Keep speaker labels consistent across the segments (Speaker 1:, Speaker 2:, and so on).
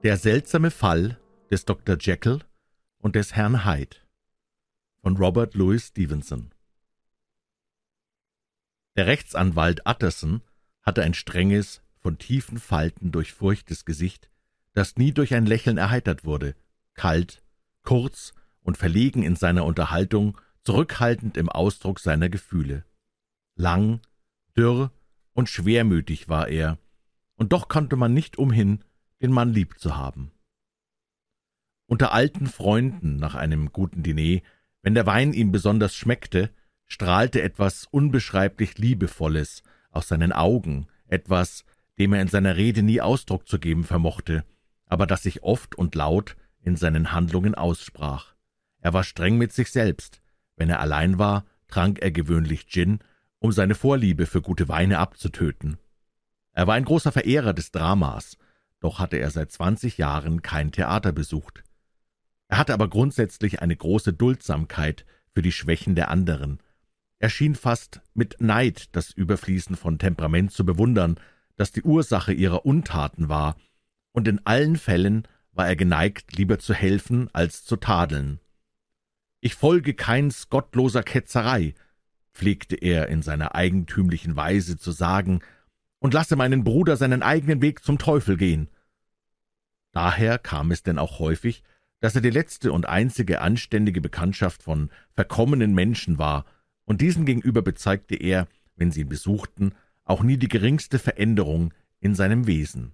Speaker 1: Der seltsame Fall des Dr. Jekyll und des Herrn Hyde von Robert Louis Stevenson. Der Rechtsanwalt Utterson hatte ein strenges, von tiefen Falten durchfurchtes Gesicht, das nie durch ein Lächeln erheitert wurde, kalt, kurz und verlegen in seiner Unterhaltung, zurückhaltend im Ausdruck seiner Gefühle. Lang, dürr und schwermütig war er, und doch konnte man nicht umhin, den Mann lieb zu haben. Unter alten Freunden nach einem guten Diner, wenn der Wein ihm besonders schmeckte, strahlte etwas unbeschreiblich Liebevolles aus seinen Augen, etwas, dem er in seiner Rede nie Ausdruck zu geben vermochte, aber das sich oft und laut in seinen Handlungen aussprach. Er war streng mit sich selbst. Wenn er allein war, trank er gewöhnlich Gin, um seine Vorliebe für gute Weine abzutöten. Er war ein großer Verehrer des Dramas, doch hatte er seit 20 Jahren kein Theater besucht. Er hatte aber grundsätzlich eine große Duldsamkeit für die Schwächen der anderen. Er schien fast mit Neid das Überfließen von Temperament zu bewundern, das die Ursache ihrer Untaten war, und in allen Fällen war er geneigt, lieber zu helfen als zu tadeln. »Ich folge keins gottloser Ketzerei«, pflegte er in seiner eigentümlichen Weise zu sagen, »und lasse meinen Bruder seinen eigenen Weg zum Teufel gehen.« Daher kam es denn auch häufig, dass er die letzte und einzige anständige Bekanntschaft von verkommenen Menschen war, und diesen gegenüber bezeigte er, wenn sie ihn besuchten, auch nie die geringste Veränderung in seinem Wesen.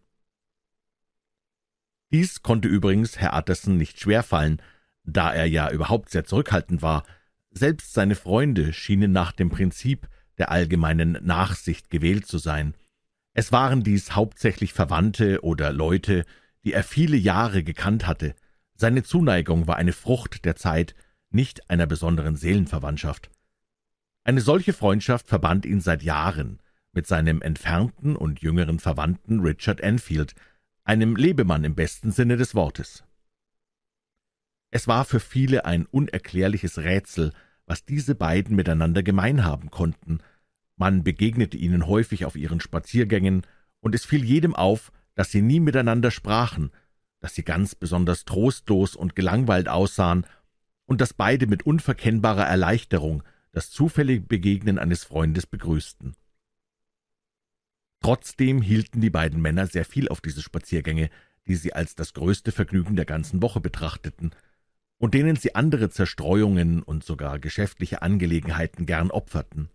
Speaker 1: Dies konnte übrigens Herr Utterson nicht schwerfallen, da er ja überhaupt sehr zurückhaltend war. Selbst seine Freunde schienen nach dem Prinzip der allgemeinen Nachsicht gewählt zu sein. Es waren dies hauptsächlich Verwandte oder Leute, die er viele Jahre gekannt hatte. Seine Zuneigung war eine Frucht der Zeit, nicht einer besonderen Seelenverwandtschaft. Eine solche Freundschaft verband ihn seit Jahren mit seinem entfernten und jüngeren Verwandten Richard Enfield, einem Lebemann im besten Sinne des Wortes. Es war für viele ein unerklärliches Rätsel, was diese beiden miteinander gemein haben konnten. Man begegnete ihnen häufig auf ihren Spaziergängen, und es fiel jedem auf, dass sie nie miteinander sprachen, dass sie ganz besonders trostlos und gelangweilt aussahen und dass beide mit unverkennbarer Erleichterung das zufällige Begegnen eines Freundes begrüßten. Trotzdem hielten die beiden Männer sehr viel auf diese Spaziergänge, die sie als das größte Vergnügen der ganzen Woche betrachteten und denen sie andere Zerstreuungen und sogar geschäftliche Angelegenheiten gern opferten.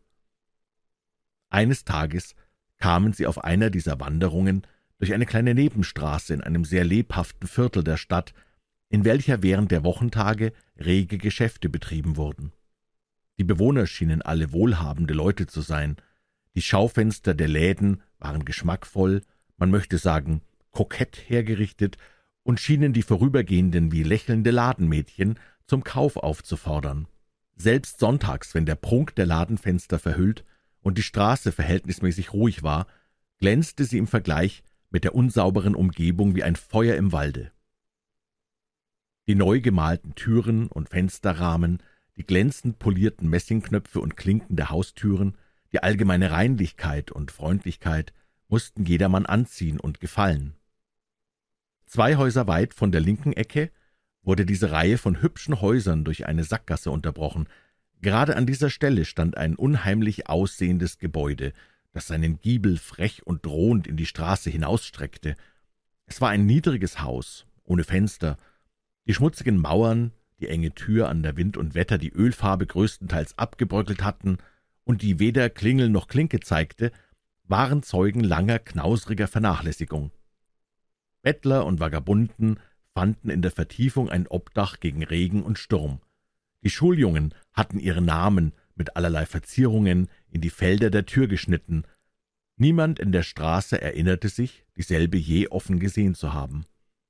Speaker 1: Eines Tages kamen sie auf einer dieser Wanderungen durch eine kleine Nebenstraße in einem sehr lebhaften Viertel der Stadt, in welcher während der Wochentage rege Geschäfte betrieben wurden. Die Bewohner schienen alle wohlhabende Leute zu sein. Die Schaufenster der Läden waren geschmackvoll, man möchte sagen kokett hergerichtet, und schienen die Vorübergehenden wie lächelnde Ladenmädchen zum Kauf aufzufordern. Selbst sonntags, wenn der Prunk der Ladenfenster verhüllt und die Straße verhältnismäßig ruhig war, glänzte sie im Vergleich mit der unsauberen Umgebung wie ein Feuer im Walde. Die neu gemalten Türen und Fensterrahmen, die glänzend polierten Messingknöpfe und Klinken der Haustüren, die allgemeine Reinlichkeit und Freundlichkeit mussten jedermann anziehen und gefallen. 2 Häuser weit von der linken Ecke wurde diese Reihe von hübschen Häusern durch eine Sackgasse unterbrochen. Gerade an dieser Stelle stand ein unheimlich aussehendes Gebäude, das seinen Giebel frech und drohend in die Straße hinausstreckte. Es war ein niedriges Haus, ohne Fenster. Die schmutzigen Mauern, die enge Tür, an der Wind und Wetter die Ölfarbe größtenteils abgebröckelt hatten und die weder Klingel noch Klinke zeigte, waren Zeugen langer, knausriger Vernachlässigung. Bettler und Vagabunden fanden in der Vertiefung ein Obdach gegen Regen und Sturm. Die Schuljungen hatten ihre Namen mit allerlei Verzierungen in die Felder der Tür geschnitten. Niemand in der Straße erinnerte sich, dieselbe je offen gesehen zu haben.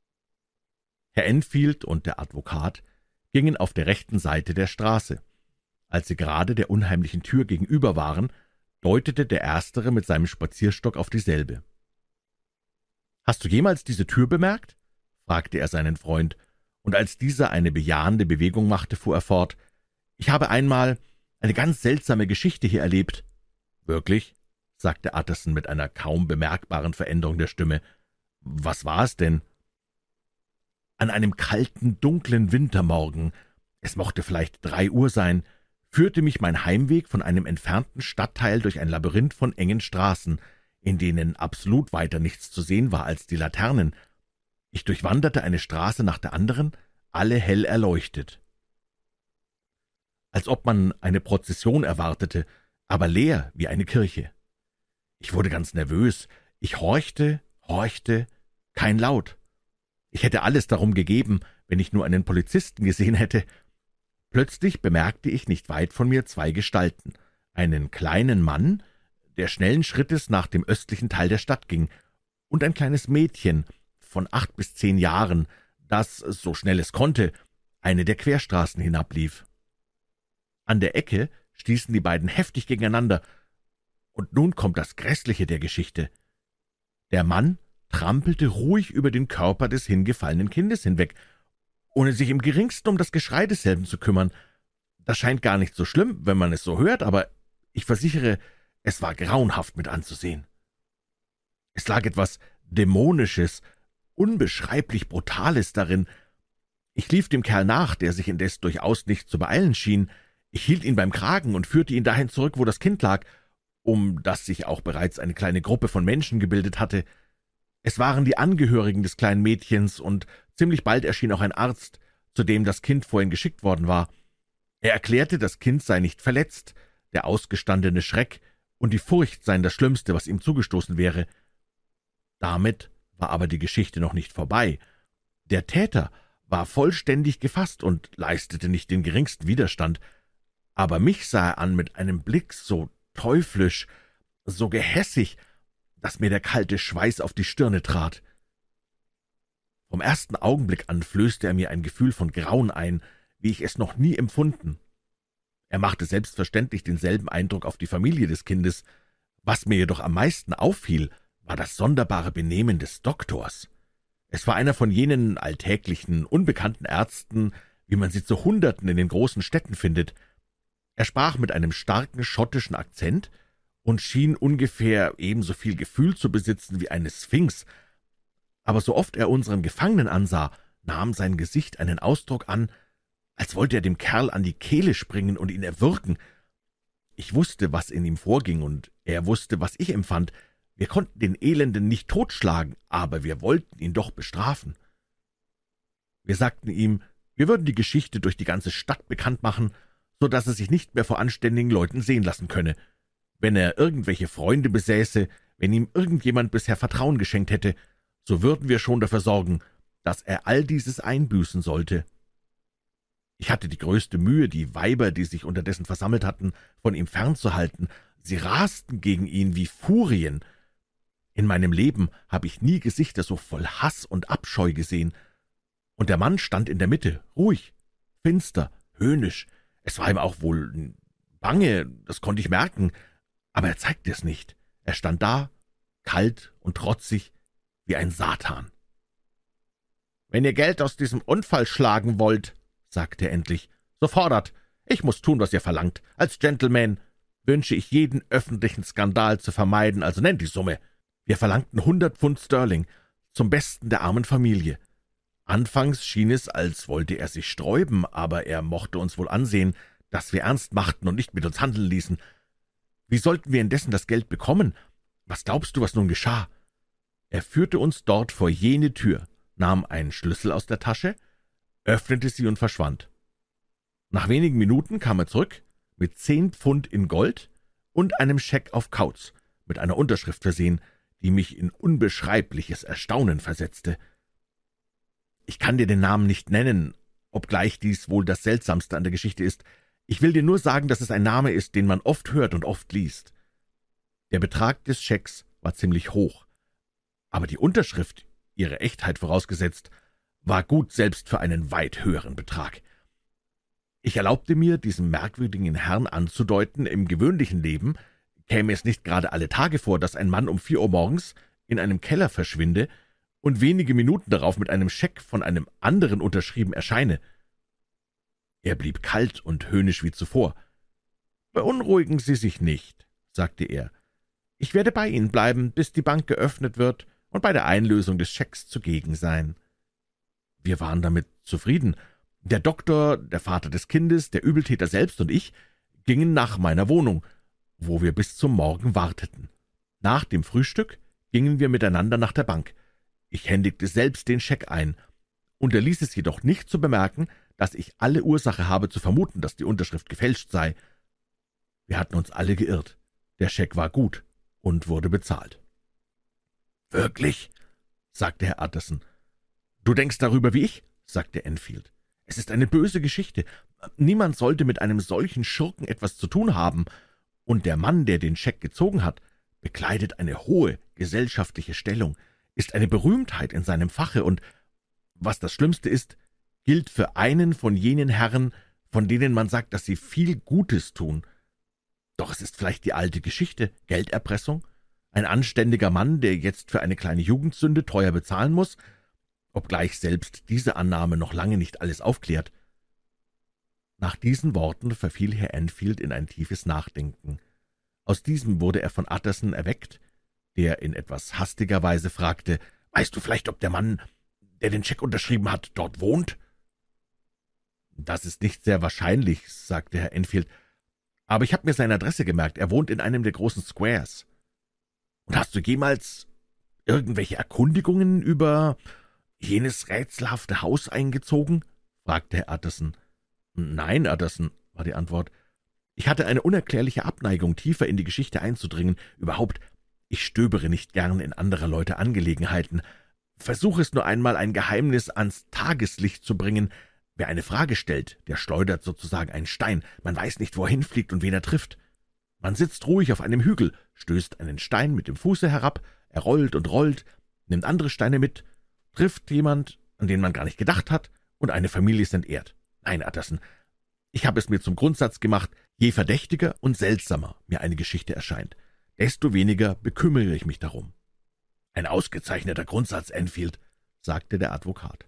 Speaker 1: Herr Enfield und der Advokat gingen auf der rechten Seite der Straße. Als sie gerade der unheimlichen Tür gegenüber waren, deutete der Erstere mit seinem Spazierstock auf dieselbe. »Hast du jemals diese Tür bemerkt?« fragte er seinen Freund, und als dieser eine bejahende Bewegung machte, fuhr er fort, »Ich habe einmal eine ganz seltsame Geschichte hier erlebt.« »Wirklich?« sagte Utterson mit einer kaum bemerkbaren Veränderung der Stimme. »Was war es denn?« An einem kalten, dunklen Wintermorgen, es mochte vielleicht 3 Uhr sein, führte mich mein Heimweg von einem entfernten Stadtteil durch ein Labyrinth von engen Straßen, in denen absolut weiter nichts zu sehen war als die Laternen. Ich durchwanderte eine Straße nach der anderen, alle hell erleuchtet. Als ob man eine Prozession erwartete, aber leer wie eine Kirche. Ich wurde ganz nervös. Ich horchte, kein Laut. Ich hätte alles darum gegeben, wenn ich nur einen Polizisten gesehen hätte. Plötzlich bemerkte ich nicht weit von mir 2 Gestalten. Einen kleinen Mann, der schnellen Schrittes nach dem östlichen Teil der Stadt ging, und ein kleines Mädchen von 8 bis 10 Jahren, das, so schnell es konnte, eine der Querstraßen hinablief. An der Ecke stießen die beiden heftig gegeneinander, und nun kommt das Grässliche der Geschichte. Der Mann trampelte ruhig über den Körper des hingefallenen Kindes hinweg, ohne sich im geringsten um das Geschrei desselben zu kümmern. Das scheint gar nicht so schlimm, wenn man es so hört, aber ich versichere, es war grauenhaft mit anzusehen. Es lag etwas Dämonisches, unbeschreiblich Brutales darin. Ich lief dem Kerl nach, der sich indes durchaus nicht zu beeilen schien. Ich hielt ihn beim Kragen und führte ihn dahin zurück, wo das Kind lag, um das sich auch bereits eine kleine Gruppe von Menschen gebildet hatte. Es waren die Angehörigen des kleinen Mädchens, und ziemlich bald erschien auch ein Arzt, zu dem das Kind vorhin geschickt worden war. Er erklärte, das Kind sei nicht verletzt, der ausgestandene Schreck und die Furcht seien das Schlimmste, was ihm zugestoßen wäre. Damit war aber die Geschichte noch nicht vorbei. Der Täter war vollständig gefasst und leistete nicht den geringsten Widerstand, aber mich sah er an mit einem Blick so teuflisch, so gehässig, dass mir der kalte Schweiß auf die Stirne trat. Vom ersten Augenblick an flößte er mir ein Gefühl von Grauen ein, wie ich es noch nie empfunden. Er machte selbstverständlich denselben Eindruck auf die Familie des Kindes. Was mir jedoch am meisten auffiel, war das sonderbare Benehmen des Doktors. Es war einer von jenen alltäglichen, unbekannten Ärzten, wie man sie zu Hunderten in den großen Städten findet. Er sprach mit einem starken schottischen Akzent und schien ungefähr ebenso viel Gefühl zu besitzen wie eine Sphinx. Aber so oft er unseren Gefangenen ansah, nahm sein Gesicht einen Ausdruck an, als wollte er dem Kerl an die Kehle springen und ihn erwürgen. Ich wusste, was in ihm vorging, und er wusste, was ich empfand. Wir konnten den Elenden nicht totschlagen, aber wir wollten ihn doch bestrafen. Wir sagten ihm, wir würden die Geschichte durch die ganze Stadt bekannt machen, so dass er sich nicht mehr vor anständigen Leuten sehen lassen könne. Wenn er irgendwelche Freunde besäße, wenn ihm irgendjemand bisher Vertrauen geschenkt hätte, so würden wir schon dafür sorgen, dass er all dieses einbüßen sollte. Ich hatte die größte Mühe, die Weiber, die sich unterdessen versammelt hatten, von ihm fernzuhalten. Sie rasten gegen ihn wie Furien. In meinem Leben habe ich nie Gesichter so voll Hass und Abscheu gesehen. Und der Mann stand in der Mitte, ruhig, finster, höhnisch. Es war ihm auch wohl bange, das konnte ich merken, aber er zeigte es nicht. Er stand da, kalt und trotzig, wie ein Satan. »Wenn ihr Geld aus diesem Unfall schlagen wollt«, sagte er endlich, »so fordert. Ich muß tun, was ihr verlangt. Als Gentleman wünsche ich, jeden öffentlichen Skandal zu vermeiden, also nennt die Summe.« Wir verlangten 100 Pfund Sterling, zum Besten der armen Familie. Anfangs schien es, als wollte er sich sträuben, aber er mochte uns wohl ansehen, dass wir ernst machten und nicht mit uns handeln ließen. Wie sollten wir indessen das Geld bekommen? Was glaubst du, was nun geschah? Er führte uns dort vor jene Tür, nahm einen Schlüssel aus der Tasche, öffnete sie und verschwand. Nach wenigen Minuten kam er zurück, mit 10 Pfund in Gold und einem Scheck auf Kauz, mit einer Unterschrift versehen, die mich in unbeschreibliches Erstaunen versetzte. Ich kann dir den Namen nicht nennen, obgleich dies wohl das Seltsamste an der Geschichte ist. Ich will dir nur sagen, dass es ein Name ist, den man oft hört und oft liest. Der Betrag des Schecks war ziemlich hoch, aber die Unterschrift, ihre Echtheit vorausgesetzt, war gut selbst für einen weit höheren Betrag. Ich erlaubte mir, diesem merkwürdigen Herrn anzudeuten, im gewöhnlichen Leben käme es nicht gerade alle Tage vor, dass ein Mann um 4 Uhr morgens in einem Keller verschwinde und wenige Minuten darauf mit einem Scheck von einem anderen unterschrieben erscheine. Er blieb kalt und höhnisch wie zuvor. »Beunruhigen Sie sich nicht«, sagte er. »Ich werde bei Ihnen bleiben, bis die Bank geöffnet wird und bei der Einlösung des Schecks zugegen sein.« Wir waren damit zufrieden. Der Doktor, der Vater des Kindes, der Übeltäter selbst und ich gingen nach meiner Wohnung, wo wir bis zum Morgen warteten. Nach dem Frühstück gingen wir miteinander nach der Bank. Ich händigte selbst den Scheck ein, unterließ es jedoch nicht zu bemerken, dass ich alle Ursache habe zu vermuten, dass die Unterschrift gefälscht sei. Wir hatten uns alle geirrt. Der Scheck war gut und wurde bezahlt. »Wirklich?« sagte Herr Utterson. »Du denkst darüber wie ich?« sagte Enfield. »Es ist eine böse Geschichte. Niemand sollte mit einem solchen Schurken etwas zu tun haben. Und der Mann, der den Scheck gezogen hat, bekleidet eine hohe gesellschaftliche Stellung, ist eine Berühmtheit in seinem Fache und, was das Schlimmste ist, gilt für einen von jenen Herren, von denen man sagt, dass sie viel Gutes tun. Doch es ist vielleicht die alte Geschichte, Gelderpressung, ein anständiger Mann, der jetzt für eine kleine Jugendsünde teuer bezahlen muss, obgleich selbst diese Annahme noch lange nicht alles aufklärt.« Nach diesen Worten verfiel Herr Enfield in ein tiefes Nachdenken. Aus diesem wurde er von Utterson erweckt, der in etwas hastiger Weise fragte, »Weißt du vielleicht, ob der Mann, der den Scheck unterschrieben hat, dort wohnt?« »Das ist nicht sehr wahrscheinlich«, sagte Herr Enfield, »aber ich habe mir seine Adresse gemerkt. Er wohnt in einem der großen Squares.« »Und hast du jemals irgendwelche Erkundigungen über jenes rätselhafte Haus eingezogen?« fragte Herr Utterson. »Nein, Utterson«, war die Antwort. »Ich hatte eine unerklärliche Abneigung, tiefer in die Geschichte einzudringen. Überhaupt, ich stöbere nicht gern in anderer Leute Angelegenheiten. Versuche es nur einmal, ein Geheimnis ans Tageslicht zu bringen. Wer eine Frage stellt, der schleudert sozusagen einen Stein. Man weiß nicht, wo er hinfliegt und wen er trifft. Man sitzt ruhig auf einem Hügel, stößt einen Stein mit dem Fuße herab, er rollt und rollt, nimmt andere Steine mit, trifft jemand, an den man gar nicht gedacht hat, und eine Familie ist entehrt. Nein, Utterson, ich habe es mir zum Grundsatz gemacht, je verdächtiger und seltsamer mir eine Geschichte erscheint, desto weniger bekümmere ich mich darum.« »Ein ausgezeichneter Grundsatz, Enfield«, sagte der Advokat.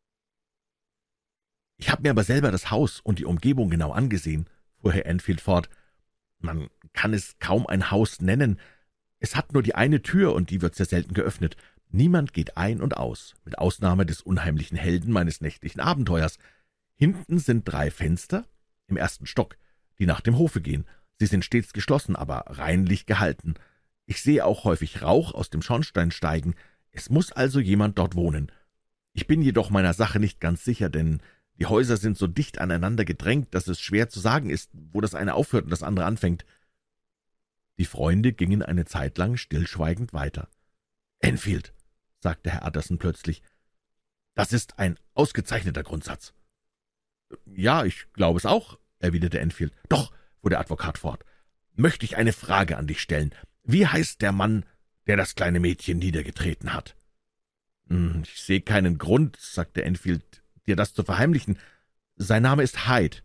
Speaker 1: »Ich habe mir aber selber das Haus und die Umgebung genau angesehen«, fuhr Herr Enfield fort. »Man kann es kaum ein Haus nennen. Es hat nur die eine Tür, und die wird sehr selten geöffnet. Niemand geht ein und aus, mit Ausnahme des unheimlichen Helden meines nächtlichen Abenteuers. Hinten sind 3 Fenster im ersten Stock, die nach dem Hofe gehen. Sie sind stets geschlossen, aber reinlich gehalten. Ich sehe auch häufig Rauch aus dem Schornstein steigen. Es muss also jemand dort wohnen. Ich bin jedoch meiner Sache nicht ganz sicher, denn die Häuser sind so dicht aneinander gedrängt, dass es schwer zu sagen ist, wo das eine aufhört und das andere anfängt.« Die Freunde gingen eine Zeit lang stillschweigend weiter. »Enfield«, sagte Herr Utterson plötzlich, »das ist ein ausgezeichneter Grundsatz.« »Ja, ich glaube es auch«, erwiderte Enfield. »Doch«, fuhr der Advokat fort, »möchte ich eine Frage an dich stellen. Wie heißt der Mann, der das kleine Mädchen niedergetreten hat?« »Ich sehe keinen Grund«, sagte Enfield, »dir das zu verheimlichen. Sein Name ist Hyde.«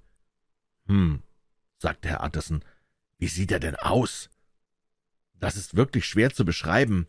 Speaker 1: sagte Herr Utterson, »wie sieht er denn aus?« »Das ist wirklich schwer zu beschreiben.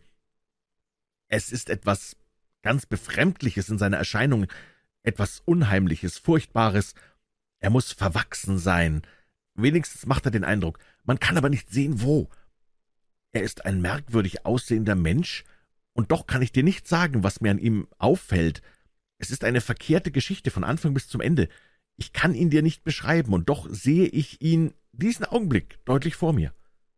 Speaker 1: Es ist etwas ganz Befremdliches in seiner Erscheinung, etwas Unheimliches, Furchtbares. Er muss verwachsen sein. Wenigstens macht er den Eindruck. Man kann aber nicht sehen, wo. Er ist ein merkwürdig aussehender Mensch, und doch kann ich dir nicht sagen, was mir an ihm auffällt. Es ist eine verkehrte Geschichte von Anfang bis zum Ende. Ich kann ihn dir nicht beschreiben, und doch sehe ich ihn diesen Augenblick deutlich vor mir.«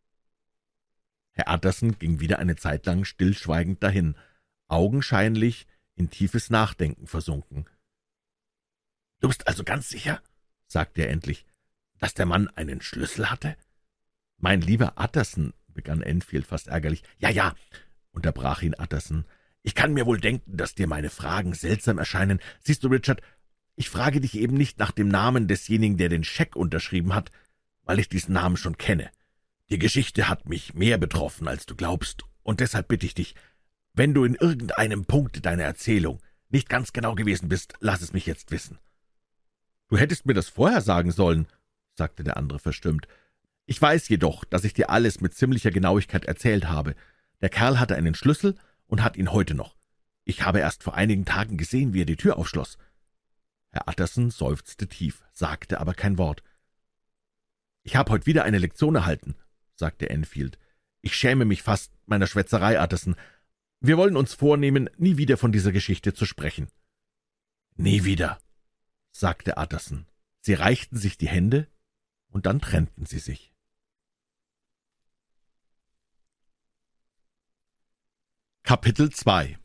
Speaker 1: Herr Utterson ging wieder eine Zeit lang stillschweigend dahin, augenscheinlich in tiefes Nachdenken versunken. »Du bist also ganz sicher«, sagte er endlich, »dass der Mann einen Schlüssel hatte?« »Mein lieber Utterson«, begann Enfield fast ärgerlich. »Ja«, unterbrach ihn Utterson, »ich kann mir wohl denken, dass dir meine Fragen seltsam erscheinen. Siehst du, Richard, ich frage dich eben nicht nach dem Namen desjenigen, der den Scheck unterschrieben hat, weil ich diesen Namen schon kenne. Die Geschichte hat mich mehr betroffen, als du glaubst, und deshalb bitte ich dich, wenn du in irgendeinem Punkt deiner Erzählung nicht ganz genau gewesen bist, lass es mich jetzt wissen.« »Du hättest mir das vorher sagen sollen«, sagte der andere verstimmt. »Ich weiß jedoch, dass ich dir alles mit ziemlicher Genauigkeit erzählt habe. Der Kerl hatte einen Schlüssel und hat ihn heute noch. Ich habe erst vor einigen Tagen gesehen, wie er die Tür aufschloss.« Herr Utterson seufzte tief, sagte aber kein Wort. »Ich habe heute wieder eine Lektion erhalten«, sagte Enfield. »Ich schäme mich fast meiner Schwätzerei, Utterson. Wir wollen uns vornehmen, nie wieder von dieser Geschichte zu sprechen.« »Nie wieder«, sagte Utterson. Sie reichten sich die Hände, und dann trennten sie sich. Kapitel 2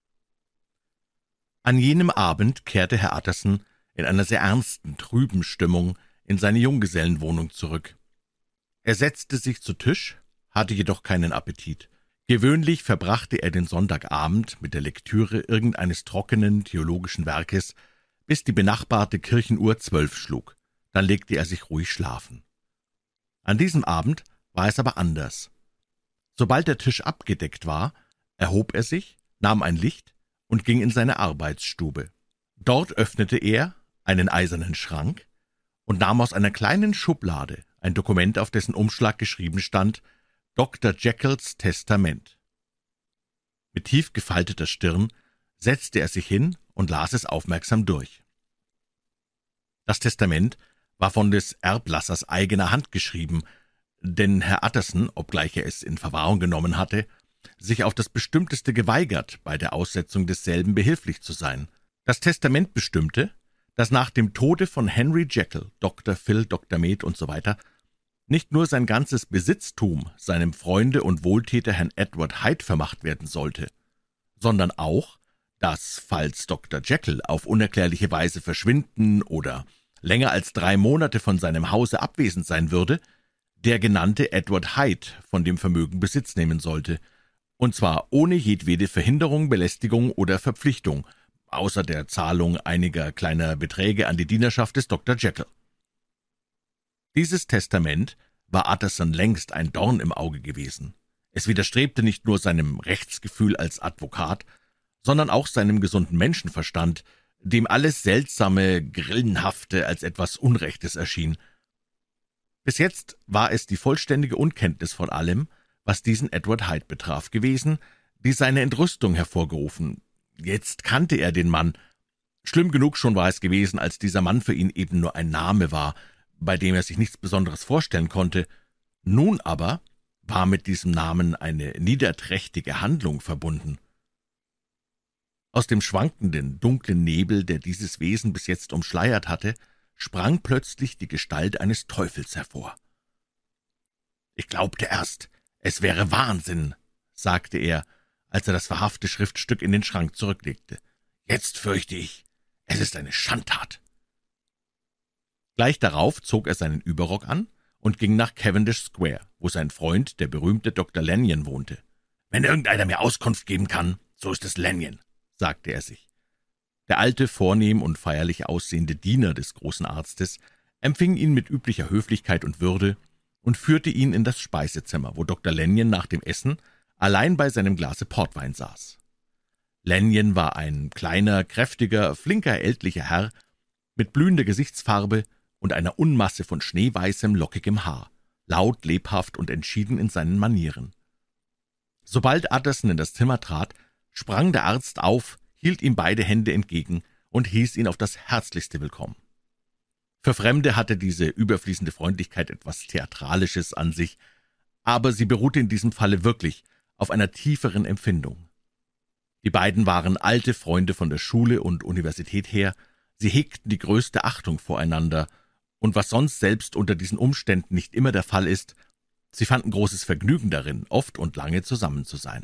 Speaker 1: An jenem Abend kehrte Herr Utterson in einer sehr ernsten, trüben Stimmung in seine Junggesellenwohnung zurück. Er setzte sich zu Tisch, hatte jedoch keinen Appetit. Gewöhnlich verbrachte er den Sonntagabend mit der Lektüre irgendeines trockenen theologischen Werkes, bis die benachbarte Kirchenuhr 12 schlug. Dann legte er sich ruhig schlafen. An diesem Abend war es aber anders. Sobald der Tisch abgedeckt war, erhob er sich, nahm ein Licht und ging in seine Arbeitsstube. Dort öffnete er einen eisernen Schrank und nahm aus einer kleinen Schublade ein Dokument, auf dessen Umschlag geschrieben stand »Dr. Jekylls Testament«. Mit tief gefalteter Stirn setzte er sich hin und las es aufmerksam durch. Das Testament war von des Erblassers eigener Hand geschrieben, denn Herr Utterson, obgleich er es in Verwahrung genommen hatte, sich auf das Bestimmteste geweigert, bei der Aussetzung desselben behilflich zu sein. Das Testament bestimmte, dass nach dem Tode von Henry Jekyll, Dr. Phil, Dr. Med usw. nicht nur sein ganzes Besitztum seinem Freunde und Wohltäter Herrn Edward Hyde vermacht werden sollte, sondern auch, dass, falls Dr. Jekyll auf unerklärliche Weise verschwinden oder länger als 3 Monate von seinem Hause abwesend sein würde, der genannte Edward Hyde von dem Vermögen Besitz nehmen sollte, und zwar ohne jedwede Verhinderung, Belästigung oder Verpflichtung, außer der Zahlung einiger kleiner Beträge an die Dienerschaft des Dr. Jekyll. Dieses Testament war Utterson längst ein Dorn im Auge gewesen. Es widerstrebte nicht nur seinem Rechtsgefühl als Advokat, sondern auch seinem gesunden Menschenverstand, dem alles Seltsame, Grillenhafte als etwas Unrechtes erschien. Bis jetzt war es die vollständige Unkenntnis von allem, was diesen Edward Hyde betraf, gewesen, die seine Entrüstung hervorgerufen. Jetzt kannte er den Mann. Schlimm genug schon war es gewesen, als dieser Mann für ihn eben nur ein Name war, bei dem er sich nichts Besonderes vorstellen konnte. Nun aber war mit diesem Namen eine niederträchtige Handlung verbunden. Aus dem schwankenden, dunklen Nebel, der dieses Wesen bis jetzt umschleiert hatte, sprang plötzlich die Gestalt eines Teufels hervor. »Ich glaubte erst, es wäre Wahnsinn«, sagte er, als er das verhafte Schriftstück in den Schrank zurücklegte. »Jetzt fürchte ich, es ist eine Schandtat.« Gleich darauf zog er seinen Überrock an und ging nach Cavendish Square, wo sein Freund, der berühmte Dr. Lanyon, wohnte. »Wenn irgendeiner mir Auskunft geben kann, so ist es Lanyon«, sagte er sich. Der alte, vornehm und feierlich aussehende Diener des großen Arztes empfing ihn mit üblicher Höflichkeit und Würde und führte ihn in das Speisezimmer, wo Dr. Lanyon nach dem Essen allein bei seinem Glase Portwein saß. Lanyon war ein kleiner, kräftiger, flinker, ältlicher Herr mit blühender Gesichtsfarbe und einer Unmasse von schneeweißem, lockigem Haar, laut, lebhaft und entschieden in seinen Manieren. Sobald Utterson in das Zimmer trat, sprang der Arzt auf, hielt ihm beide Hände entgegen und hieß ihn auf das Herzlichste willkommen. Für Fremde hatte diese überfließende Freundlichkeit etwas Theatralisches an sich, aber sie beruhte in diesem Falle wirklich auf einer tieferen Empfindung. Die beiden waren alte Freunde von der Schule und Universität her, sie hegten die größte Achtung voreinander, und was sonst selbst unter diesen Umständen nicht immer der Fall ist, sie fanden großes Vergnügen darin, oft und lange zusammen zu sein.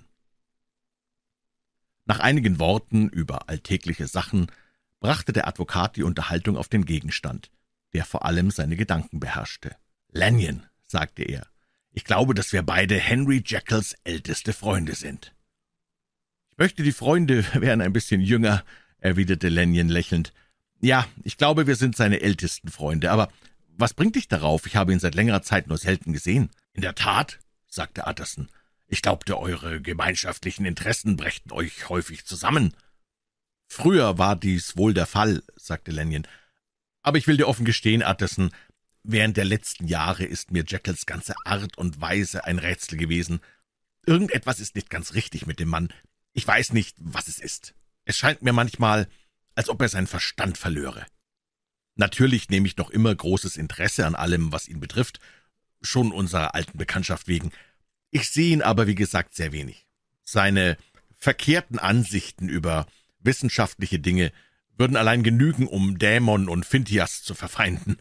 Speaker 1: Nach einigen Worten über alltägliche Sachen brachte der Advokat die Unterhaltung auf den Gegenstand, der vor allem seine Gedanken beherrschte. »Lanyon«, sagte er, »ich glaube, dass wir beide Henry Jekylls älteste Freunde sind.« »Ich möchte, die Freunde wären ein bisschen jünger«, erwiderte Lanyon lächelnd. »Ja, ich glaube, wir sind seine ältesten Freunde, aber was bringt dich darauf? Ich habe ihn seit längerer Zeit nur selten gesehen.« »In der Tat«, sagte Utterson, »ich glaubte, eure gemeinschaftlichen Interessen brächten euch häufig zusammen.« »Früher war dies wohl der Fall«, sagte Lanyon, »aber ich will dir offen gestehen, Utterson, während der letzten Jahre ist mir Jekylls ganze Art und Weise ein Rätsel gewesen. Irgendetwas ist nicht ganz richtig mit dem Mann. Ich weiß nicht, was es ist. Es scheint mir manchmal, als ob er seinen Verstand verlöre. Natürlich nehme ich noch immer großes Interesse an allem, was ihn betrifft, schon unserer alten Bekanntschaft wegen. Ich sehe ihn aber, wie gesagt, sehr wenig. Seine verkehrten Ansichten über wissenschaftliche Dinge würden allein genügen, um Dämon und Phintias zu verfeinden.«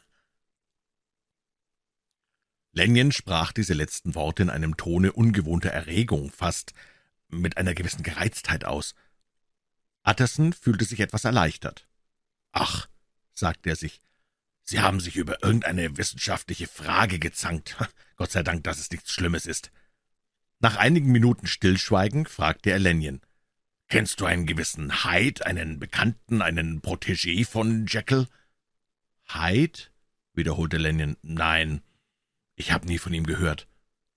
Speaker 1: Lanyon sprach diese letzten Worte in einem Tone ungewohnter Erregung, fast mit einer gewissen Gereiztheit aus. Utterson fühlte sich etwas erleichtert. »Ach«, sagte er sich, »Sie haben sich über irgendeine wissenschaftliche Frage gezankt. Gott sei Dank, dass es nichts Schlimmes ist.« Nach einigen Minuten Stillschweigen fragte er Lanyon: »Kennst du einen gewissen Hyde, einen Bekannten, einen Protégé von Jekyll?« »Hyde?« wiederholte Lanyon. »Nein, ich habe nie von ihm gehört.«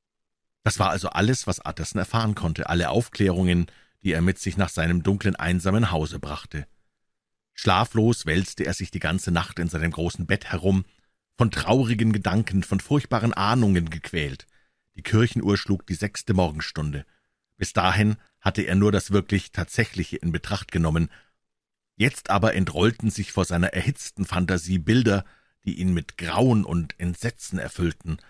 Speaker 1: Das war also alles, was Utterson erfahren konnte, alle Aufklärungen, die er mit sich nach seinem dunklen, einsamen Hause brachte. Schlaflos wälzte er sich die ganze Nacht in seinem großen Bett herum, von traurigen Gedanken, von furchtbaren Ahnungen gequält. Die Kirchenuhr schlug die 6. Morgenstunde. Bis dahin hatte er nur das wirklich Tatsächliche in Betracht genommen. Jetzt aber entrollten sich vor seiner erhitzten Fantasie Bilder, die ihn mit Grauen und Entsetzen erfüllten.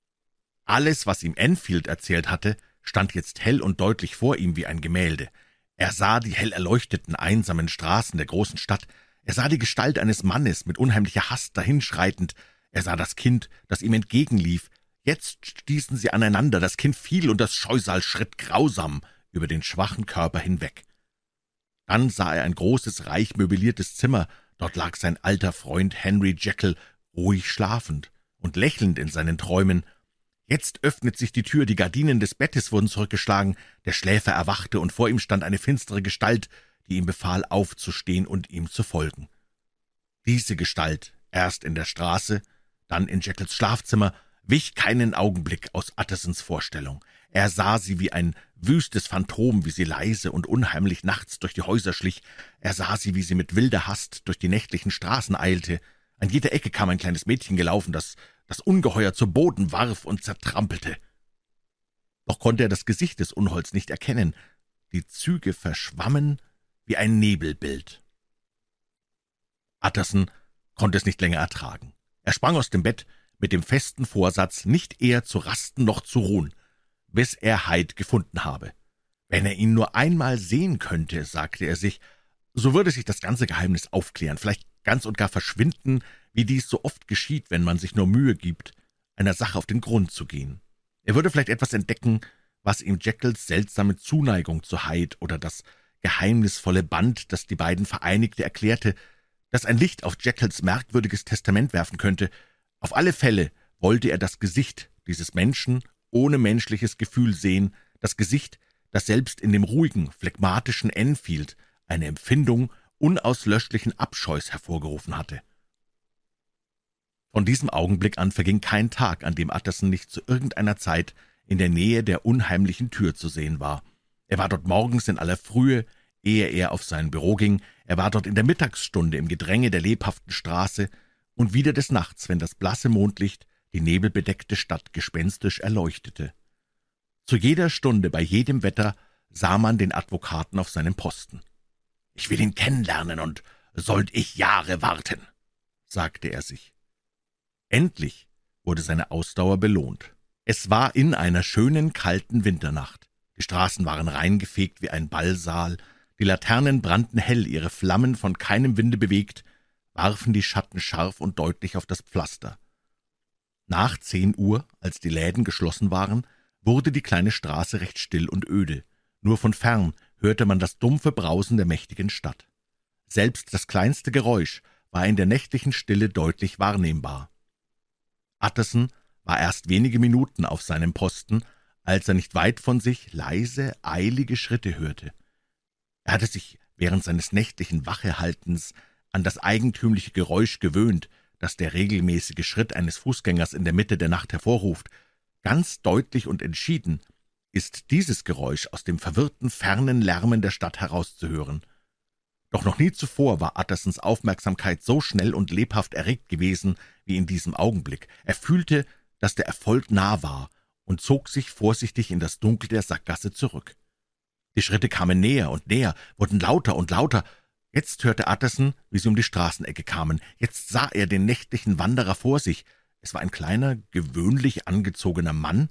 Speaker 1: Alles, was ihm Enfield erzählt hatte, stand jetzt hell und deutlich vor ihm wie ein Gemälde. Er sah die hell erleuchteten, einsamen Straßen der großen Stadt. Er sah die Gestalt eines Mannes mit unheimlicher Hast dahinschreitend. Er sah das Kind, das ihm entgegenlief. Jetzt stießen sie aneinander, das Kind fiel und das Scheusal schritt grausam über den schwachen Körper hinweg. Dann sah er ein großes, reich möbliertes Zimmer. Dort lag sein alter Freund Henry Jekyll, ruhig schlafend und lächelnd in seinen Träumen. Jetzt öffnet sich die Tür, die Gardinen des Bettes wurden zurückgeschlagen, der Schläfer erwachte, und vor ihm stand eine finstere Gestalt, die ihm befahl, aufzustehen und ihm zu folgen. Diese Gestalt, erst in der Straße, dann in Jekylls Schlafzimmer, wich keinen Augenblick aus Uttersons Vorstellung. Er sah sie wie ein wüstes Phantom, wie sie leise und unheimlich nachts durch die Häuser schlich. Er sah sie, wie sie mit wilder Hast durch die nächtlichen Straßen eilte. An jeder Ecke kam ein kleines Mädchen gelaufen, das Ungeheuer zu Boden warf und zertrampelte. Doch konnte er das Gesicht des Unholds nicht erkennen. Die Züge verschwammen wie ein Nebelbild. Utterson konnte es nicht länger ertragen. Er sprang aus dem Bett mit dem festen Vorsatz, nicht eher zu rasten noch zu ruhen, bis er Hyde gefunden habe. Wenn er ihn nur einmal sehen könnte, sagte er sich, so würde sich das ganze Geheimnis aufklären, vielleicht ganz und gar verschwinden, wie dies so oft geschieht, wenn man sich nur Mühe gibt, einer Sache auf den Grund zu gehen. Er würde vielleicht etwas entdecken, was ihm Jekylls seltsame Zuneigung zu Hyde oder das geheimnisvolle Band, das die beiden vereinigte, erklärte, das ein Licht auf Jekylls merkwürdiges Testament werfen könnte. Auf alle Fälle wollte er das Gesicht dieses Menschen ohne menschliches Gefühl sehen, das Gesicht, das selbst in dem ruhigen, phlegmatischen Enfield eine Empfindung unauslöschlichen Abscheus hervorgerufen hatte. Von diesem Augenblick an verging kein Tag, an dem Utterson nicht zu irgendeiner Zeit in der Nähe der unheimlichen Tür zu sehen war. Er war dort morgens in aller Frühe, ehe er auf sein Büro ging, er war dort in der Mittagsstunde im Gedränge der lebhaften Straße und wieder des Nachts, wenn das blasse Mondlicht die nebelbedeckte Stadt gespenstisch erleuchtete. Zu jeder Stunde, bei jedem Wetter, sah man den Advokaten auf seinem Posten. »Ich will ihn kennenlernen, und sollt ich Jahre warten«, sagte er sich. Endlich wurde seine Ausdauer belohnt. Es war in einer schönen, kalten Winternacht. Die Straßen waren reingefegt wie ein Ballsaal, die Laternen brannten hell, ihre Flammen, von keinem Winde bewegt, warfen die Schatten scharf und deutlich auf das Pflaster. Nach 10 Uhr, als die Läden geschlossen waren, wurde die kleine Straße recht still und öde. Nur von fern hörte man das dumpfe Brausen der mächtigen Stadt. Selbst das kleinste Geräusch war in der nächtlichen Stille deutlich wahrnehmbar. Utterson war erst wenige Minuten auf seinem Posten, als er nicht weit von sich leise, eilige Schritte hörte. Er hatte sich während seines nächtlichen Wachehaltens an das eigentümliche Geräusch gewöhnt, das der regelmäßige Schritt eines Fußgängers in der Mitte der Nacht hervorruft. Ganz deutlich und entschieden ist dieses Geräusch aus dem verwirrten, fernen Lärmen der Stadt herauszuhören. Doch noch nie zuvor war Uttersons Aufmerksamkeit so schnell und lebhaft erregt gewesen wie in diesem Augenblick. Er fühlte, dass der Erfolg nah war, und zog sich vorsichtig in das Dunkel der Sackgasse zurück. Die Schritte kamen näher und näher, wurden lauter und lauter. Jetzt hörte Utterson, wie sie um die Straßenecke kamen. Jetzt sah er den nächtlichen Wanderer vor sich. Es war ein kleiner, gewöhnlich angezogener Mann.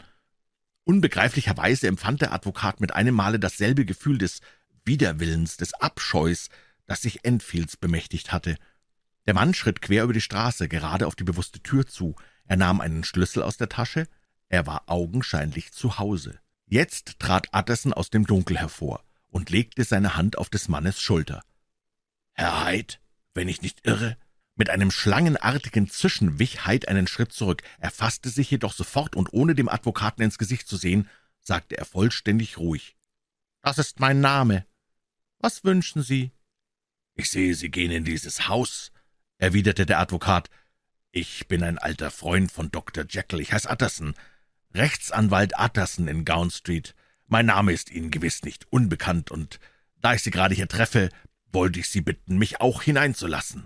Speaker 1: Unbegreiflicherweise empfand der Advokat mit einem Male dasselbe Gefühl des Widerwillens, des Abscheus, das sich Enfields bemächtigt hatte. Der Mann schritt quer über die Straße, gerade auf die bewusste Tür zu. Er nahm einen Schlüssel aus der Tasche. Er war augenscheinlich zu Hause. Jetzt trat Utterson aus dem Dunkel hervor und legte seine Hand auf des Mannes Schulter. »Herr Hyde, wenn ich nicht irre?« Mit einem schlangenartigen Zischen wich Hyde einen Schritt zurück. Er fasste sich jedoch sofort, und ohne dem Advokaten ins Gesicht zu sehen, sagte er vollständig ruhig: »Das ist mein Name. Was wünschen Sie?« »Ich sehe, Sie gehen in dieses Haus«, erwiderte der Advokat. »Ich bin ein alter Freund von Dr. Jekyll. Ich heiße Utterson, Rechtsanwalt Utterson in Gown Street. Mein Name ist Ihnen gewiss nicht unbekannt, und da ich Sie gerade hier treffe, wollte ich Sie bitten, mich auch hineinzulassen.«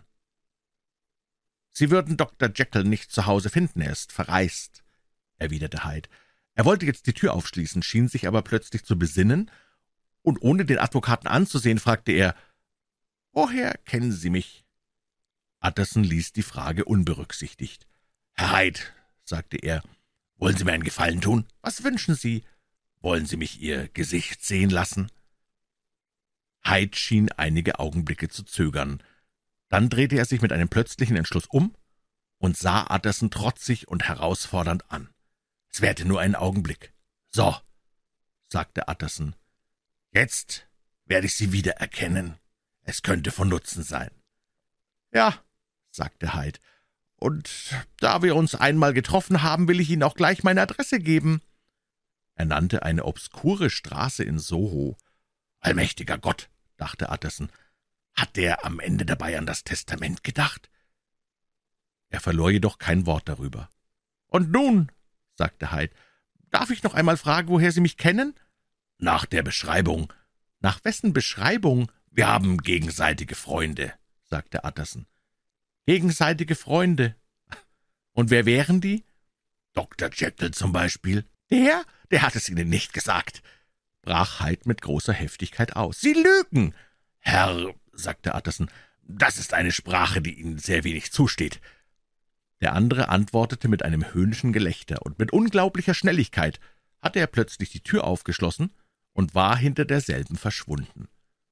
Speaker 1: »Sie würden Dr. Jekyll nicht zu Hause finden, er ist verreist«, erwiderte Hyde. Er wollte jetzt die Tür aufschließen, schien sich aber plötzlich zu besinnen, und ohne den Advokaten anzusehen, fragte er: »Woher kennen Sie mich?« Utterson ließ die Frage unberücksichtigt. »Herr Hyde«, sagte er, »wollen Sie mir einen Gefallen tun?« »Was wünschen Sie?« »Wollen Sie mich Ihr Gesicht sehen lassen?« Hyde schien einige Augenblicke zu zögern. Dann drehte er sich mit einem plötzlichen Entschluss um und sah Utterson trotzig und herausfordernd an. Es währte nur einen Augenblick. »So«, sagte Utterson, »jetzt werde ich Sie wiedererkennen. Es könnte von Nutzen sein.« »Ja«, sagte Hyde, »und da wir uns einmal getroffen haben, will ich Ihnen auch gleich meine Adresse geben.« Er nannte eine obskure Straße in Soho. »Allmächtiger Gott«, dachte Utterson, »hat der am Ende dabei an das Testament gedacht?« Er verlor jedoch kein Wort darüber. »Und nun«, sagte Hyde, »darf ich noch einmal fragen, woher Sie mich kennen?« »Nach der Beschreibung.« »Nach wessen Beschreibung?« »Wir haben gegenseitige Freunde«, sagte Utterson. »Gegenseitige Freunde. Und wer wären die?« »Dr. Jekyll zum Beispiel.« Der hat es Ihnen nicht gesagt«, brach Hyde mit großer Heftigkeit aus. »Sie lügen!« »Herr«, sagte Utterson, »das ist eine Sprache, die Ihnen sehr wenig zusteht.« Der andere antwortete mit einem höhnischen Gelächter, und mit unglaublicher Schnelligkeit hatte er plötzlich die Tür aufgeschlossen und war hinter derselben verschwunden.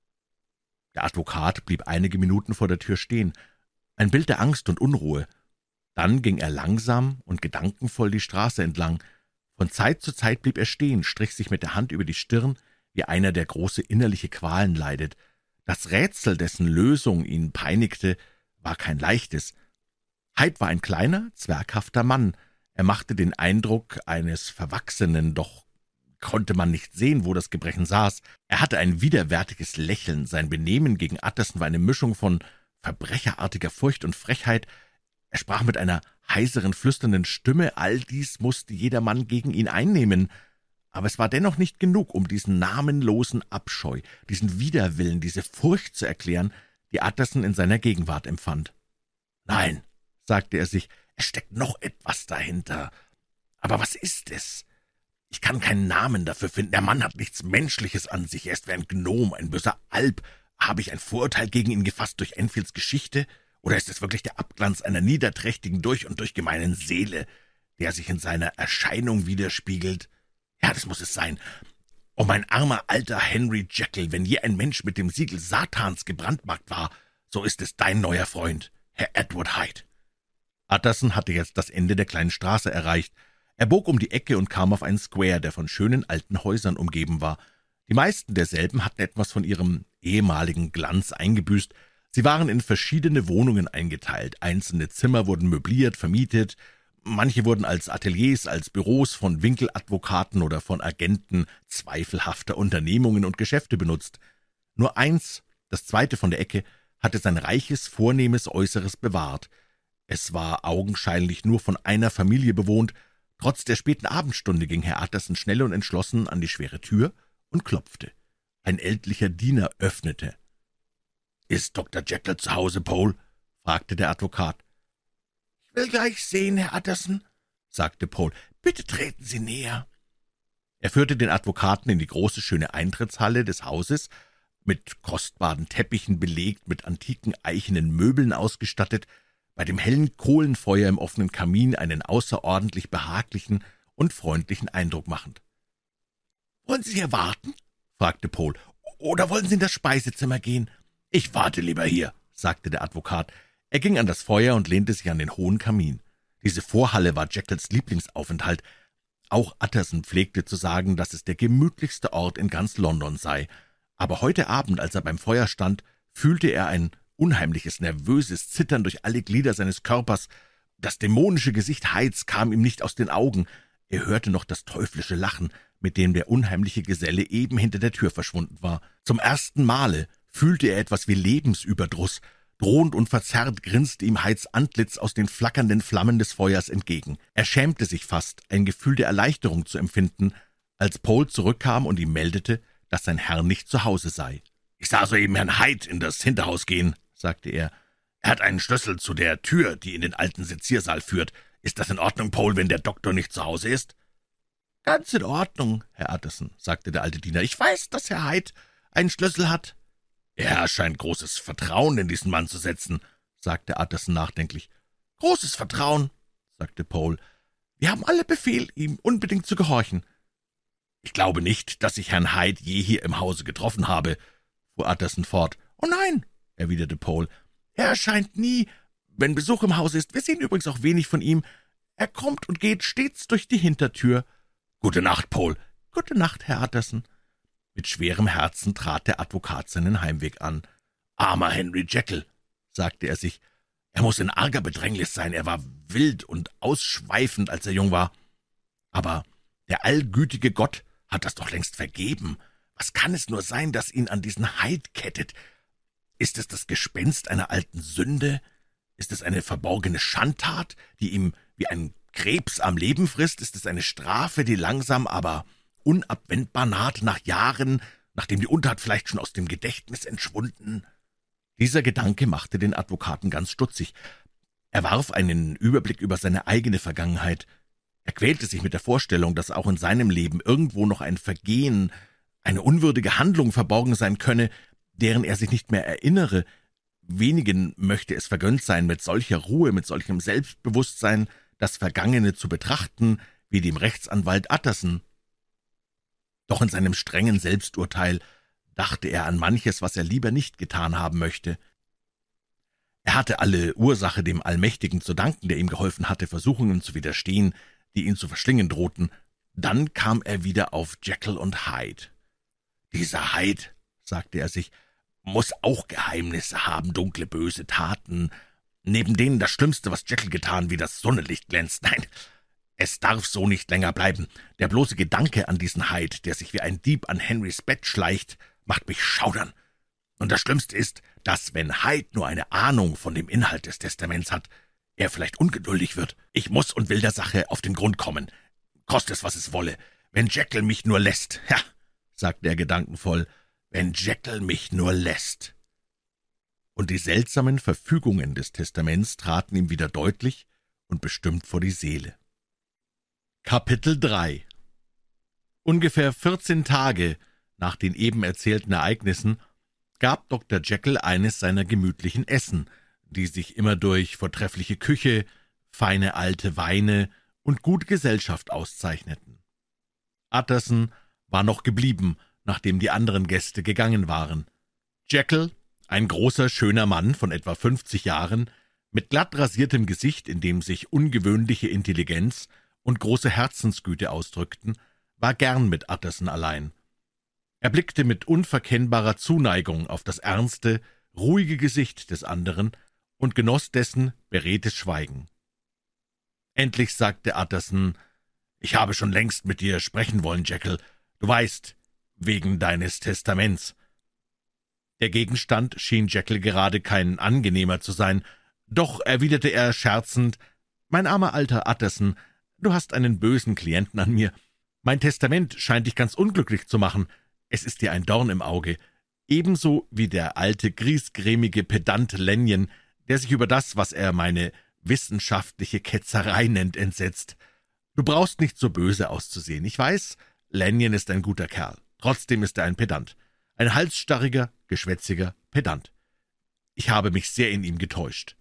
Speaker 1: Der Advokat blieb einige Minuten vor der Tür stehen, ein Bild der Angst und Unruhe. Dann ging er langsam und gedankenvoll die Straße entlang. Von Zeit zu Zeit blieb er stehen, strich sich mit der Hand über die Stirn, wie einer, der große innerliche Qualen leidet. Das Rätsel, dessen Lösung ihn peinigte, war kein leichtes. Hyde war ein kleiner, zwerghafter Mann. Er machte den Eindruck eines Verwachsenen, doch konnte man nicht sehen, wo das Gebrechen saß. Er hatte ein widerwärtiges Lächeln. Sein Benehmen gegen Utterson war eine Mischung von verbrecherartiger Furcht und Frechheit. Er sprach mit einer heiseren, flüsternden Stimme. All dies musste jedermann gegen ihn einnehmen. Aber es war dennoch nicht genug, um diesen namenlosen Abscheu, diesen Widerwillen, diese Furcht zu erklären, die Utterson in seiner Gegenwart empfand. »Nein«, sagte er sich, »es steckt noch etwas dahinter. Aber was ist es? Ich kann keinen Namen dafür finden. Der Mann hat nichts Menschliches an sich. Er ist wie ein Gnom, ein böser Alp. Habe ich ein Vorurteil gegen ihn gefasst durch Enfields Geschichte? Oder ist es wirklich der Abglanz einer niederträchtigen, durch und durch gemeinen Seele, der sich in seiner Erscheinung widerspiegelt? Ja, das muss es sein. Oh, mein armer alter Henry Jekyll, wenn je ein Mensch mit dem Siegel Satans gebrandmarkt war, so ist es dein neuer Freund, Herr Edward Hyde.« Utterson hatte jetzt das Ende der kleinen Straße erreicht. Er bog um die Ecke und kam auf einen Square, der von schönen alten Häusern umgeben war. Die meisten derselben hatten etwas von ihrem ehemaligen Glanz eingebüßt. Sie waren in verschiedene Wohnungen eingeteilt. Einzelne Zimmer wurden möbliert, vermietet. Manche wurden als Ateliers, als Büros von Winkeladvokaten oder von Agenten zweifelhafter Unternehmungen und Geschäfte benutzt. Nur eins, das zweite von der Ecke, hatte sein reiches, vornehmes Äußeres bewahrt. Es war augenscheinlich nur von einer Familie bewohnt. Trotz der späten Abendstunde ging Herr Utterson schnell und entschlossen an die schwere Tür und klopfte. Ein ältlicher Diener öffnete. »Ist Dr. Jekyll zu Hause, Pohl?« fragte der Advokat. »Ich will gleich sehen, Herr Utterson«, sagte Pohl. »Bitte treten Sie näher.« Er führte den Advokaten in die große, schöne Eintrittshalle des Hauses, mit kostbaren Teppichen belegt, mit antiken eichenen Möbeln ausgestattet, bei dem hellen Kohlenfeuer im offenen Kamin einen außerordentlich behaglichen und freundlichen Eindruck machend. »Wollen Sie hier warten?« fragte Pohl. »Oder wollen Sie in das Speisezimmer gehen? »Ich warte lieber hier«, sagte der Advokat. Er ging an das Feuer und lehnte sich an den hohen Kamin. Diese Vorhalle war Jekylls Lieblingsaufenthalt. Auch Utterson pflegte zu sagen, dass es der gemütlichste Ort in ganz London sei. Aber heute Abend, als er beim Feuer stand, fühlte er ein unheimliches, nervöses Zittern durch alle Glieder seines Körpers. Das dämonische Gesicht Hydes kam ihm nicht aus den Augen. Er hörte noch das teuflische Lachen, mit dem der unheimliche Geselle eben hinter der Tür verschwunden war. Zum ersten Male fühlte er etwas wie Lebensüberdruss. Drohend und verzerrt grinste ihm Hydes Antlitz aus den flackernden Flammen des Feuers entgegen. Er schämte sich fast, ein Gefühl der Erleichterung zu empfinden, als Pohl zurückkam und ihm meldete, dass sein Herr nicht zu Hause sei. »Ich sah soeben Herrn Hyde in das Hinterhaus gehen«, sagte er. »Er hat einen Schlüssel zu der Tür, die in den alten Seziersaal führt. Ist das in Ordnung, Pohl, wenn der Doktor nicht zu Hause ist?« »Ganz in Ordnung, Herr Utterson«, sagte der alte Diener. »Ich weiß, dass Herr Hyde einen Schlüssel hat.« »Der Herr scheint großes Vertrauen in diesen Mann zu setzen«, sagte Utterson nachdenklich. »Großes Vertrauen«, sagte Pohl. »Wir haben alle Befehl, ihm unbedingt zu gehorchen.« »Ich glaube nicht, dass ich Herrn Hyde je hier im Hause getroffen habe«, fuhr Utterson fort. »Oh nein«, erwiderte Pohl. »Er erscheint nie, wenn Besuch im Hause ist. Wir sehen übrigens auch wenig von ihm. Er kommt und geht stets durch die Hintertür.« »Gute Nacht, Pohl.« »Gute Nacht, Herr Utterson.« Mit schwerem Herzen trat der Advokat seinen Heimweg an. »Armer Henry Jekyll«, sagte er sich, »er muß in arger Bedrängnis sein. Er war wild und ausschweifend, als er jung war. Aber der allgütige Gott hat das doch längst vergeben. Was kann es nur sein, das ihn an diesen Hyde kettet? Ist es das Gespenst einer alten Sünde? Ist es eine verborgene Schandtat, die ihm wie ein Krebs am Leben frisst? Ist es eine Strafe, die langsam, aber unabwendbar naht nach Jahren, nachdem die Untat vielleicht schon aus dem Gedächtnis entschwunden?« Dieser Gedanke machte den Advokaten ganz stutzig. Er warf einen Überblick über seine eigene Vergangenheit. Er quälte sich mit der Vorstellung, dass auch in seinem Leben irgendwo noch ein Vergehen, eine unwürdige Handlung verborgen sein könne, deren er sich nicht mehr erinnere. Wenigen möchte es vergönnt sein, mit solcher Ruhe, mit solchem Selbstbewusstsein das Vergangene zu betrachten, wie dem Rechtsanwalt Utterson. Doch in seinem strengen Selbsturteil dachte er an manches, was er lieber nicht getan haben möchte. Er hatte alle Ursache dem Allmächtigen zu danken, der ihm geholfen hatte, Versuchungen zu widerstehen, die ihn zu verschlingen drohten. Dann kam er wieder auf Jekyll und Hyde. »Dieser Hyde«, sagte er sich, »muss auch Geheimnisse haben, dunkle, böse Taten, neben denen das Schlimmste, was Jekyll getan, wie das Sonnenlicht glänzt. Nein, es darf so nicht länger bleiben. Der bloße Gedanke an diesen Hyde, der sich wie ein Dieb an Henrys Bett schleicht, macht mich schaudern. Und das Schlimmste ist, dass, wenn Hyde nur eine Ahnung von dem Inhalt des Testaments hat, er vielleicht ungeduldig wird. Ich muss und will der Sache auf den Grund kommen, koste es, was es wolle. Wenn Jekyll mich nur lässt, ja«, sagte er gedankenvoll, »wenn Jekyll mich nur lässt.« Und die seltsamen Verfügungen des Testaments traten ihm wieder deutlich und bestimmt vor die Seele. Kapitel 3 Ungefähr 14 Tage nach den eben erzählten Ereignissen gab Dr. Jekyll eines seiner gemütlichen Essen, die sich immer durch vortreffliche Küche, feine alte Weine und gute Gesellschaft auszeichneten. Utterson war noch geblieben, nachdem die anderen Gäste gegangen waren. Jekyll, ein großer, schöner Mann von etwa 50 Jahren, mit glatt rasiertem Gesicht, in dem sich ungewöhnliche Intelligenz und große Herzensgüte ausdrückten, war gern mit Utterson allein. Er blickte mit unverkennbarer Zuneigung auf das ernste, ruhige Gesicht des anderen und genoss dessen beredtes Schweigen. Endlich sagte Utterson, »Ich habe schon längst mit dir sprechen wollen, Jekyll. Du weißt, wegen deines Testaments.« Der Gegenstand schien Jekyll gerade kein angenehmer zu sein, doch erwiderte er scherzend, »Mein armer alter Utterson, du hast einen bösen Klienten an mir. Mein Testament scheint dich ganz unglücklich zu machen. Es ist dir ein Dorn im Auge, ebenso wie der alte, griesgrämige Pedant Lanyon, der sich über das, was er meine wissenschaftliche Ketzerei nennt, entsetzt. Du brauchst nicht so böse auszusehen. Ich weiß, Lanyon ist ein guter Kerl. Trotzdem ist er ein Pedant. Ein halsstarriger, geschwätziger Pedant. Ich habe mich sehr in ihm getäuscht.«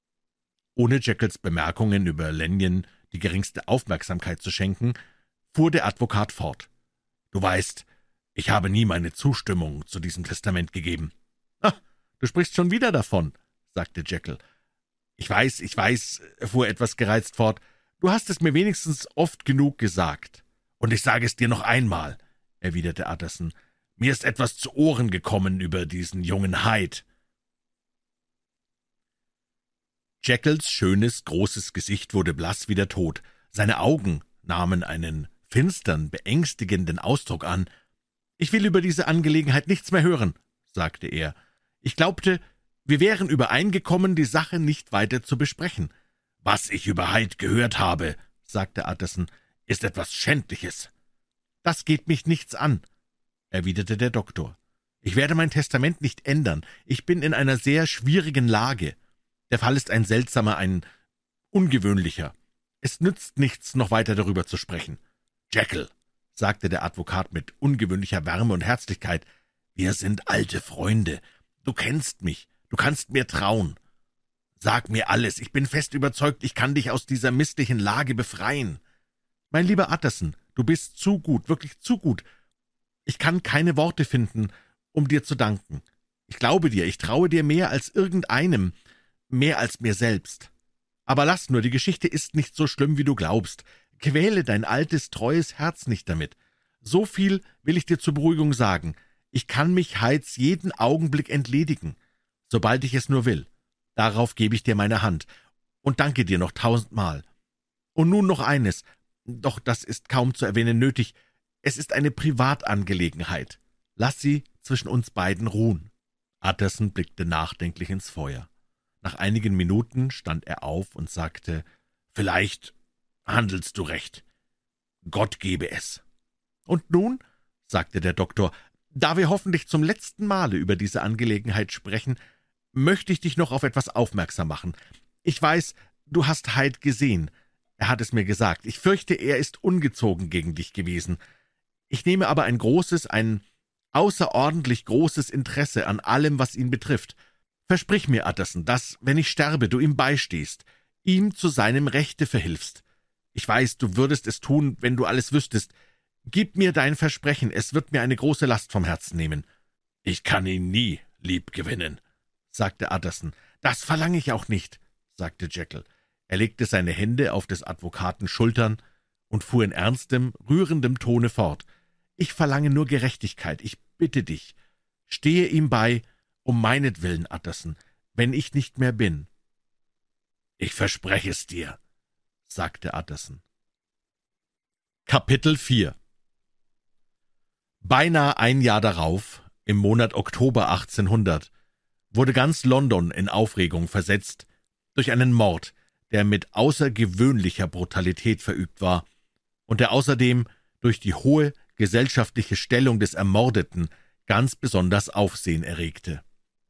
Speaker 1: Ohne Jekylls Bemerkungen über Lanyon die geringste Aufmerksamkeit zu schenken, fuhr der Advokat fort. »Du weißt, ich habe nie meine Zustimmung zu diesem Testament gegeben.« »Du sprichst schon wieder davon«, sagte Jekyll. »Ich weiß«, fuhr er etwas gereizt fort, »du hast es mir wenigstens oft genug gesagt.« »Und ich sage es dir noch einmal«, erwiderte Utterson, »mir ist etwas zu Ohren gekommen über diesen jungen Hyde.« Jekylls schönes, großes Gesicht wurde blass wie der Tod. Seine Augen nahmen einen finstern, beängstigenden Ausdruck an. »Ich will über diese Angelegenheit nichts mehr hören«, sagte er. »Ich glaubte, wir wären übereingekommen, die Sache nicht weiter zu besprechen.« »Was ich über Hyde gehört habe«, sagte Utterson, »ist etwas Schändliches.« »Das geht mich nichts an«, erwiderte der Doktor. »Ich werde mein Testament nicht ändern. Ich bin in einer sehr schwierigen Lage. Der Fall ist ein seltsamer, ein ungewöhnlicher. Es nützt nichts, noch weiter darüber zu sprechen.« »Jekyll«, sagte der Advokat mit ungewöhnlicher Wärme und Herzlichkeit, »wir sind alte Freunde. Du kennst mich, du kannst mir trauen. Sag mir alles, ich bin fest überzeugt, ich kann dich aus dieser misslichen Lage befreien.« »Mein lieber Utterson, du bist zu gut, wirklich zu gut. Ich kann keine Worte finden, um dir zu danken. Ich glaube dir, ich traue dir mehr als irgendeinem, mehr als mir selbst. Aber lass nur, die Geschichte ist nicht so schlimm, wie du glaubst. Quäle dein altes, treues Herz nicht damit. So viel will ich dir zur Beruhigung sagen. Ich kann mich Hydes jeden Augenblick entledigen, sobald ich es nur will. Darauf gebe ich dir meine Hand und danke dir noch 1000-mal. Und nun noch eines, doch das ist kaum zu erwähnen nötig. Es ist eine Privatangelegenheit. Lass sie zwischen uns beiden ruhen.« Utterson blickte nachdenklich ins Feuer. Nach einigen Minuten stand er auf und sagte, »Vielleicht handelst du recht. Gott gebe es.« »Und nun«, sagte der Doktor, »da wir hoffentlich zum letzten Male über diese Angelegenheit sprechen, möchte ich dich noch auf etwas aufmerksam machen. Ich weiß, du hast Hyde gesehen. Er hat es mir gesagt. Ich fürchte, er ist ungezogen gegen dich gewesen. Ich nehme aber ein außerordentlich großes Interesse an allem, was ihn betrifft. Versprich mir, Utterson, dass, wenn ich sterbe, du ihm beistehst, ihm zu seinem Rechte verhilfst. Ich weiß, du würdest es tun, wenn du alles wüsstest. Gib mir dein Versprechen, es wird mir eine große Last vom Herzen nehmen.« »Ich kann ihn nie lieb gewinnen«, sagte Utterson. »Das verlange ich auch nicht«, sagte Jekyll. Er legte seine Hände auf des Advokaten Schultern und fuhr in ernstem, rührendem Tone fort. »Ich verlange nur Gerechtigkeit, ich bitte dich. Stehe ihm bei, um meinetwillen, Utterson, wenn ich nicht mehr bin.« »Ich verspreche es dir«, sagte Utterson. Kapitel 4 Beinahe ein Jahr darauf, im Monat Oktober 1800, wurde ganz London in Aufregung versetzt durch einen Mord, der mit außergewöhnlicher Brutalität verübt war und der außerdem durch die hohe gesellschaftliche Stellung des Ermordeten ganz besonders Aufsehen erregte.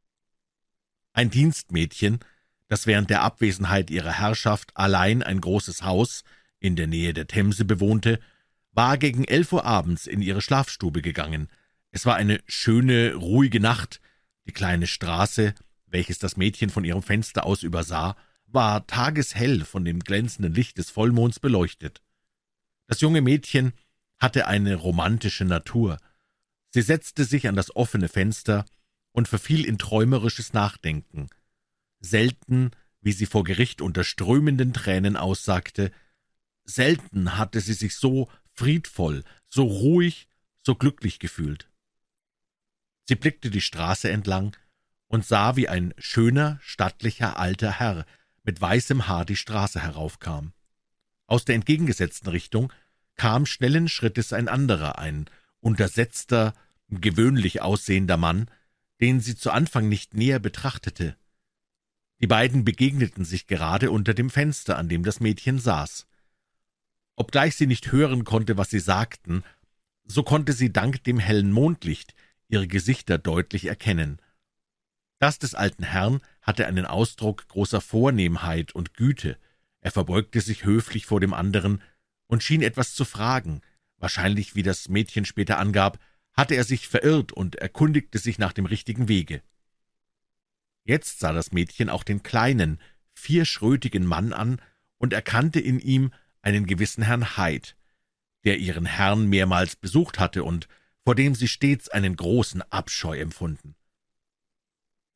Speaker 1: Ein Dienstmädchen, das während der Abwesenheit ihrer Herrschaft allein ein großes Haus in der Nähe der Themse bewohnte, war gegen 11 Uhr abends in ihre Schlafstube gegangen. Es war eine schöne, ruhige Nacht. Die kleine Straße, welches das Mädchen von ihrem Fenster aus übersah, war tageshell von dem glänzenden Licht des Vollmonds beleuchtet. Das junge Mädchen hatte eine romantische Natur. Sie setzte sich an das offene Fenster und verfiel in träumerisches Nachdenken. Selten, wie sie vor Gericht unter strömenden Tränen aussagte, selten hatte sie sich so friedvoll, so ruhig, so glücklich gefühlt. Sie blickte die Straße entlang und sah, wie ein schöner, stattlicher alter Herr mit weißem Haar die Straße heraufkam. Aus der entgegengesetzten Richtung kam schnellen Schrittes ein anderer, ein untersetzter, gewöhnlich aussehender Mann, den sie zu Anfang nicht näher betrachtete. Die beiden begegneten sich gerade unter dem Fenster, an dem das Mädchen saß. Obgleich sie nicht hören konnte, was sie sagten, so konnte sie dank dem hellen Mondlicht ihre Gesichter deutlich erkennen. Das des alten Herrn hatte einen Ausdruck großer Vornehmheit und Güte. Er verbeugte sich höflich vor dem anderen und schien etwas zu fragen. Wahrscheinlich, wie das Mädchen später angab, hatte er sich verirrt und erkundigte sich nach dem richtigen Wege. Jetzt sah das Mädchen auch den kleinen, vierschrötigen Mann an und erkannte in ihm einen gewissen Herrn Hyde, der ihren Herrn mehrmals besucht hatte und vor dem sie stets einen großen Abscheu empfunden.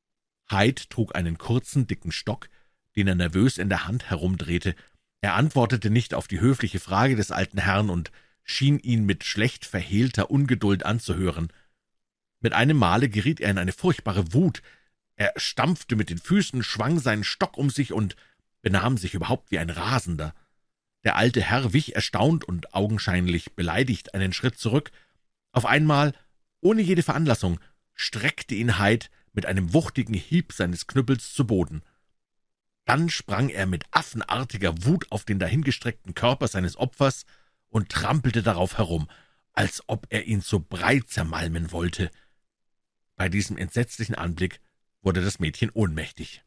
Speaker 1: Hyde trug einen kurzen, dicken Stock, den er nervös in der Hand herumdrehte. Er antwortete nicht auf die höfliche Frage des alten Herrn und schien ihn mit schlecht verhehlter Ungeduld anzuhören. Mit einem Male geriet er in eine furchtbare Wut. Er stampfte mit den Füßen, schwang seinen Stock um sich und benahm sich überhaupt wie ein Rasender. Der alte Herr wich erstaunt und augenscheinlich beleidigt einen Schritt zurück. Auf einmal, ohne jede Veranlassung, streckte ihn Hyde mit einem wuchtigen Hieb seines Knüppels zu Boden. Dann sprang er mit affenartiger Wut auf den dahingestreckten Körper seines Opfers und trampelte darauf herum, als ob er ihn zu Brei zermalmen wollte. Bei diesem entsetzlichen Anblick wurde das Mädchen ohnmächtig.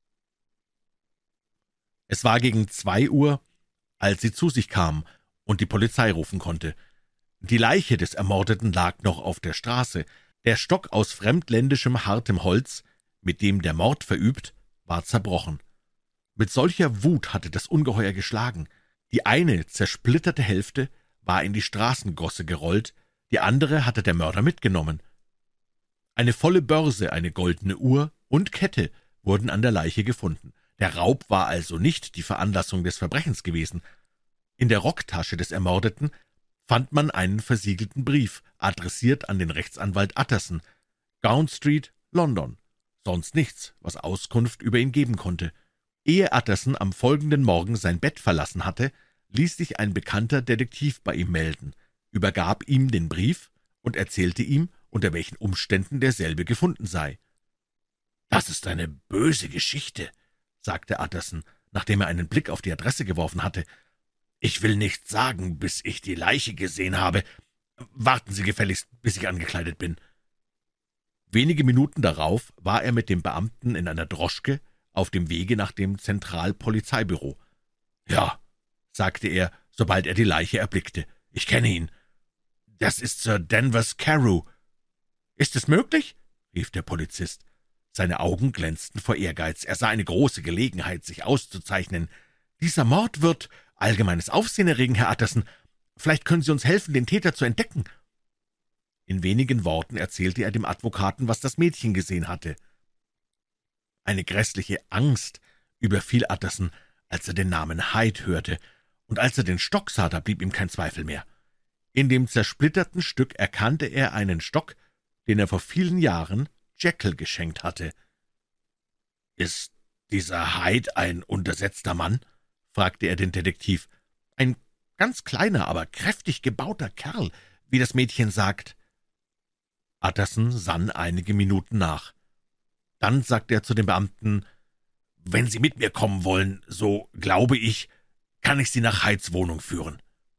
Speaker 1: Es war gegen 2 Uhr, als sie zu sich kam und die Polizei rufen konnte. Die Leiche des Ermordeten lag noch auf der Straße. Der Stock aus fremdländischem, hartem Holz, mit dem der Mord verübt, war zerbrochen. Mit solcher Wut hatte das Ungeheuer geschlagen. Die eine zersplitterte Hälfte war in die Straßengosse gerollt, die andere hatte der Mörder mitgenommen. Eine volle Börse, eine goldene Uhr und Kette wurden an der Leiche gefunden. Der Raub war also nicht die Veranlassung des Verbrechens gewesen. In der Rocktasche des Ermordeten fand man einen versiegelten Brief, adressiert an den Rechtsanwalt Utterson, Gown Street, London. Sonst nichts, was Auskunft über ihn geben konnte. Ehe Utterson am folgenden Morgen sein Bett verlassen hatte, ließ sich ein bekannter Detektiv bei ihm melden, übergab ihm den Brief und erzählte ihm, unter welchen Umständen derselbe gefunden sei. »Das ist eine böse Geschichte«, sagte Utterson, nachdem er einen Blick auf die Adresse geworfen hatte. »Ich will nichts sagen, bis ich die Leiche gesehen habe. Warten Sie gefälligst, bis ich angekleidet bin.« Wenige Minuten darauf war er mit dem Beamten in einer Droschke auf dem Wege nach dem Zentralpolizeibüro. »Ja«, sagte er, sobald er die Leiche erblickte, »ich kenne ihn. Das ist Sir Danvers Carew.« »Ist es möglich?« rief der Polizist. Seine Augen glänzten vor Ehrgeiz. Er sah eine große Gelegenheit, sich auszuzeichnen. »Dieser Mord wird allgemeines Aufsehen erregen, Herr Utterson. Vielleicht können Sie uns helfen, den Täter zu entdecken.« In wenigen Worten erzählte er dem Advokaten, was das Mädchen gesehen hatte. Eine grässliche Angst überfiel Utterson, als er den Namen Hyde hörte, und als er den Stock sah, da blieb ihm kein Zweifel mehr. In dem zersplitterten Stück erkannte er einen Stock, den er vor vielen Jahren Jekyll geschenkt hatte. »Ist dieser Hyde ein untersetzter Mann?« fragte er den Detektiv. »Ein ganz kleiner, aber kräftig gebauter Kerl, wie das Mädchen sagt.« Utterson sann einige Minuten nach. Dann sagte er zu dem Beamten, »Wenn Sie mit mir kommen wollen, so glaube ich, kann ich Sie nach Hydes Wohnung führen.«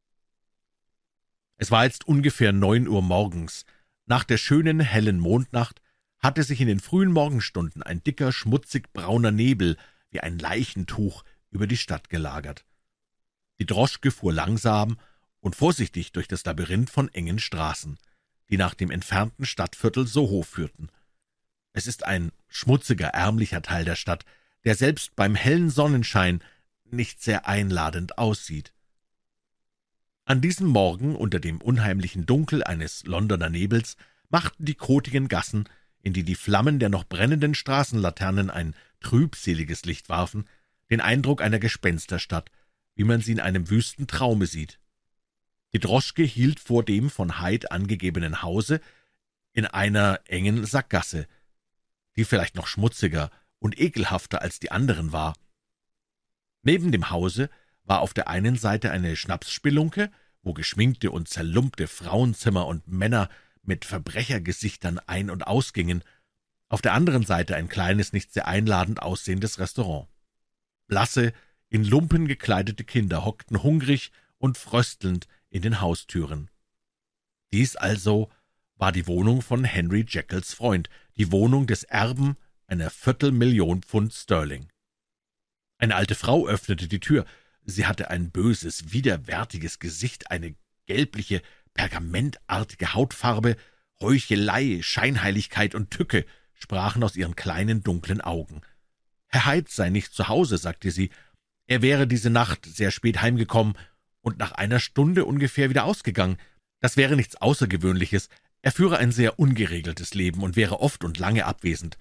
Speaker 1: Es war jetzt ungefähr 9 Uhr morgens. Nach der schönen, hellen Mondnacht hatte sich in den frühen Morgenstunden ein dicker, schmutzig brauner Nebel wie ein Leichentuch über die Stadt gelagert. Die Droschke fuhr langsam und vorsichtig durch das Labyrinth von engen Straßen, die nach dem entfernten Stadtviertel Soho führten. Es ist ein schmutziger, ärmlicher Teil der Stadt, der selbst beim hellen Sonnenschein nicht sehr einladend aussieht. An diesem Morgen, unter dem unheimlichen Dunkel eines Londoner Nebels, machten die kotigen Gassen, in die die Flammen der noch brennenden Straßenlaternen ein trübseliges Licht warfen, den Eindruck einer Gespensterstadt, wie man sie in einem wüsten Traume sieht. Die Droschke hielt vor dem von Hyde angegebenen Hause in einer engen Sackgasse, die vielleicht noch schmutziger und ekelhafter als die anderen war. Neben dem Hause war auf der einen Seite eine Schnapsspelunke, wo geschminkte und zerlumpte Frauenzimmer und Männer mit Verbrechergesichtern ein- und ausgingen, auf der anderen Seite ein kleines, nicht sehr einladend aussehendes Restaurant. Blasse, in Lumpen gekleidete Kinder hockten hungrig und fröstelnd in den Haustüren. Dies also war die Wohnung von Henry Jekylls Freund, die Wohnung des Erben einer 250.000 Pfund Sterling. Eine alte Frau öffnete die Tür. Sie hatte ein böses, widerwärtiges Gesicht, eine gelbliche, pergamentartige Hautfarbe. Heuchelei, Scheinheiligkeit und Tücke sprachen aus ihren kleinen, dunklen Augen. »Herr Hyde sei nicht zu Hause«, sagte sie. »Er wäre diese Nacht sehr spät heimgekommen und nach einer Stunde ungefähr wieder ausgegangen. Das wäre nichts Außergewöhnliches. Er führe ein sehr ungeregeltes Leben und wäre oft und lange abwesend.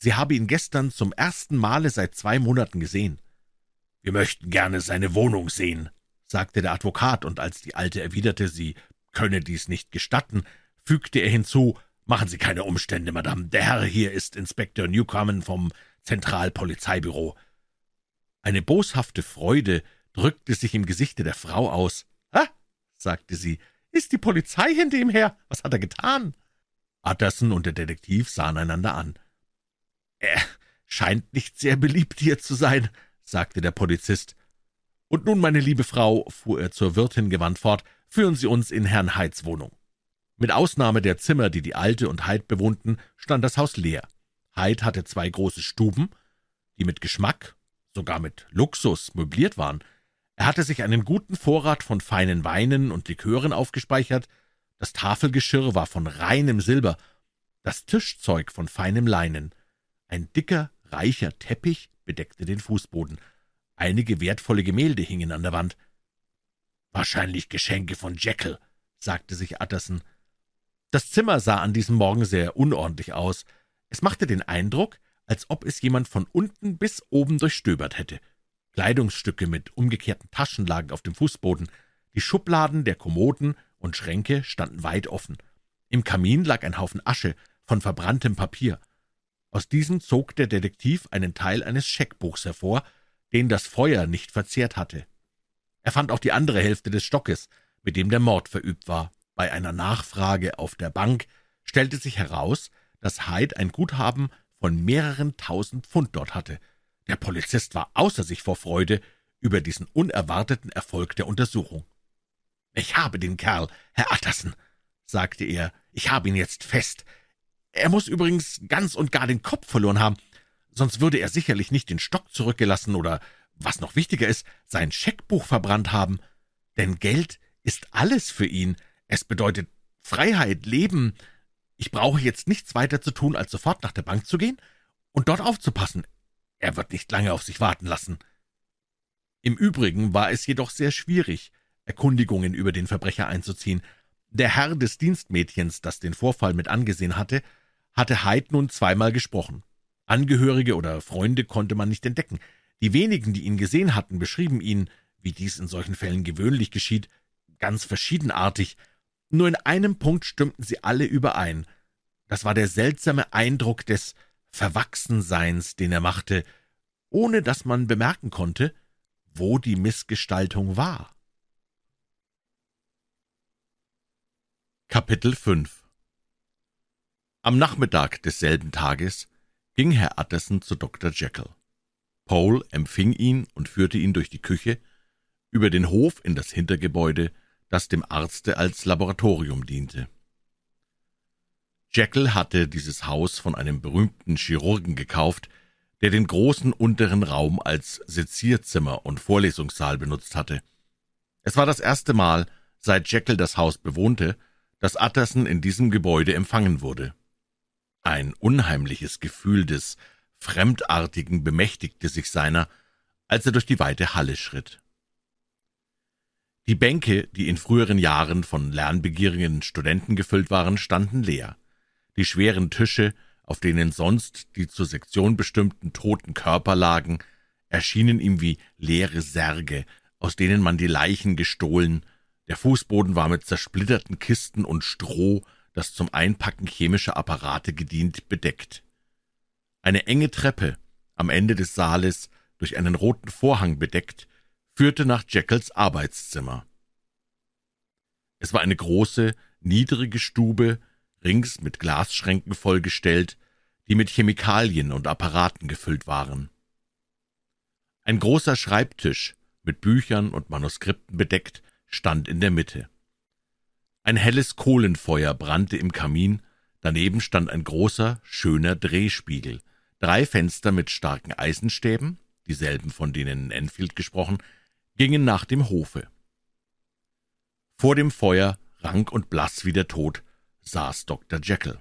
Speaker 1: sie habe ihn gestern zum ersten Male seit 2 Monaten gesehen. »Wir möchten gerne seine Wohnung sehen«, sagte der Advokat, und als die Alte erwiderte, sie könne dies nicht gestatten, fügte er hinzu, »Machen Sie keine Umstände, Madame, der Herr hier ist Inspektor Newcomen vom Zentralpolizeibüro.« Eine boshafte Freude drückte sich im Gesichte der Frau aus. »Ha«, sagte sie, »ist die Polizei hinter ihm her? Was hat er getan?« Utterson und der Detektiv sahen einander an. »Er scheint nicht sehr beliebt hier zu sein«, sagte der Polizist. »Und nun, meine liebe Frau«, fuhr er zur Wirtin gewandt fort, »führen Sie uns in Herrn Hydes Wohnung.« Mit Ausnahme der Zimmer, die die Alte und Hyde bewohnten, stand das Haus leer. Hyde hatte 2 große Stuben, die mit Geschmack, sogar mit Luxus möbliert waren. Er hatte sich einen guten Vorrat von feinen Weinen und Likören aufgespeichert, das Tafelgeschirr war von reinem Silber, das Tischzeug von feinem Leinen. Ein dicker, reicher Teppich bedeckte den Fußboden. Einige wertvolle Gemälde hingen an der Wand. »Wahrscheinlich Geschenke von Jekyll«, sagte sich Utterson. Das Zimmer sah an diesem Morgen sehr unordentlich aus. Es machte den Eindruck, als ob es jemand von unten bis oben durchstöbert hätte. Kleidungsstücke mit umgekehrten Taschen lagen auf dem Fußboden. Die Schubladen der Kommoden und Schränke standen weit offen. Im Kamin lag ein Haufen Asche von verbranntem Papier. Aus diesem zog der Detektiv einen Teil eines Scheckbuchs hervor, den das Feuer nicht verzehrt hatte. Er fand auch die andere Hälfte des Stockes, mit dem der Mord verübt war. Bei einer Nachfrage auf der Bank stellte sich heraus, dass Hyde ein Guthaben von mehreren 1000 Pfund dort hatte. Der Polizist war außer sich vor Freude über diesen unerwarteten Erfolg der Untersuchung. »Ich habe den Kerl, Herr Utterson«, sagte er, »ich habe ihn jetzt fest. Er muss übrigens ganz und gar den Kopf verloren haben, sonst würde er sicherlich nicht den Stock zurückgelassen oder, was noch wichtiger ist, sein Scheckbuch verbrannt haben. Denn Geld ist alles für ihn. Es bedeutet Freiheit, Leben. Ich brauche jetzt nichts weiter zu tun, als sofort nach der Bank zu gehen und dort aufzupassen. Er wird nicht lange auf sich warten lassen.« Im Übrigen war es jedoch sehr schwierig, Erkundigungen über den Verbrecher einzuziehen. Der Herr des Dienstmädchens, das den Vorfall mit angesehen hatte Hyde nun 2-mal gesprochen. Angehörige oder Freunde konnte man nicht entdecken. Die wenigen, die ihn gesehen hatten, beschrieben ihn, wie dies in solchen Fällen gewöhnlich geschieht, ganz verschiedenartig. Nur in einem Punkt stimmten sie alle überein. Das war der seltsame Eindruck des Verwachsenseins, den er machte, ohne dass man bemerken konnte, wo die Missgestaltung war. Kapitel 5 Am Nachmittag desselben Tages ging Herr Utterson zu Dr. Jekyll. Poole empfing ihn und führte ihn durch die Küche, über den Hof in das Hintergebäude, das dem Arzte als Laboratorium diente. Jekyll hatte dieses Haus von einem berühmten Chirurgen gekauft, der den großen unteren Raum als Sezierzimmer und Vorlesungssaal benutzt hatte. Es war das erste Mal, seit Jekyll das Haus bewohnte, dass Utterson in diesem Gebäude empfangen wurde. Ein unheimliches Gefühl des Fremdartigen bemächtigte sich seiner, als er durch die weite Halle schritt. Die Bänke, die in früheren Jahren von lernbegierigen Studenten gefüllt waren, standen leer. Die schweren Tische, auf denen sonst die zur Sektion bestimmten toten Körper lagen, erschienen ihm wie leere Särge, aus denen man die Leichen gestohlen. Der Fußboden war mit zersplitterten Kisten und Stroh, das zum Einpacken chemischer Apparate gedient, bedeckt. Eine enge Treppe, am Ende des Saales, durch einen roten Vorhang bedeckt, führte nach Jekylls Arbeitszimmer. Es war eine große, niedrige Stube, rings mit Glasschränken vollgestellt, die mit Chemikalien und Apparaten gefüllt waren. Ein großer Schreibtisch, mit Büchern und Manuskripten bedeckt, stand in der Mitte. Ein helles Kohlenfeuer brannte im Kamin, daneben stand ein großer, schöner Drehspiegel, 3 Fenster mit starken Eisenstäben, dieselben, von denen Enfield gesprochen, gingen nach dem Hofe. Vor dem Feuer, rank und blass wie der Tod, saß Dr. Jekyll.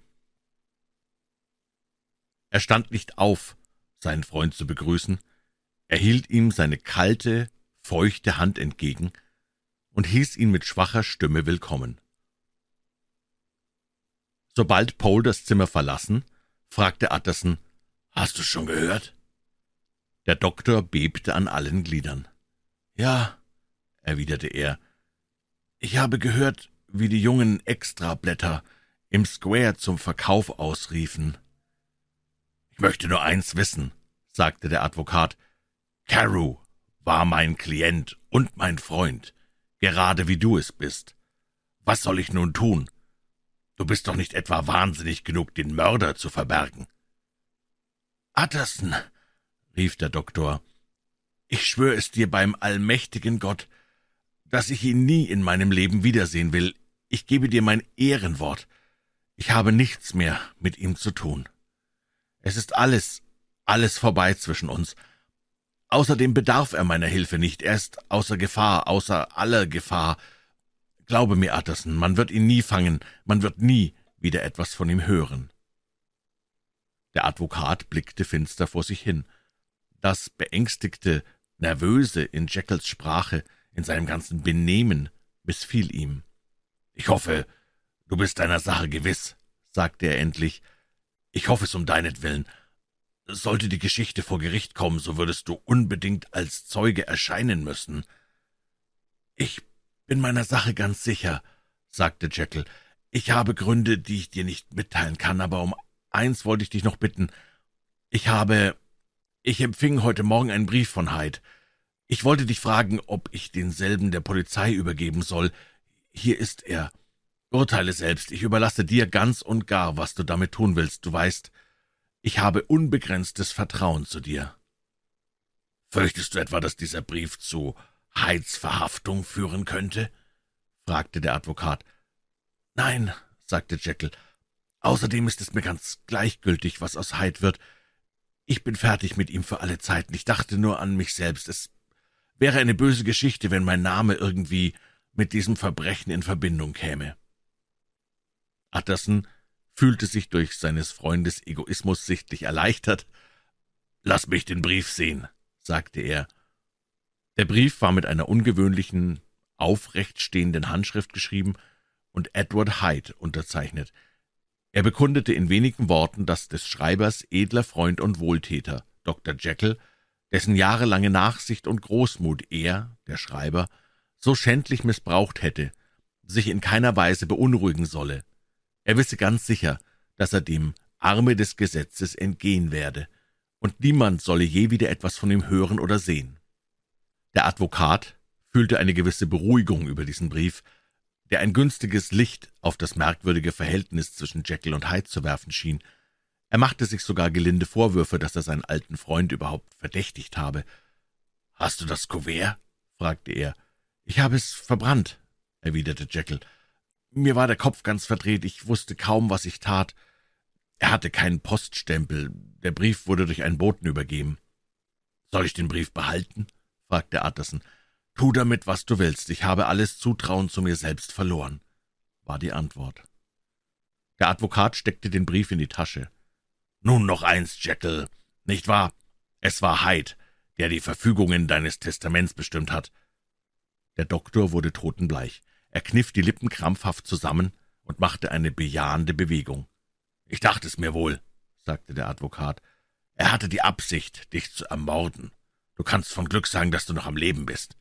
Speaker 1: Er stand nicht auf, seinen Freund zu begrüßen, er hielt ihm seine kalte, feuchte Hand entgegen und hieß ihn mit schwacher Stimme willkommen. Sobald Poole das Zimmer verlassen, fragte Utterson,
Speaker 2: »Hast du schon gehört?«
Speaker 1: Der Doktor bebte an allen Gliedern.
Speaker 2: »Ja«,
Speaker 1: erwiderte er,
Speaker 2: »ich habe gehört, wie die jungen Extrablätter im Square zum Verkauf ausriefen.«
Speaker 1: »Ich möchte nur eins wissen«, sagte der Advokat. »Carew war mein Klient und mein Freund, gerade wie du es bist. Was soll ich nun tun? Du bist doch nicht etwa wahnsinnig genug, den Mörder zu verbergen?«
Speaker 2: »Utterson«, rief der Doktor, »ich schwöre es dir beim allmächtigen Gott, dass ich ihn nie in meinem Leben wiedersehen will. Ich gebe dir mein Ehrenwort. Ich habe nichts mehr mit ihm zu tun. Es ist alles vorbei zwischen uns. Außerdem bedarf er meiner Hilfe nicht. Er ist außer Gefahr, außer aller Gefahr. Glaube mir, Utterson, man wird ihn nie fangen, man wird nie wieder etwas von ihm hören.«
Speaker 1: Der Advokat blickte finster vor sich hin. Das beängstigte, nervöse in Jekylls Sprache, in seinem ganzen Benehmen, missfiel ihm.
Speaker 2: »Ich hoffe, du bist deiner Sache gewiss«, sagte er endlich. »Ich hoffe es um deinetwillen. Sollte die Geschichte vor Gericht kommen, so würdest du unbedingt als Zeuge erscheinen müssen.« »Ich bin meiner Sache ganz sicher«, sagte Jekyll. »Ich habe Gründe, die ich dir nicht mitteilen kann, aber um eins wollte ich dich noch bitten. Ich empfing heute Morgen einen Brief von Hyde. Ich wollte dich fragen, ob ich denselben der Polizei übergeben soll. Hier ist er. Urteile selbst, ich überlasse dir ganz und gar, was du damit tun willst. Du weißt, ich habe unbegrenztes Vertrauen zu dir.« »Fürchtest du etwa, dass dieser Brief zu Hydes Verhaftung führen könnte?« fragte der Advokat. »Nein«, sagte Jekyll, »außerdem ist es mir ganz gleichgültig, was aus Hyde wird. Ich bin fertig mit ihm für alle Zeiten. Ich dachte nur an mich selbst. Es wäre eine böse Geschichte, wenn mein Name irgendwie mit diesem Verbrechen in Verbindung käme.«
Speaker 1: Utterson fühlte sich durch seines Freundes Egoismus sichtlich erleichtert.
Speaker 2: »Lass mich den Brief sehen«, sagte er.
Speaker 1: Der Brief war mit einer ungewöhnlichen, aufrecht stehenden Handschrift geschrieben und Edward Hyde unterzeichnet. Er bekundete in wenigen Worten, dass des Schreibers edler Freund und Wohltäter, Dr. Jekyll, dessen jahrelange Nachsicht und Großmut er, der Schreiber, so schändlich missbraucht hätte, sich in keiner Weise beunruhigen solle. Er wisse ganz sicher, dass er dem Arme des Gesetzes entgehen werde, und niemand solle je wieder etwas von ihm hören oder sehen. Der Advokat fühlte eine gewisse Beruhigung über diesen Brief, der ein günstiges Licht auf das merkwürdige Verhältnis zwischen Jekyll und Hyde zu werfen schien. Er machte sich sogar gelinde Vorwürfe, dass er seinen alten Freund überhaupt verdächtigt habe.
Speaker 2: »Hast du das Kuvert?« fragte er.
Speaker 1: »Ich habe es verbrannt«, erwiderte Jekyll. »Mir war der Kopf ganz verdreht, ich wusste kaum, was ich tat. Er hatte keinen Poststempel, der Brief wurde durch einen Boten übergeben.«
Speaker 2: »Soll ich den Brief behalten?«
Speaker 1: fragte Utterson. »Tu damit, was du willst, ich habe alles Zutrauen zu mir selbst verloren«, war die Antwort. Der Advokat steckte den Brief in die Tasche.
Speaker 2: »Nun noch eins, Jekyll, nicht wahr? Es war Hyde, der die Verfügungen deines Testaments bestimmt hat.«
Speaker 1: Der Doktor wurde totenbleich. Er kniff die Lippen krampfhaft zusammen und machte eine bejahende Bewegung.
Speaker 2: »Ich dachte es mir wohl«, sagte der Advokat. »Er hatte die Absicht, dich zu ermorden. Du kannst von Glück sagen, dass du noch am Leben bist.«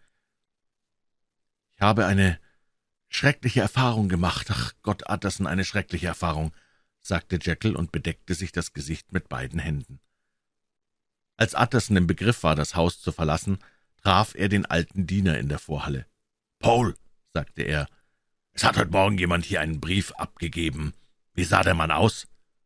Speaker 1: »Ich habe eine schreckliche Erfahrung gemacht. Ach Gott, Utterson, eine schreckliche Erfahrung«, sagte Jekyll und bedeckte sich das Gesicht mit beiden Händen. Als Utterson im Begriff war, das Haus zu verlassen, traf er den alten Diener in der Vorhalle.
Speaker 2: »Paul«, sagte er, »es hat heute Morgen jemand hier einen Brief abgegeben. Wie sah der Mann aus?«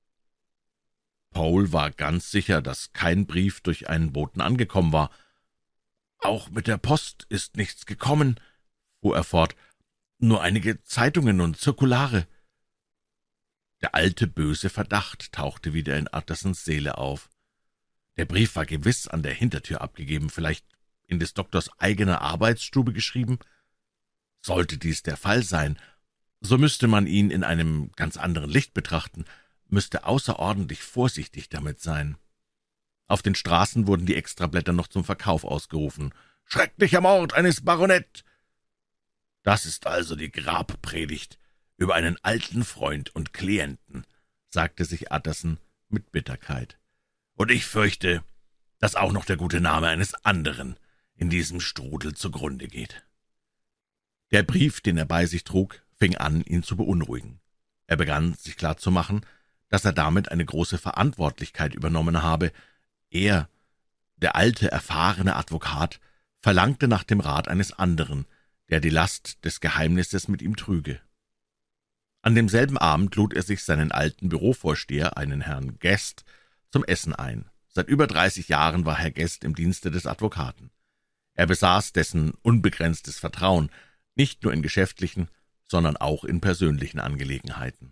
Speaker 1: Paul war ganz sicher, dass kein Brief durch einen Boten angekommen war.
Speaker 2: »Auch mit der Post ist nichts gekommen«, fuhr er fort, »nur einige Zeitungen und Zirkulare.«
Speaker 1: Der alte böse Verdacht tauchte wieder in Uttersons Seele auf.
Speaker 2: Der Brief war gewiss an der Hintertür abgegeben, vielleicht in des Doktors eigener Arbeitsstube geschrieben.
Speaker 1: Sollte dies der Fall sein, so müsste man ihn in einem ganz anderen Licht betrachten, müsste außerordentlich vorsichtig damit sein. Auf den Straßen wurden die Extrablätter noch zum Verkauf ausgerufen.
Speaker 2: »Schrecklicher Mord eines Baronet!« »Das ist also die Grabpredigt über einen alten Freund und Klienten«, sagte sich Utterson mit Bitterkeit. und ich fürchte, dass auch noch der gute Name eines anderen in diesem Strudel zugrunde geht.«
Speaker 1: Der Brief, den er bei sich trug, fing an, ihn zu beunruhigen. Er begann, sich klarzumachen, dass er damit eine große Verantwortlichkeit übernommen habe. Er, der alte, erfahrene Advokat, verlangte nach dem Rat eines anderen, der die Last des Geheimnisses mit ihm trüge. An demselben Abend lud er sich seinen alten Bürovorsteher, einen Herrn Guest, zum Essen ein. Seit über 30 Jahren war Herr Guest im Dienste des Advokaten. Er besaß dessen unbegrenztes Vertrauen, nicht nur in geschäftlichen, sondern auch in persönlichen Angelegenheiten.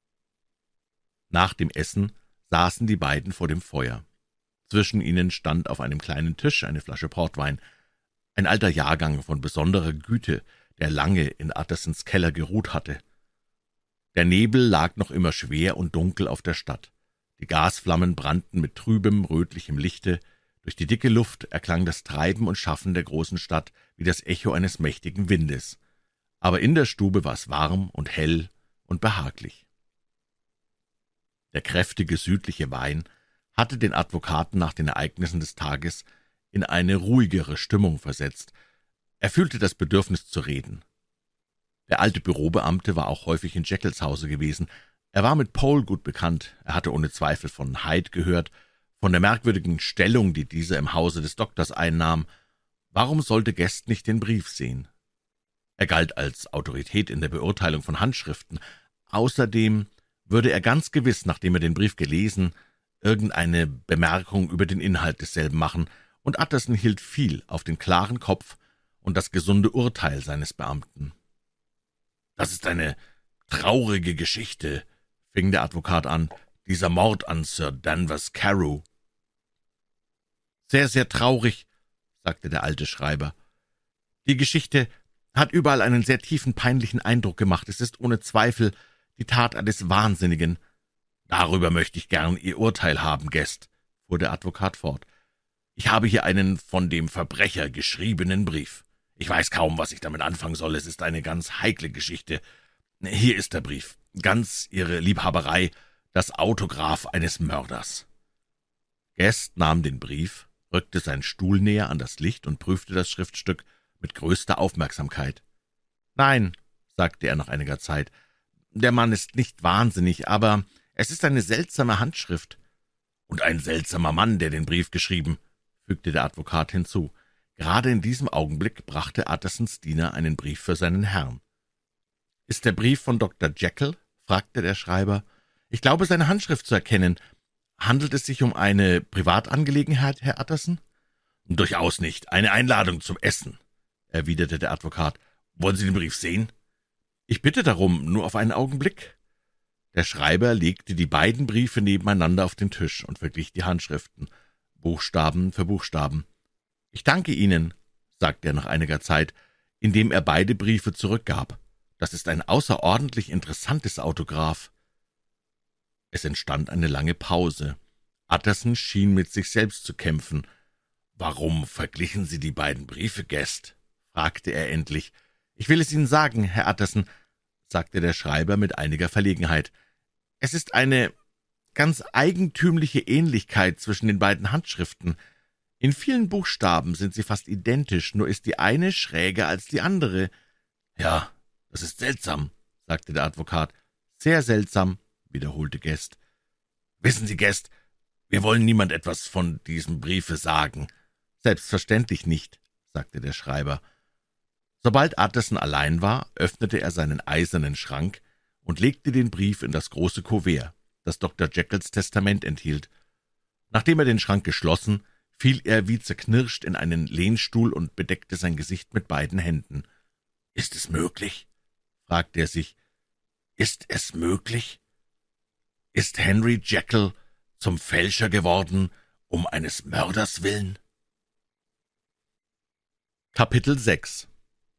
Speaker 1: Nach dem Essen saßen die beiden vor dem Feuer. Zwischen ihnen stand auf einem kleinen Tisch eine Flasche Portwein, ein alter Jahrgang von besonderer Güte, der lange in Uttersons Keller geruht hatte. Der Nebel lag noch immer schwer und dunkel auf der Stadt. Die Gasflammen brannten mit trübem, rötlichem Lichte. Durch die dicke Luft erklang das Treiben und Schaffen der großen Stadt wie das Echo eines mächtigen Windes. Aber in der Stube war es warm und hell und behaglich. Der kräftige südliche Wein hatte den Advokaten nach den Ereignissen des Tages in eine ruhigere Stimmung versetzt. Er fühlte das Bedürfnis zu reden. Der alte Bürobeamte war auch häufig in Jekylls Hause gewesen. Er war mit Pohl gut bekannt. Er hatte ohne Zweifel von Hyde gehört, von der merkwürdigen Stellung, die dieser im Hause des Doktors einnahm. Warum sollte Guest nicht den Brief sehen? Er galt als Autorität in der Beurteilung von Handschriften. Außerdem würde er ganz gewiss, nachdem er den Brief gelesen, irgendeine Bemerkung über den Inhalt desselben machen, und Utterson hielt viel auf den klaren Kopf und das gesunde Urteil seines Beamten.
Speaker 2: »Das ist eine traurige Geschichte«, fing der Advokat an, »dieser Mord an Sir Danvers Carew.«
Speaker 1: »Sehr, sehr traurig«, sagte der alte Schreiber. »Die Geschichte hat überall einen sehr tiefen, peinlichen Eindruck gemacht. Es ist ohne Zweifel die Tat eines Wahnsinnigen.«
Speaker 2: »Darüber möchte ich gern Ihr Urteil haben, Guest«, fuhr der Advokat fort. »Ich habe hier einen von dem Verbrecher geschriebenen Brief. Ich weiß kaum, was ich damit anfangen soll. Es ist eine ganz heikle Geschichte. Hier ist der Brief. Ganz Ihre Liebhaberei, das Autograph eines Mörders.«
Speaker 1: Guest nahm den Brief, rückte seinen Stuhl näher an das Licht und prüfte das Schriftstück mit größter Aufmerksamkeit. »Nein«, sagte er nach einiger Zeit, »der Mann ist nicht wahnsinnig, aber es ist eine seltsame Handschrift.«
Speaker 2: »Und ein seltsamer Mann, der den Brief geschrieben«, fügte der Advokat hinzu.
Speaker 1: Gerade in diesem Augenblick brachte Uttersons Diener einen Brief für seinen Herrn. »Ist der Brief von Dr. Jekyll?« fragte der Schreiber. »Ich glaube, seine Handschrift zu erkennen. Handelt es sich um eine Privatangelegenheit, Herr Utterson?«
Speaker 2: »Durchaus nicht. Eine Einladung zum Essen«, erwiderte der Advokat. »Wollen Sie den Brief sehen?«
Speaker 1: »Ich bitte darum, nur auf einen Augenblick.« Der Schreiber legte die beiden Briefe nebeneinander auf den Tisch und verglich die Handschriften, Buchstaben für Buchstaben. »Ich danke Ihnen«, sagte er nach einiger Zeit, indem er beide Briefe zurückgab. »Das ist ein außerordentlich interessantes Autograph.« Es entstand eine lange Pause. Utterson schien mit sich selbst zu kämpfen.
Speaker 2: »Warum verglichen Sie die beiden Briefe, Guest?«
Speaker 1: fragte er endlich. »Ich will es Ihnen sagen, Herr Utterson«, sagte der Schreiber mit einiger Verlegenheit. »Es ist eine ganz eigentümliche Ähnlichkeit zwischen den beiden Handschriften. In vielen Buchstaben sind sie fast identisch, nur ist die eine schräger als die andere.«
Speaker 2: »Ja, das ist seltsam«, sagte der Advokat.
Speaker 1: »Sehr seltsam«, wiederholte Guest.
Speaker 2: »Wissen Sie, Guest, wir wollen niemand etwas von diesem Briefe sagen.«
Speaker 1: »Selbstverständlich nicht«, sagte der Schreiber. Sobald Utterson allein war, öffnete er seinen eisernen Schrank und legte den Brief in das große Kuvert, das Dr. Jekylls Testament enthielt. Nachdem er den Schrank geschlossen, fiel er wie zerknirscht in einen Lehnstuhl und bedeckte sein Gesicht mit beiden Händen.
Speaker 2: »Ist es möglich?«
Speaker 1: fragte er sich.
Speaker 2: »Ist es möglich? Ist Henry Jekyll zum Fälscher geworden, um eines Mörders willen?«
Speaker 1: Kapitel 6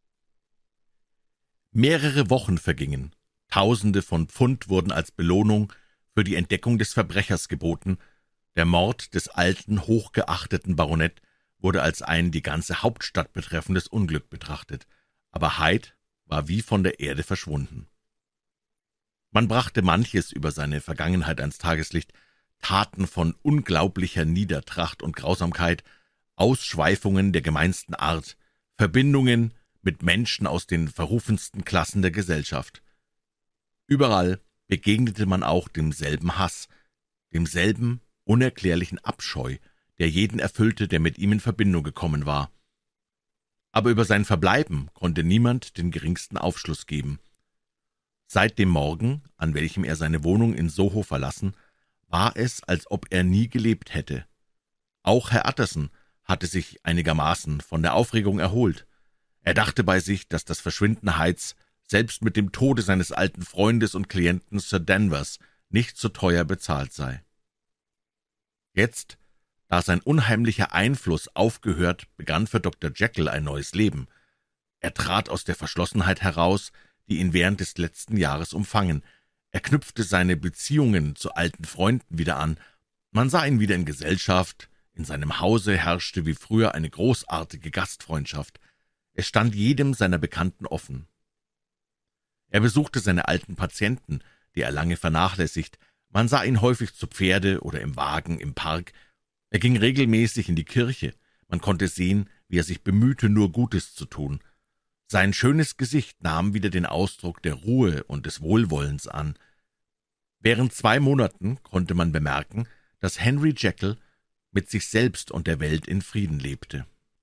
Speaker 1: Mehrere Wochen vergingen. Tausende von Pfund wurden als Belohnung für die Entdeckung des Verbrechers geboten. Der Mord des alten, hochgeachteten Baronet wurde als ein die ganze Hauptstadt betreffendes Unglück betrachtet, aber Hyde war wie von der Erde verschwunden. Man brachte manches über seine Vergangenheit ans Tageslicht, Taten von unglaublicher Niedertracht und Grausamkeit, Ausschweifungen der gemeinsten Art, Verbindungen mit Menschen aus den verrufensten Klassen der Gesellschaft. Überall begegnete man auch demselben Hass, demselben unerklärlichen Abscheu, der jeden erfüllte, der mit ihm in Verbindung gekommen war. Aber über sein Verbleiben konnte niemand den geringsten Aufschluss geben. Seit dem Morgen, an welchem er seine Wohnung in Soho verlassen, war es, als ob er nie gelebt hätte. Auch Herr Utterson hatte sich einigermaßen von der Aufregung erholt. Er dachte bei sich, dass das Verschwinden Hydes selbst mit dem Tode seines alten Freundes und Klienten Sir Danvers nicht so teuer bezahlt sei. Jetzt, da sein unheimlicher Einfluss aufgehört, begann für Dr. Jekyll ein neues Leben. Er trat aus der Verschlossenheit heraus, die ihn während des letzten Jahres umfangen. Er knüpfte seine Beziehungen zu alten Freunden wieder an. Man sah ihn wieder in Gesellschaft. In seinem Hause herrschte wie früher eine großartige Gastfreundschaft. Es stand jedem seiner Bekannten offen. Er besuchte seine alten Patienten, die er lange vernachlässigt. Man sah ihn häufig zu Pferde oder im Wagen im Park. Er ging regelmäßig in die Kirche. Man konnte sehen, wie er sich bemühte, nur Gutes zu tun. Sein schönes Gesicht nahm wieder den Ausdruck der Ruhe und des Wohlwollens an. Während 2 Monaten konnte man bemerken, dass Henry Jekyll mit sich selbst und der Welt in Frieden lebte.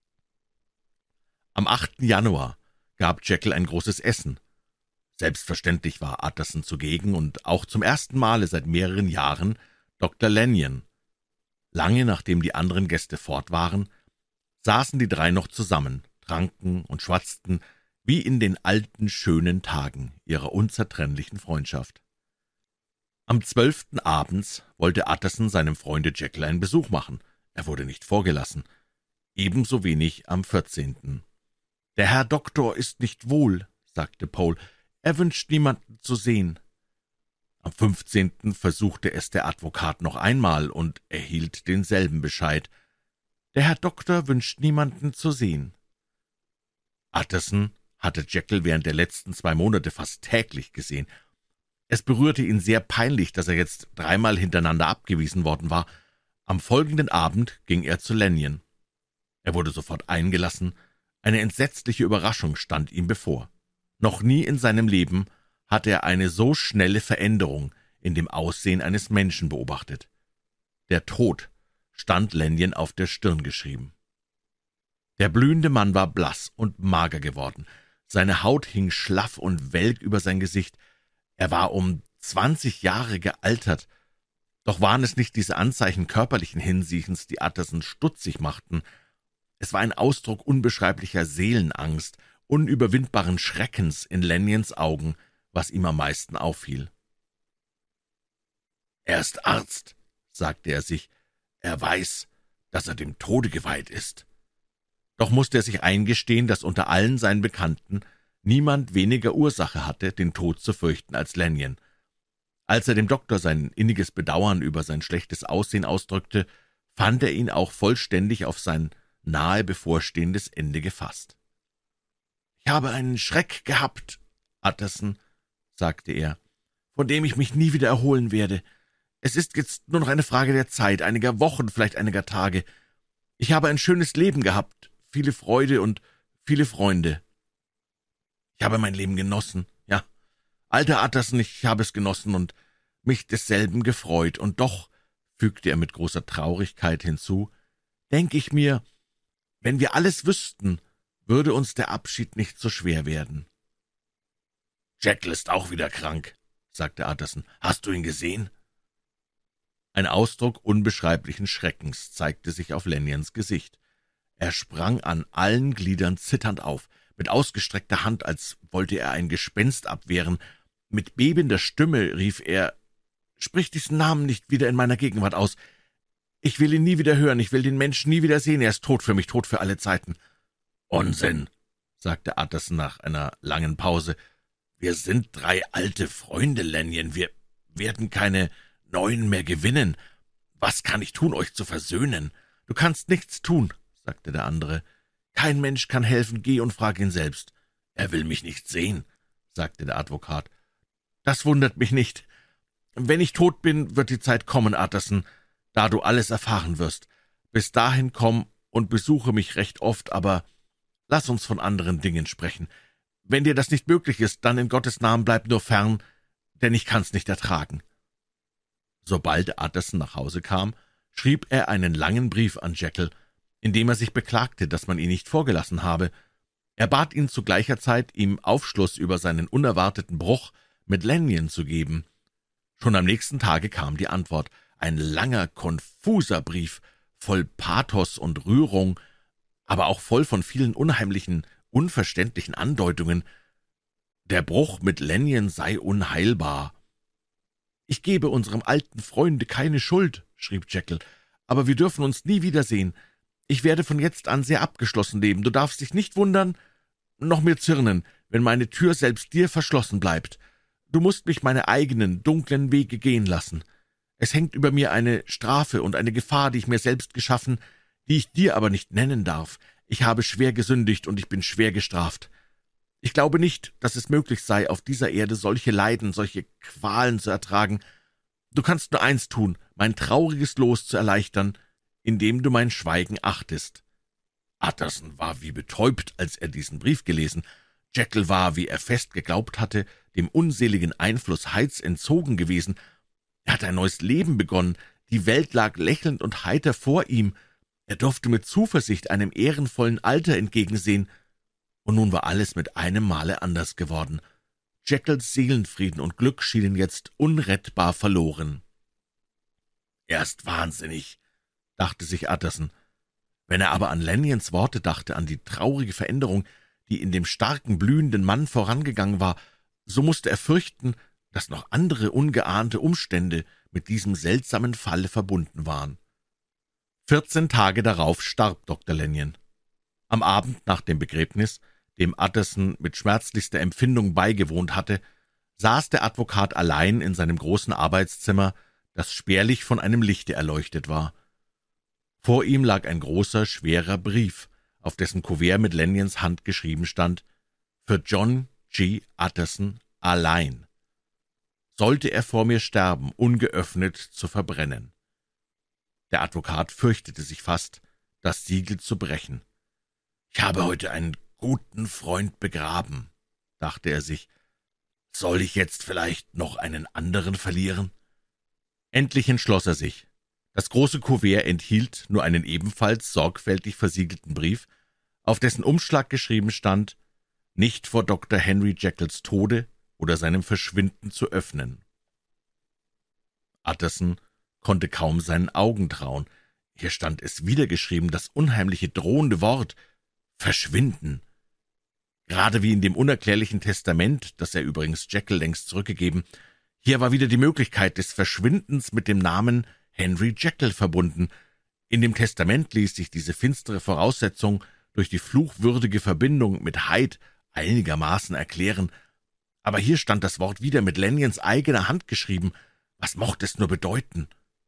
Speaker 1: Am 8. Januar gab Jekyll ein großes Essen. Selbstverständlich war Utterson zugegen und auch zum ersten Male seit mehreren Jahren Dr. Lanyon. Lange nachdem die anderen Gäste fort waren, saßen die 3 noch zusammen, tranken und schwatzten, wie in den alten, schönen Tagen ihrer unzertrennlichen Freundschaft. Am 12. abends wollte Utterson seinem Freunde Jekyll einen Besuch machen. Er wurde nicht vorgelassen. Ebenso wenig am 14. »Der Herr Doktor ist nicht wohl«, sagte Poole. »Er wünscht niemanden zu sehen.« Am 15. versuchte es der Advokat noch einmal und erhielt denselben Bescheid. »Der Herr Doktor wünscht niemanden zu sehen.« Utterson hatte Jekyll während der letzten 2 Monate fast täglich gesehen. Es berührte ihn sehr peinlich, dass er jetzt 3-mal hintereinander abgewiesen worden war. Am folgenden Abend ging er zu Lanyon. Er wurde sofort eingelassen. Eine entsetzliche Überraschung stand ihm bevor. Noch nie in seinem Leben hatte er eine so schnelle Veränderung in dem Aussehen eines Menschen beobachtet. Der Tod stand Lanyon auf der Stirn geschrieben. Der blühende Mann war blass und mager geworden. Seine Haut hing schlaff und welk über sein Gesicht. Er war um 20 Jahre gealtert. Doch waren es nicht diese Anzeichen körperlichen Hinsiechens, die Utterson stutzig machten. Es war ein Ausdruck unbeschreiblicher Seelenangst, unüberwindbaren Schreckens in Lanyons Augen, was ihm am meisten auffiel. »Er ist Arzt«, sagte er sich. »Er weiß, dass er dem Tode geweiht ist.« Doch musste er sich eingestehen, dass unter allen seinen Bekannten niemand weniger Ursache hatte, den Tod zu fürchten als Lanyon. Als er dem Doktor sein inniges Bedauern über sein schlechtes Aussehen ausdrückte, fand er ihn auch vollständig auf sein nahe bevorstehendes Ende gefasst. »Ich habe einen Schreck gehabt, Utterson«, sagte er, »von dem ich mich nie wieder erholen werde. Es ist jetzt nur noch eine Frage der Zeit, einiger Wochen, vielleicht einiger Tage. Ich habe ein schönes Leben gehabt, viele Freude und viele Freunde. Ich habe mein Leben genossen, ja, alter Utterson, ich habe es genossen und mich desselben gefreut. Und doch«, fügte er mit großer Traurigkeit hinzu, »denke ich mir, wenn wir alles wüssten, würde uns der Abschied nicht so schwer werden.« »Jekyll ist auch wieder krank«, sagte Utterson. »Hast du ihn gesehen?« Ein Ausdruck unbeschreiblichen Schreckens zeigte sich auf Lanyons Gesicht. Er sprang an allen Gliedern zitternd auf, mit ausgestreckter Hand, als wollte er ein Gespenst abwehren. Mit bebender Stimme rief er, »Sprich diesen Namen nicht wieder in meiner Gegenwart aus. Ich will ihn nie wieder hören, ich will den Menschen nie wieder sehen, er ist tot für mich, tot für alle Zeiten.« »Unsinn«, sagte Utterson nach einer langen Pause. »Wir sind 3 alte Freunde, Lanyon, wir werden keine neuen mehr gewinnen. Was kann ich tun, euch zu versöhnen?« »Du kannst nichts tun«, sagte der andere. »Kein Mensch kann helfen, geh und frag ihn selbst.« »Er will mich nicht sehen«, sagte der Advokat. »Das wundert mich nicht. »Wenn ich tot bin, wird die Zeit kommen, Utterson, da du alles erfahren wirst. Bis dahin komm und besuche mich recht oft, aber lass uns von anderen Dingen sprechen. Wenn dir das nicht möglich ist, dann in Gottes Namen bleib nur fern, denn ich kann's nicht ertragen.« Sobald Utterson nach Hause kam, schrieb er einen langen Brief an Jekyll, in dem er sich beklagte, dass man ihn nicht vorgelassen habe. Er bat ihn zu gleicher Zeit, ihm Aufschluss über seinen unerwarteten Bruch mit Lanyon zu geben. Schon am nächsten Tage kam die Antwort, ein langer, konfuser Brief, voll Pathos und Rührung, aber auch voll von vielen unheimlichen, unverständlichen Andeutungen. Der Bruch mit Lanyon sei unheilbar. »Ich gebe unserem alten Freunde keine Schuld«, schrieb Jekyll, »aber wir dürfen uns nie wiedersehen. Ich werde von jetzt an sehr abgeschlossen leben. Du darfst dich nicht wundern, noch mir zürnen, wenn meine Tür selbst dir verschlossen bleibt. Du musst mich meine eigenen, dunklen Wege gehen lassen. Es hängt über mir eine Strafe und eine Gefahr, die ich mir selbst geschaffen, die ich dir aber nicht nennen darf. Ich habe schwer gesündigt und ich bin schwer gestraft. Ich glaube nicht, dass es möglich sei, auf dieser Erde solche Leiden, solche Qualen zu ertragen. Du kannst nur eins tun, mein trauriges Los zu erleichtern, indem du mein Schweigen achtest.« Utterson war wie betäubt, als er diesen Brief gelesen. Jekyll war, wie er fest geglaubt hatte, dem unseligen Einfluss Hydes entzogen gewesen. Er hatte ein neues Leben begonnen, die Welt lag lächelnd und heiter vor ihm. Er durfte mit Zuversicht einem ehrenvollen Alter entgegensehen. Und nun war alles mit einem Male anders geworden. Jekylls Seelenfrieden und Glück schienen jetzt unrettbar verloren. »Er ist wahnsinnig«, dachte sich Utterson. Wenn er aber an Lanyons Worte dachte, an die traurige Veränderung, die in dem starken, blühenden Mann vorangegangen war, so musste er fürchten, dass noch andere ungeahnte Umstände mit diesem seltsamen Falle verbunden waren. 14 Tage darauf starb Dr. Lanyon. Am Abend nach dem Begräbnis, dem Utterson mit schmerzlichster Empfindung beigewohnt hatte, saß der Advokat allein in seinem großen Arbeitszimmer, das spärlich von einem Lichte erleuchtet war. Vor ihm lag ein großer, schwerer Brief, auf dessen Kuvert mit Lanyons Hand geschrieben stand: »Für John G. Utterson allein. Sollte er vor mir sterben, ungeöffnet zu verbrennen.« Der Advokat fürchtete sich fast, das Siegel zu brechen. »Ich habe heute einen guten Freund begraben«, dachte er sich. »Soll ich jetzt vielleicht noch einen anderen verlieren?« Endlich entschloss er sich. Das große Kuvert enthielt nur einen ebenfalls sorgfältig versiegelten Brief, auf dessen Umschlag geschrieben stand: »Nicht vor Dr. Henry Jekylls Tode oder seinem Verschwinden zu öffnen.« Utterson konnte kaum seinen Augen trauen. Hier stand es wiedergeschrieben, das unheimliche drohende Wort »verschwinden«. Gerade wie in dem unerklärlichen Testament, das er übrigens Jekyll längst zurückgegeben, hier war wieder die Möglichkeit des Verschwindens mit dem Namen Henry Jekyll verbunden. In dem Testament ließ sich diese finstere Voraussetzung durch die fluchwürdige Verbindung mit Hyde einigermaßen erklären. Aber hier stand das Wort wieder mit Lanyons eigener Hand geschrieben. Was mochte es nur bedeuten?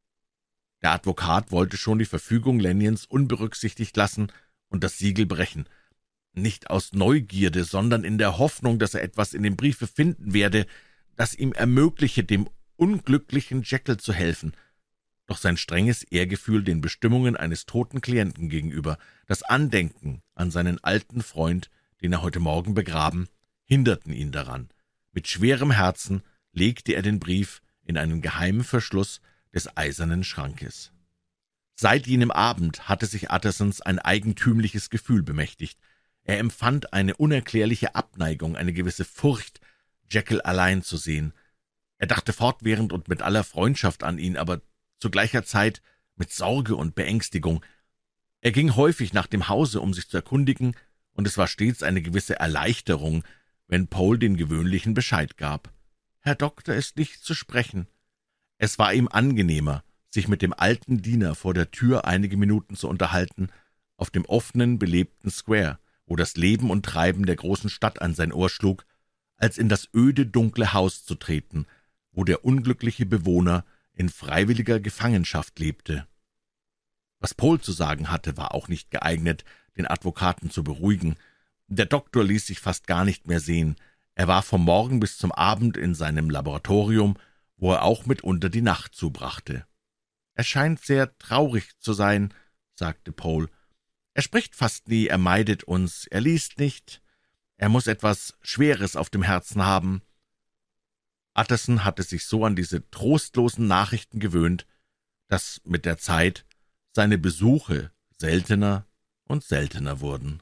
Speaker 1: Der Advokat wollte schon die Verfügung Lanyons unberücksichtigt lassen und das Siegel brechen. Nicht aus Neugierde, sondern in der Hoffnung, dass er etwas in dem Briefe finden werde, das ihm ermögliche, dem unglücklichen Jekyll zu helfen. Doch sein strenges Ehrgefühl den Bestimmungen eines toten Klienten gegenüber, das Andenken an seinen alten Freund, den er heute Morgen begraben, hinderten ihn daran. Mit schwerem Herzen legte er den Brief in einen geheimen Verschluss des eisernen Schrankes. Seit jenem Abend hatte sich Uttersons ein eigentümliches Gefühl bemächtigt. Er empfand eine unerklärliche Abneigung, eine gewisse Furcht, Jekyll allein zu sehen. Er dachte fortwährend und mit aller Freundschaft an ihn, aber zu gleicher Zeit mit Sorge und Beängstigung. Er ging häufig nach dem Hause, um sich zu erkundigen, und es war stets eine gewisse Erleichterung, wenn Pohl den gewöhnlichen Bescheid gab. »Herr Doktor ist nicht zu sprechen.« Es war ihm angenehmer, sich mit dem alten Diener vor der Tür einige Minuten zu unterhalten, auf dem offenen, belebten Square, wo das Leben und Treiben der großen Stadt an sein Ohr schlug, als in das öde, dunkle Haus zu treten, wo der unglückliche Bewohner in freiwilliger Gefangenschaft lebte. Was Pohl zu sagen hatte, war auch nicht geeignet, den Advokaten zu beruhigen. Der Doktor ließ sich fast gar nicht mehr sehen. Er war vom Morgen bis zum Abend in seinem Laboratorium, wo er auch mitunter die Nacht zubrachte. »Er scheint sehr traurig zu sein«, sagte Pohl. »Er spricht fast nie, er meidet uns, er liest nicht. Er muß etwas Schweres auf dem Herzen haben.« Utterson hatte sich so an diese trostlosen Nachrichten gewöhnt, dass mit der Zeit seine Besuche seltener und seltener wurden.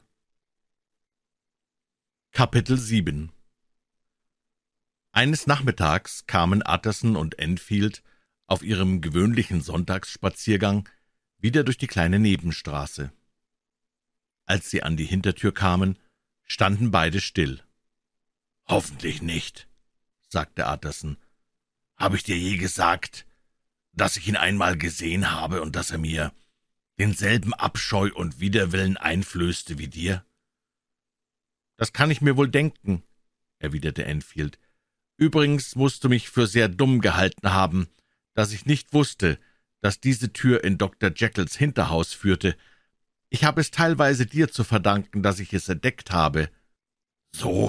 Speaker 1: Kapitel 7 Eines Nachmittags kamen Utterson und Enfield auf ihrem gewöhnlichen Sonntagsspaziergang wieder durch die kleine Nebenstraße. Als sie an die Hintertür kamen, standen beide still.
Speaker 2: »Hoffentlich nicht«, sagte Utterson. »Habe ich dir je gesagt, dass ich ihn einmal gesehen habe und dass er mir denselben Abscheu und Widerwillen einflößte wie dir?«
Speaker 1: »Das kann ich mir wohl denken«, erwiderte Enfield. »Übrigens musst du mich für sehr dumm gehalten haben, dass ich nicht wusste, dass diese Tür in Dr. Jekylls Hinterhaus führte. Ich habe es teilweise dir zu verdanken, dass ich es entdeckt habe.«
Speaker 2: »So,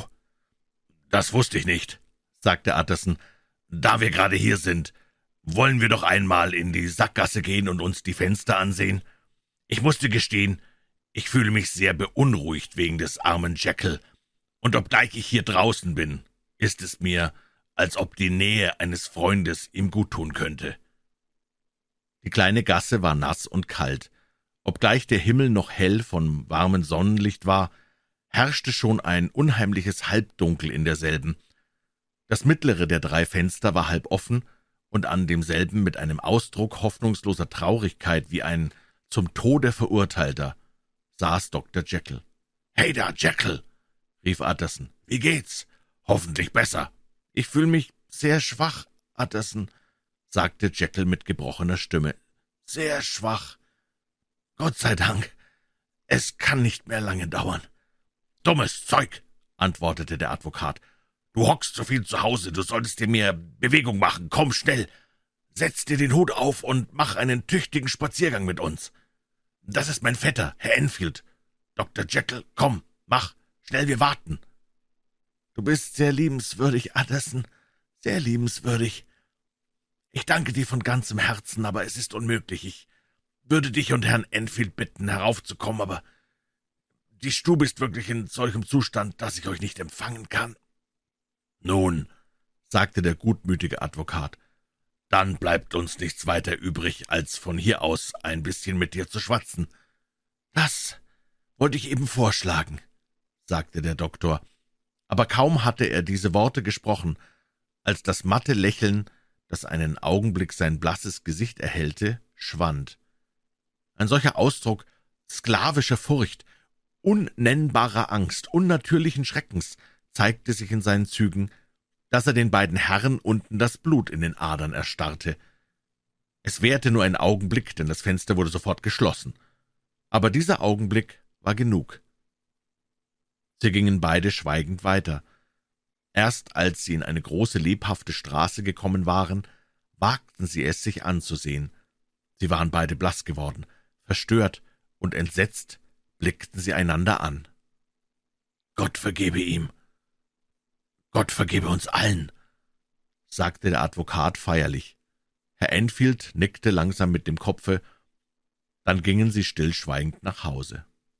Speaker 2: das wusste ich nicht«, sagte Utterson. »Da wir gerade hier sind, wollen wir doch einmal in die Sackgasse gehen und uns die Fenster ansehen. Ich muss dir gestehen, ich fühle mich sehr beunruhigt wegen des armen Jekyll, und obgleich ich hier draußen bin, ist es mir, als ob die Nähe eines Freundes ihm guttun könnte.«
Speaker 1: Die kleine Gasse war nass und kalt. Obgleich der Himmel noch hell von warmem Sonnenlicht war, herrschte schon ein unheimliches Halbdunkel in derselben. Das mittlere der 3 Fenster war halb offen, und an demselben mit einem Ausdruck hoffnungsloser Traurigkeit wie ein zum Tode Verurteilter saß Dr. Jekyll.
Speaker 2: »Hey da, Jekyll«, rief Utterson, »wie geht's? Hoffentlich besser.«
Speaker 1: »Ich fühle mich sehr schwach, Utterson«, sagte Jekyll mit gebrochener Stimme. »Sehr schwach.
Speaker 2: Gott sei Dank, es kann nicht mehr lange dauern.« »Dummes Zeug«, antwortete der Advokat. »Du hockst so viel zu Hause, du solltest dir mehr Bewegung machen. Komm schnell, setz dir den Hut auf und mach einen tüchtigen Spaziergang mit uns. Das ist mein Vetter, Herr Enfield. Dr. Jekyll, komm, mach, schnell, wir warten.«
Speaker 1: »Du bist sehr liebenswürdig, Utterson, sehr liebenswürdig.
Speaker 2: Ich danke dir von ganzem Herzen, aber es ist unmöglich. Ich würde dich und Herrn Enfield bitten, heraufzukommen, aber die Stube ist wirklich in solchem Zustand, dass ich euch nicht empfangen kann.« »Nun«, sagte der gutmütige Advokat, »dann bleibt uns nichts weiter übrig, als von hier aus ein bisschen mit dir zu schwatzen.«
Speaker 1: »Das wollte ich eben vorschlagen«, sagte der Doktor. Aber kaum hatte er diese Worte gesprochen, als das matte Lächeln, das einen Augenblick sein blasses Gesicht erhellte, schwand. Ein solcher Ausdruck sklavischer Furcht, unnennbarer Angst, unnatürlichen Schreckens zeigte sich in seinen Zügen, dass er den beiden Herren unten das Blut in den Adern erstarrte. Es währte nur einen Augenblick, denn das Fenster wurde sofort geschlossen. Aber dieser Augenblick war genug. Sie gingen beide schweigend weiter. Erst als sie in eine große, lebhafte Straße gekommen waren, wagten sie es, sich anzusehen. Sie waren beide blass geworden, verstört und entsetzt blickten sie einander an.
Speaker 2: »Gott vergebe ihm. Gott vergebe uns allen«, sagte der Advokat feierlich.
Speaker 1: Herr Enfield nickte langsam mit dem Kopfe, dann gingen sie stillschweigend nach Hause.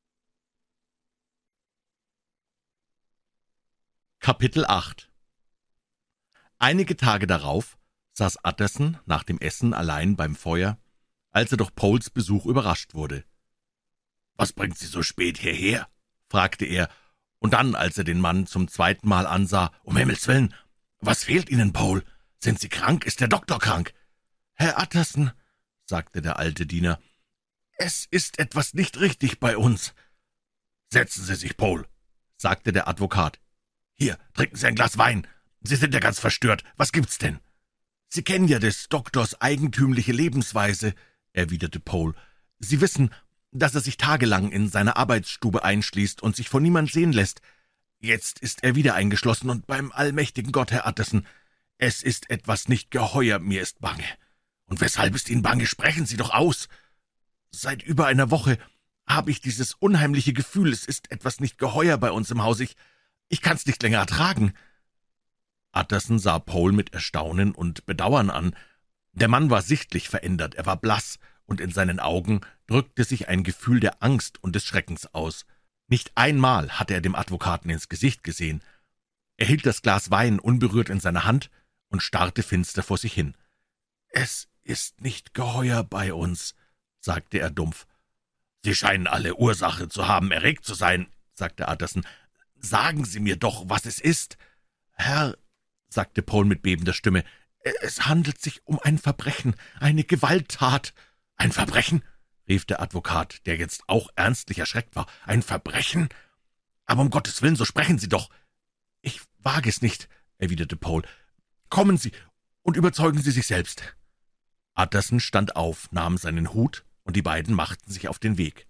Speaker 1: Kapitel 8 Einige Tage darauf saß Utterson nach dem Essen allein beim Feuer, als er durch Poles Besuch überrascht wurde.
Speaker 2: »Was bringt Sie so spät hierher?«
Speaker 1: fragte er, und dann, als er den Mann zum 2. Mal ansah, »Um Himmels willen, was fehlt Ihnen, Pole? Sind Sie krank? Ist der Doktor krank?« »Herr Utterson«, sagte der alte Diener, »es ist etwas nicht richtig bei uns.«
Speaker 2: »Setzen Sie sich, Pole«,
Speaker 1: sagte der Advokat.
Speaker 2: »Hier, trinken Sie ein Glas Wein. Sie sind ja ganz verstört. Was gibt's denn?«
Speaker 1: »Sie kennen ja des Doktors eigentümliche Lebensweise«, erwiderte Pole. »Sie wissen, dass er sich tagelang in seiner Arbeitsstube einschließt und sich von niemand sehen lässt. Jetzt ist er wieder eingeschlossen, und beim allmächtigen Gott, Herr Utterson, es ist etwas nicht geheuer, mir ist bange.«
Speaker 2: »Und weshalb ist Ihnen bange? Sprechen Sie doch aus.«
Speaker 1: »Seit über einer Woche habe ich dieses unheimliche Gefühl, es ist etwas nicht geheuer bei uns im Haus. Ich kann's nicht länger ertragen.« Utterson sah Pohl mit Erstaunen und Bedauern an. Der Mann war sichtlich verändert, er war blass, und in seinen Augen drückte sich ein Gefühl der Angst und des Schreckens aus. Nicht einmal hatte er dem Advokaten ins Gesicht gesehen. Er hielt das Glas Wein unberührt in seiner Hand und starrte finster vor sich hin. »Es ist nicht geheuer bei uns«, sagte er dumpf. »Sie scheinen alle Ursache zu haben, erregt zu sein«, sagte Utterson. »Sagen Sie mir doch, was es ist.« »Herr«, sagte Pohl mit bebender Stimme, »es handelt sich um ein Verbrechen, eine Gewalttat.« »Ein Verbrechen?« rief der Advokat, der jetzt auch ernstlich erschreckt war. »Ein Verbrechen? Aber um Gottes Willen, so sprechen Sie doch.« »Ich wage es nicht«, erwiderte Pohl. »Kommen Sie und überzeugen Sie sich selbst.« Utterson stand auf, nahm seinen Hut, und die beiden machten sich auf den Weg.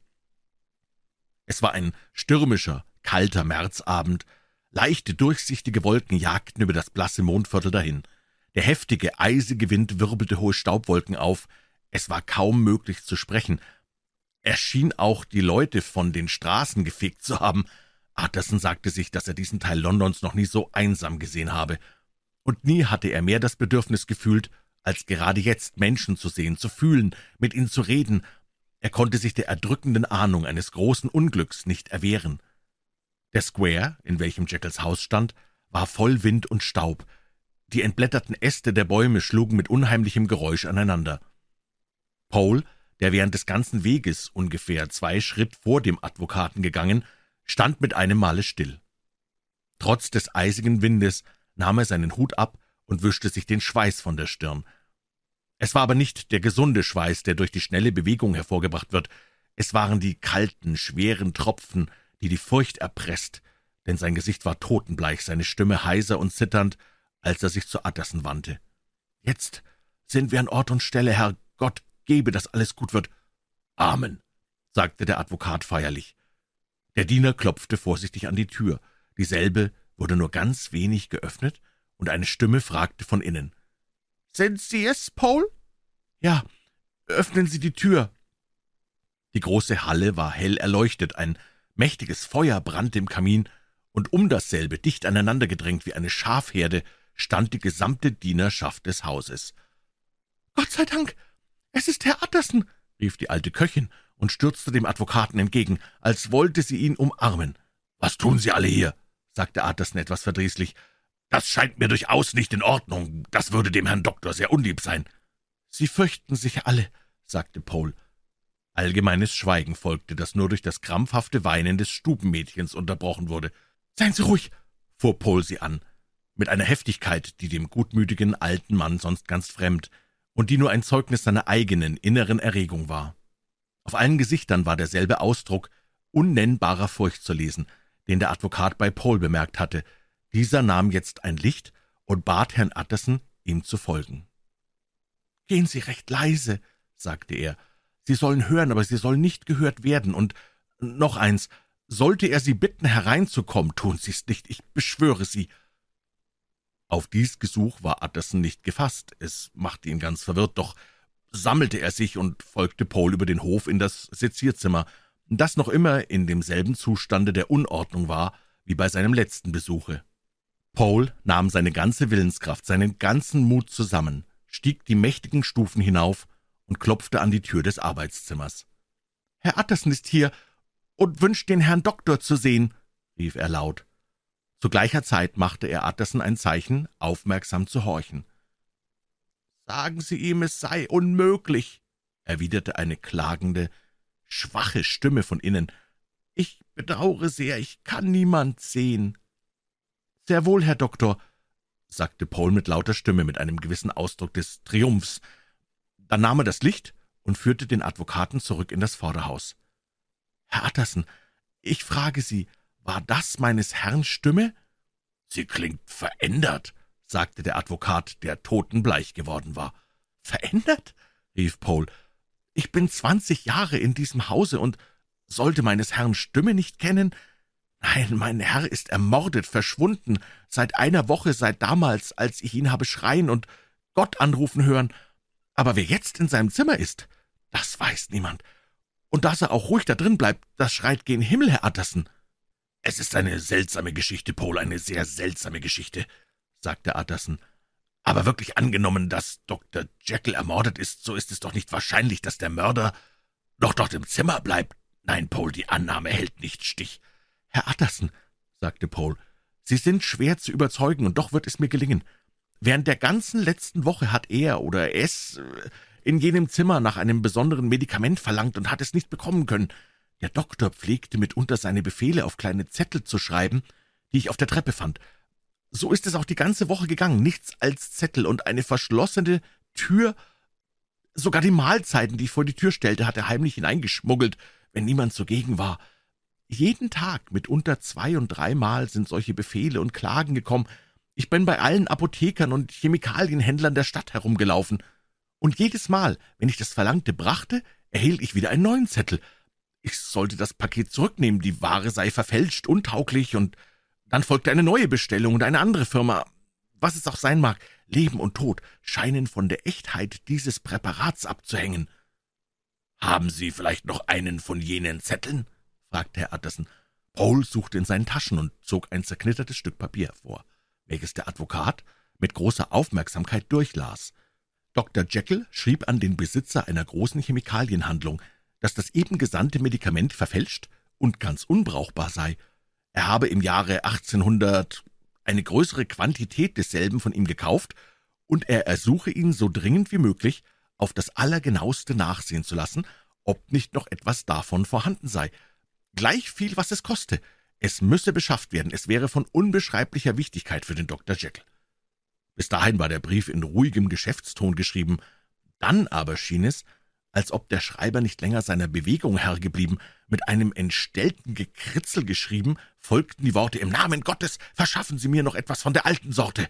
Speaker 1: Es war ein stürmischer, kalter Märzabend. Leichte, durchsichtige Wolken jagten über das blasse Mondviertel dahin. Der heftige, eisige Wind wirbelte hohe Staubwolken auf. Es war kaum möglich zu sprechen. Er schien auch die Leute von den Straßen gefegt zu haben. Utterson sagte sich, dass er diesen Teil Londons noch nie so einsam gesehen habe. Und nie hatte er mehr das Bedürfnis gefühlt, als gerade jetzt Menschen zu sehen, zu fühlen, mit ihnen zu reden. Er konnte sich der erdrückenden Ahnung eines großen Unglücks nicht erwehren. Der Square, in welchem Jekylls Haus stand, war voll Wind und Staub. Die entblätterten Äste der Bäume schlugen mit unheimlichem Geräusch aneinander. Pohl, der während des ganzen Weges ungefähr 2 Schritt vor dem Advokaten gegangen, stand mit einem Male still. Trotz des eisigen Windes nahm er seinen Hut ab und wischte sich den Schweiß von der Stirn. Es war aber nicht der gesunde Schweiß, der durch die schnelle Bewegung hervorgebracht wird. Es waren die kalten, schweren Tropfen, die die Furcht erpresst, denn sein Gesicht war totenbleich, seine Stimme heiser und zitternd, als er sich zu Utterson wandte. »Jetzt sind wir an Ort und Stelle, Herr. Gott gebe, dass alles gut wird.« »Amen«, sagte der Advokat feierlich. Der Diener klopfte vorsichtig an die Tür. Dieselbe wurde nur ganz wenig geöffnet, und eine Stimme fragte von innen. »Sind Sie es, Pohl?« »Ja, öffnen Sie die Tür.« Die große Halle war hell erleuchtet, ein mächtiges Feuer brannte im Kamin, und um dasselbe, dicht aneinander gedrängt wie eine Schafherde, stand die gesamte Dienerschaft des Hauses. »Gott sei Dank, es ist Herr Utterson«, rief die alte Köchin und stürzte dem Advokaten entgegen, als wollte sie ihn umarmen. »Was tun Sie alle hier?« sagte Utterson etwas verdrießlich. »Das scheint mir durchaus nicht in Ordnung. Das würde dem Herrn Doktor sehr unlieb sein.« »Sie fürchten sich alle«, sagte Pohl. Allgemeines Schweigen folgte, das nur durch das krampfhafte Weinen des Stubenmädchens unterbrochen wurde. »Seien Sie ruhig«, fuhr Pohl sie an, mit einer Heftigkeit, die dem gutmütigen alten Mann sonst ganz fremd und die nur ein Zeugnis seiner eigenen inneren Erregung war. Auf allen Gesichtern war derselbe Ausdruck unnennbarer Furcht zu lesen, den der Advokat bei Pohl bemerkt hatte. Dieser nahm jetzt ein Licht und bat Herrn Utterson, ihm zu folgen. »Gehen Sie recht leise«, sagte er. »Sie sollen hören, aber Sie sollen nicht gehört werden. Und noch eins, sollte er Sie bitten, hereinzukommen, tun Sie es nicht, ich beschwöre Sie.« Auf dies Gesuch war Utterson nicht gefasst. Es machte ihn ganz verwirrt, doch sammelte er sich und folgte Pohl über den Hof in das Sezierzimmer, das noch immer in demselben Zustande der Unordnung war wie bei seinem letzten Besuche. Pohl nahm seine ganze Willenskraft, seinen ganzen Mut zusammen, stieg die mächtigen Stufen hinauf und klopfte an die Tür des Arbeitszimmers. »Herr Utterson ist hier und wünscht, den Herrn Doktor zu sehen«, rief er laut. Zu gleicher Zeit machte er Utterson ein Zeichen, aufmerksam zu horchen. »Sagen Sie ihm, es sei unmöglich«, erwiderte eine klagende, schwache Stimme von innen. »Ich bedauere sehr, ich kann niemand sehen.« »Sehr wohl, Herr Doktor«, sagte Pohl mit lauter Stimme, mit einem gewissen Ausdruck des Triumphs. Dann nahm er das Licht und führte den Advokaten zurück in das Vorderhaus. »Herr Utterson, ich frage Sie, war das meines Herrn Stimme?« »Sie klingt verändert«, sagte der Advokat, der totenbleich geworden war. »Verändert?« rief Pohl. »Ich bin 20 Jahre in diesem Hause und sollte meines Herrn Stimme nicht kennen? Nein, mein Herr ist ermordet, verschwunden, seit einer Woche, seit damals, als ich ihn habe schreien und Gott anrufen hören. Aber wer jetzt in seinem Zimmer ist, das weiß niemand. Und dass er auch ruhig da drin bleibt, das schreit gen Himmel, Herr Utterson.« »Es ist eine seltsame Geschichte, Pohl, eine sehr seltsame Geschichte«,
Speaker 2: sagte Utterson. »Aber wirklich angenommen, dass Dr. Jekyll ermordet ist, so ist es doch nicht wahrscheinlich, dass der Mörder noch dort im Zimmer bleibt. Nein, Pohl, die Annahme hält nicht Stich.«
Speaker 1: »Herr Utterson«, sagte Pohl, »Sie sind schwer zu überzeugen, und doch wird es mir gelingen. Während der ganzen letzten Woche hat er oder es in jenem Zimmer nach einem besonderen Medikament verlangt und hat es nicht bekommen können. Der Doktor pflegte mitunter seine Befehle auf kleine Zettel zu schreiben, die ich auf der Treppe fand. So ist es auch die ganze Woche gegangen, nichts als Zettel und eine verschlossene Tür. Sogar die Mahlzeiten, die ich vor die Tür stellte, hat er heimlich hineingeschmuggelt, wenn niemand zugegen war. Jeden Tag, mitunter 2- und 3-mal, sind solche Befehle und Klagen gekommen. Ich bin bei allen Apothekern und Chemikalienhändlern der Stadt herumgelaufen. Und jedes Mal, wenn ich das Verlangte brachte, erhielt ich wieder einen neuen Zettel. Ich sollte das Paket zurücknehmen, die Ware sei verfälscht, untauglich, und dann folgte eine neue Bestellung und eine andere Firma. Was es auch sein mag, Leben und Tod scheinen von der Echtheit dieses Präparats abzuhängen.«
Speaker 2: »Haben Sie vielleicht noch einen von jenen Zetteln?«
Speaker 1: fragte Herr Utterson. Pohl suchte in seinen Taschen und zog ein zerknittertes Stück Papier hervor, welches der Advokat mit großer Aufmerksamkeit durchlas. Dr. Jekyll schrieb an den Besitzer einer großen Chemikalienhandlung, dass das eben gesandte Medikament verfälscht und ganz unbrauchbar sei. Er habe im Jahre 1800 eine größere Quantität desselben von ihm gekauft, und er ersuche ihn so dringend wie möglich, auf das Allergenaueste nachsehen zu lassen, ob nicht noch etwas davon vorhanden sei. Gleichviel, was es koste. Es müsse beschafft werden, es wäre von unbeschreiblicher Wichtigkeit für den Dr. Jekyll. Bis dahin war der Brief in ruhigem Geschäftston geschrieben. Dann aber schien es, als ob der Schreiber nicht länger seiner Bewegung Herr geblieben. Mit einem entstellten Gekritzel geschrieben, folgten die Worte: »Im Namen Gottes, verschaffen Sie mir noch etwas von der alten Sorte.«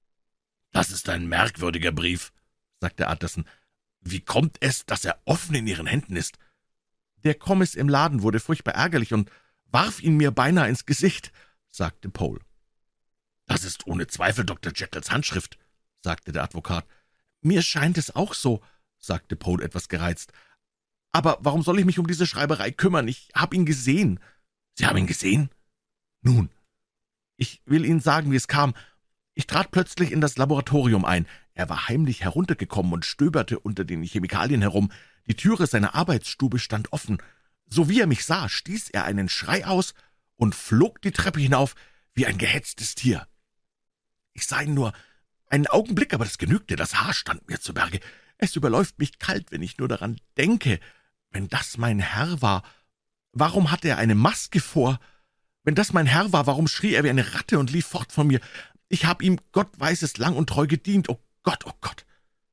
Speaker 2: »Das ist ein merkwürdiger Brief«, sagte Utterson. »Wie kommt es, dass er offen in Ihren Händen ist?«
Speaker 1: »Der Kommis im Laden wurde furchtbar ärgerlich und warf ihn mir beinahe ins Gesicht«, sagte Pohl.
Speaker 2: »Das ist ohne Zweifel Dr. Jekylls Handschrift«, sagte der Advokat.
Speaker 1: »Mir scheint es auch so«, sagte Pohl etwas gereizt. »Aber warum soll ich mich um diese Schreiberei kümmern? Ich habe ihn gesehen.«
Speaker 2: »Sie haben ihn gesehen?«
Speaker 1: »Nun, ich will Ihnen sagen, wie es kam. Ich trat plötzlich in das Laboratorium ein. Er war heimlich heruntergekommen und stöberte unter den Chemikalien herum. Die Türe seiner Arbeitsstube stand offen. So wie er mich sah, stieß er einen Schrei aus und flog die Treppe hinauf wie ein gehetztes Tier. Ich sah ihn nur einen Augenblick, aber das genügte. Das Haar stand mir zu Berge. Es überläuft mich kalt, wenn ich nur daran denke. Wenn das mein Herr war, warum hatte er eine Maske vor? Wenn das mein Herr war, warum schrie er wie eine Ratte und lief fort von mir? Ich habe ihm, Gott weiß es, lang und treu gedient. Oh Gott, oh Gott!«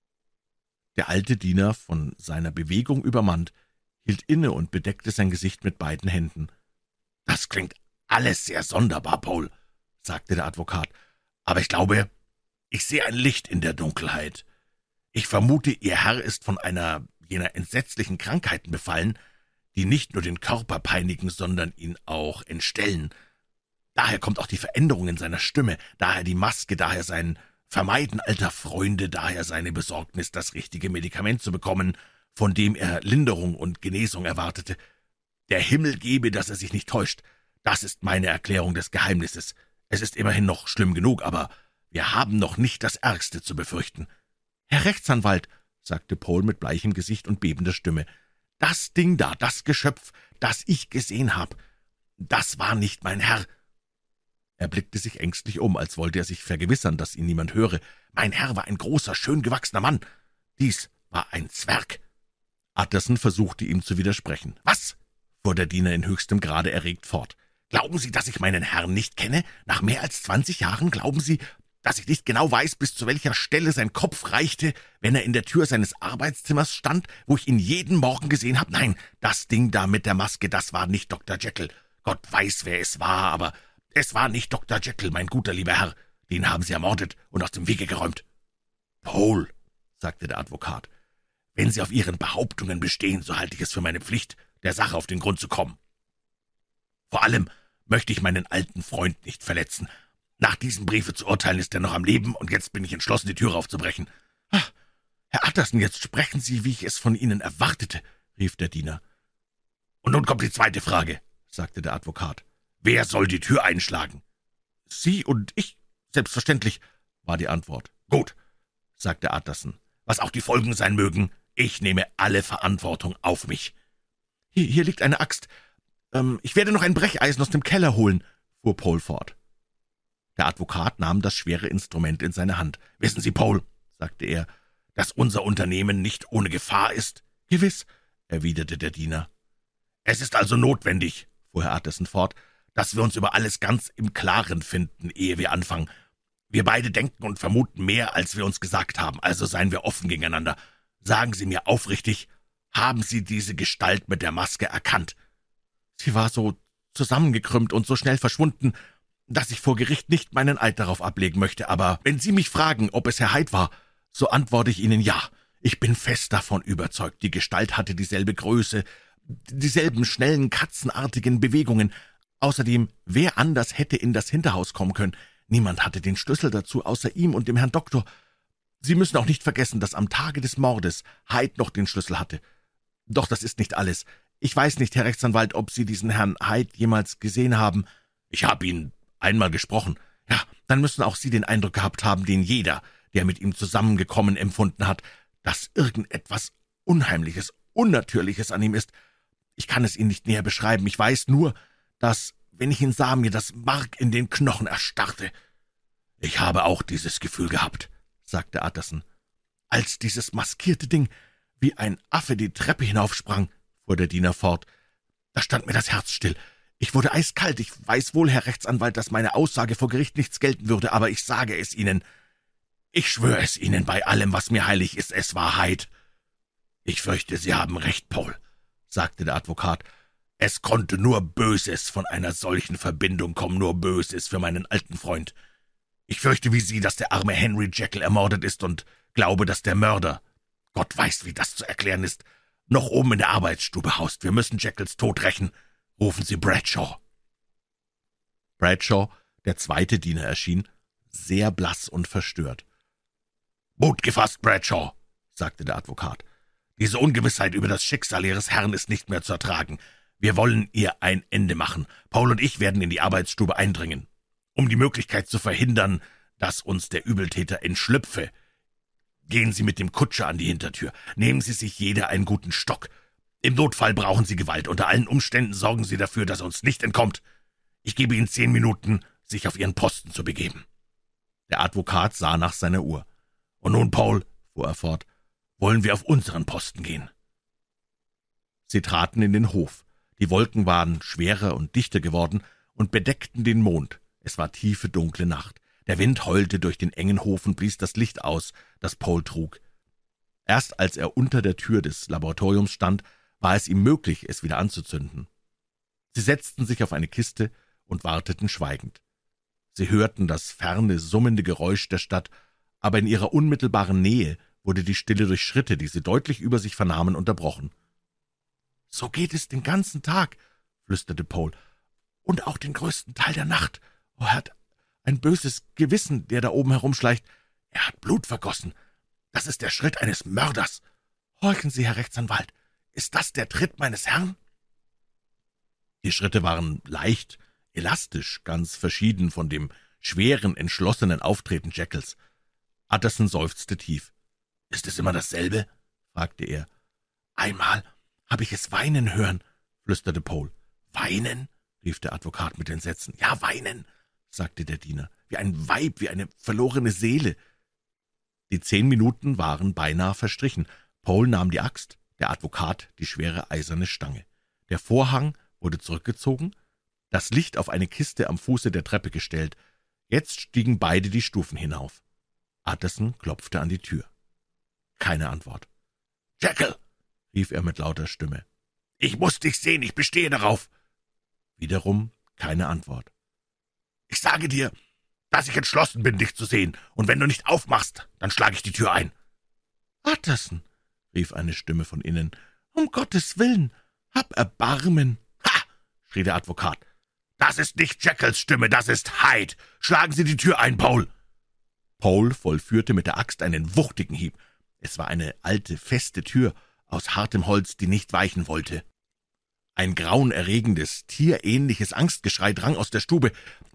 Speaker 1: Der alte Diener, von seiner Bewegung übermannt, hielt inne und bedeckte sein Gesicht mit beiden Händen.
Speaker 2: »Das klingt alles sehr sonderbar, Pohl«, sagte der Advokat, »aber ich glaube, ich sehe ein Licht in der Dunkelheit. Ich vermute, Ihr Herr ist von einer jener entsetzlichen Krankheiten befallen, die nicht nur den Körper peinigen, sondern ihn auch entstellen. Daher kommt auch die Veränderung in seiner Stimme, daher die Maske, daher sein Vermeiden alter Freunde, daher seine Besorgnis, das richtige Medikament zu bekommen, von dem er Linderung und Genesung erwartete. Der Himmel gebe, dass er sich nicht täuscht. Das ist meine Erklärung des Geheimnisses. Es ist immerhin noch schlimm genug, aber wir haben noch nicht das Ärgste zu befürchten.«
Speaker 1: »Herr Rechtsanwalt«, sagte Pohl mit bleichem Gesicht und bebender Stimme, »das Ding da, das Geschöpf, das ich gesehen habe, das war nicht mein Herr.« Er blickte sich ängstlich um, als wollte er sich vergewissern, dass ihn niemand höre. »Mein Herr war ein großer, schön gewachsener Mann. Dies war ein Zwerg.« Utterson versuchte ihm zu widersprechen. »Was?« fuhr der Diener in höchstem Grade erregt fort. »Glauben Sie, dass ich meinen Herrn nicht kenne? Nach mehr als 20 Jahren glauben Sie, dass ich nicht genau weiß, bis zu welcher Stelle sein Kopf reichte, wenn er in der Tür seines Arbeitszimmers stand, wo ich ihn jeden Morgen gesehen habe? Nein, das Ding da mit der Maske, das war nicht Dr. Jekyll. Gott weiß, wer es war, aber es war nicht Dr. Jekyll, mein guter lieber Herr. Den haben Sie ermordet und aus dem Wege geräumt.« »Pohl«, sagte der Advokat, »wenn Sie auf Ihren Behauptungen bestehen, so halte ich es für meine Pflicht, der Sache auf den Grund zu kommen. Vor allem möchte ich meinen alten Freund nicht verletzen. Nach diesem Briefe zu urteilen, ist er noch am Leben, und jetzt bin ich entschlossen, die Türe aufzubrechen.« »Ach, Herr Utterson, jetzt sprechen Sie, wie ich es von Ihnen erwartete«, rief der Diener.
Speaker 2: »Und nun kommt die zweite Frage«, sagte der Advokat. »Wer soll die Tür einschlagen?«
Speaker 1: »Sie und ich, selbstverständlich.
Speaker 2: war die Antwort. »Gut«, sagte Utterson, »was auch die Folgen sein mögen, ich nehme alle Verantwortung auf mich.«
Speaker 1: »Hier liegt eine Axt. Ich werde noch ein Brecheisen aus dem Keller holen«, fuhr Pohl fort. Der Advokat nahm das schwere Instrument in seine Hand.
Speaker 2: »Wissen Sie, Pohl«, sagte er, »dass unser Unternehmen nicht ohne Gefahr ist?«
Speaker 1: »Gewiss«,
Speaker 2: erwiderte der Diener. »Es ist also notwendig«, fuhr Herr Utterson fort, »dass wir uns über alles ganz im Klaren finden, ehe wir anfangen. Wir beide denken und vermuten mehr, als wir uns gesagt haben, also seien wir offen gegeneinander. Sagen Sie mir aufrichtig, haben Sie diese Gestalt mit der Maske erkannt?«
Speaker 1: »Sie war so zusammengekrümmt und so schnell verschwunden, dass ich vor Gericht nicht meinen Eid darauf ablegen möchte, aber wenn Sie mich fragen, ob es Herr Hyde war, so antworte ich Ihnen ja. Ich bin fest davon überzeugt, die Gestalt hatte dieselbe Größe, dieselben schnellen, katzenartigen Bewegungen. Außerdem, wer anders hätte in das Hinterhaus kommen können? Niemand hatte den Schlüssel dazu, außer ihm und dem Herrn Doktor. Sie müssen auch nicht vergessen, dass am Tage des Mordes Hyde noch den Schlüssel hatte. Doch das ist nicht alles. Ich weiß nicht, Herr Rechtsanwalt, ob Sie diesen Herrn Hyde jemals gesehen haben.«
Speaker 2: »Ich habe ihn einmal gesprochen.«
Speaker 1: »Ja, dann müssen auch Sie den Eindruck gehabt haben, den jeder, der mit ihm zusammengekommen, empfunden hat, dass irgendetwas Unheimliches, Unnatürliches an ihm ist. Ich kann es Ihnen nicht näher beschreiben. Ich weiß nur, dass, wenn ich ihn sah, mir das Mark in den Knochen erstarrte.«
Speaker 2: »Ich habe auch dieses Gefühl gehabt«, sagte Utterson.
Speaker 1: »Als dieses maskierte Ding wie ein Affe die Treppe hinaufsprang«, fuhr der Diener fort, »da stand mir das Herz still. Ich wurde eiskalt. Ich weiß wohl, Herr Rechtsanwalt, dass meine Aussage vor Gericht nichts gelten würde, aber ich sage es Ihnen.
Speaker 2: Ich schwöre es Ihnen bei allem, was mir heilig ist, es war Hyde.« »Ich fürchte, Sie haben recht, Pohl«, sagte der Advokat. »Es konnte nur Böses von einer solchen Verbindung kommen, nur Böses für meinen alten Freund. Ich fürchte wie Sie, dass der arme Henry Jekyll ermordet ist und glaube, dass der Mörder, Gott weiß, wie das zu erklären ist, noch oben in der Arbeitsstube haust. Wir müssen Jekylls Tod rächen. Rufen Sie Bradshaw.«
Speaker 1: Bradshaw, der zweite Diener, erschien, sehr blass und verstört.
Speaker 2: »Mut gefasst, Bradshaw«, sagte der Advokat. »Diese Ungewissheit über das Schicksal Ihres Herrn ist nicht mehr zu ertragen. Wir wollen ihr ein Ende machen. Paul und ich werden in die Arbeitsstube eindringen. Um die Möglichkeit zu verhindern, dass uns der Übeltäter entschlüpfe, gehen Sie mit dem Kutscher an die Hintertür. Nehmen Sie sich jeder einen guten Stock. Im Notfall brauchen Sie Gewalt. Unter allen Umständen sorgen Sie dafür, dass er uns nicht entkommt. Ich gebe Ihnen 10 Minuten, sich auf Ihren Posten zu begeben.«
Speaker 1: Der Advokat sah nach seiner Uhr.
Speaker 2: »Und nun, Paul«, fuhr er fort, »wollen wir auf unseren Posten gehen.«
Speaker 1: Sie traten in den Hof. Die Wolken waren schwerer und dichter geworden und bedeckten den Mond. Es war tiefe, dunkle Nacht. Der Wind heulte durch den engen Hof und blies das Licht aus, das Pohl trug. Erst als er unter der Tür des Laboratoriums stand, war es ihm möglich, es wieder anzuzünden. Sie setzten sich auf eine Kiste und warteten schweigend. Sie hörten das ferne, summende Geräusch der Stadt, aber in ihrer unmittelbaren Nähe wurde die Stille durch Schritte, die sie deutlich über sich vernahmen, unterbrochen. »So geht es den ganzen Tag«, flüsterte Pohl, »und auch den größten Teil der Nacht. Oh, er hat ein böses Gewissen, der da oben herumschleicht. Er hat Blut vergossen. Das ist der Schritt eines Mörders. Horchen Sie, Herr Rechtsanwalt, ist das der Tritt meines Herrn?« Die Schritte waren leicht, elastisch, ganz verschieden von dem schweren, entschlossenen Auftreten Jekylls. Utterson seufzte tief.
Speaker 2: »Ist es immer dasselbe?«
Speaker 1: fragte er. »Einmal habe ich es weinen hören«, flüsterte Pohl.
Speaker 2: »Weinen?«
Speaker 1: rief der Advokat mit Entsetzen. »Ja, weinen«, sagte der Diener, »wie ein Weib, wie eine verlorene Seele.« Die 10 Minuten waren beinahe verstrichen. Pohl nahm die Axt, der Advokat die schwere eiserne Stange. Der Vorhang wurde zurückgezogen, das Licht auf eine Kiste am Fuße der Treppe gestellt. Jetzt stiegen beide die Stufen hinauf. Utterson klopfte an die Tür. Keine Antwort.
Speaker 2: »Jekyll«,
Speaker 1: rief er mit lauter Stimme,
Speaker 2: »ich muß dich sehen, ich bestehe darauf.«
Speaker 1: Wiederum keine Antwort.
Speaker 2: »Ich sage dir, dass ich entschlossen bin, dich zu sehen, und wenn du nicht aufmachst, dann schlage ich die Tür ein.«
Speaker 1: »Utterson«, rief eine Stimme von innen, »um Gottes Willen, hab Erbarmen.«
Speaker 2: »Ha«, schrie der Advokat, »das ist nicht Jekylls Stimme, das ist Hyde. Schlagen Sie die Tür ein, Pohl.«
Speaker 1: Pohl vollführte mit der Axt einen wuchtigen Hieb. Es war eine alte, feste Tür aus hartem Holz, die nicht weichen wollte. Ein grauenerregendes, tierähnliches Angstgeschrei drang aus der Stube.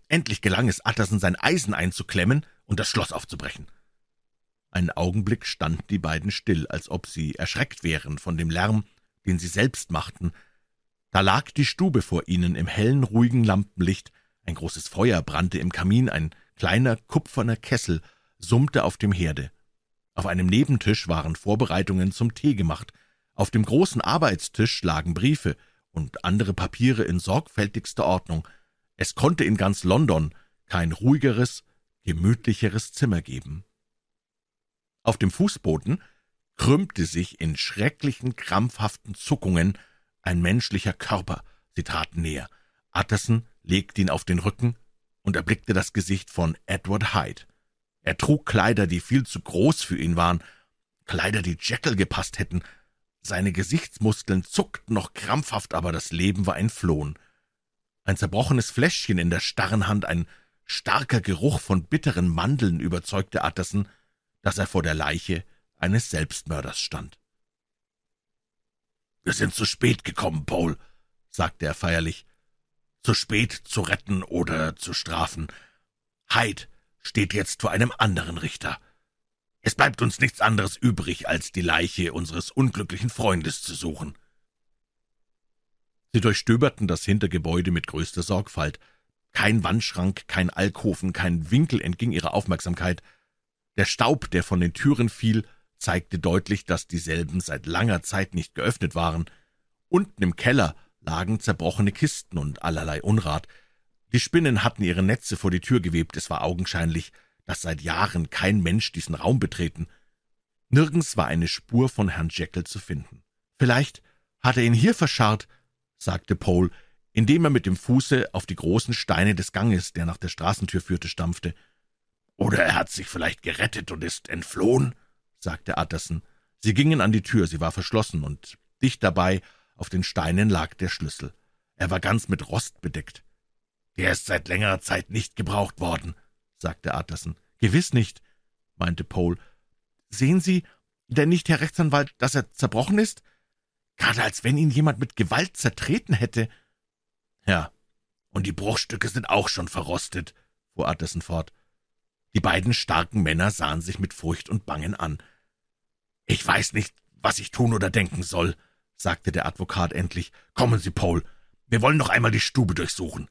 Speaker 1: Endlich gelang es Utterson, sein Eisen einzuklemmen und das Schloss aufzubrechen. Einen Augenblick standen die beiden still, als ob sie erschreckt wären von dem Lärm, den sie selbst machten. Da lag die Stube vor ihnen im hellen, ruhigen Lampenlicht, ein großes Feuer brannte im Kamin, ein kleiner kupferner Kessel summte auf dem Herde. Auf einem Nebentisch waren Vorbereitungen zum Tee gemacht, auf dem großen Arbeitstisch lagen Briefe und andere Papiere in sorgfältigster Ordnung. Es konnte in ganz London kein ruhigeres, gemütlicheres Zimmer geben. Auf dem Fußboden krümmte sich in schrecklichen, krampfhaften Zuckungen ein menschlicher Körper. Sie traten näher. Utterson legte ihn auf den Rücken und erblickte das Gesicht von Edward Hyde. Er trug Kleider, die viel zu groß für ihn waren, Kleider, die Jekyll gepasst hätten. Seine Gesichtsmuskeln zuckten noch krampfhaft, aber das Leben war entflohen. Ein zerbrochenes Fläschchen in der starren Hand, ein starker Geruch von bitteren Mandeln überzeugte Utterson, dass er vor der Leiche eines Selbstmörders stand. »Wir sind zu spät gekommen, Paul«, sagte er feierlich. »Zu spät zu retten oder zu strafen. Hyde steht jetzt vor einem anderen Richter. Es bleibt uns nichts anderes übrig, als die Leiche unseres unglücklichen Freundes zu suchen.« Sie durchstöberten das Hintergebäude mit größter Sorgfalt. Kein Wandschrank, kein Alkoven, kein Winkel entging ihrer Aufmerksamkeit. Der Staub, der von den Türen fiel, zeigte deutlich, dass dieselben seit langer Zeit nicht geöffnet waren. Unten im Keller lagen zerbrochene Kisten und allerlei Unrat. Die Spinnen hatten ihre Netze vor die Tür gewebt. Es war augenscheinlich, dass seit Jahren kein Mensch diesen Raum betreten. Nirgends war eine Spur von Herrn Jekyll zu finden. »Vielleicht hat er ihn hier verscharrt«, sagte Pohl, indem er mit dem Fuße auf die großen Steine des Ganges, der nach der Straßentür führte, stampfte. »Oder er hat sich vielleicht gerettet und ist entflohen«, sagte Utterson. Sie gingen an die Tür, sie war verschlossen, und dicht dabei auf den Steinen lag der Schlüssel. Er war ganz mit Rost bedeckt. »Der ist seit längerer Zeit nicht gebraucht worden«, sagte Utterson. »Gewiss nicht«, meinte Pohl. »Sehen Sie denn nicht, Herr Rechtsanwalt, dass er zerbrochen ist? Gerade als wenn ihn jemand mit Gewalt zertreten hätte.« »Ja, und die Bruchstücke sind auch schon verrostet«, fuhr Utterson fort. Die beiden starken Männer sahen sich mit Furcht und Bangen an. »Ich weiß nicht, was ich tun oder denken soll«, sagte der Advokat endlich. »Kommen Sie, Pohl, wir wollen noch einmal die Stube durchsuchen.«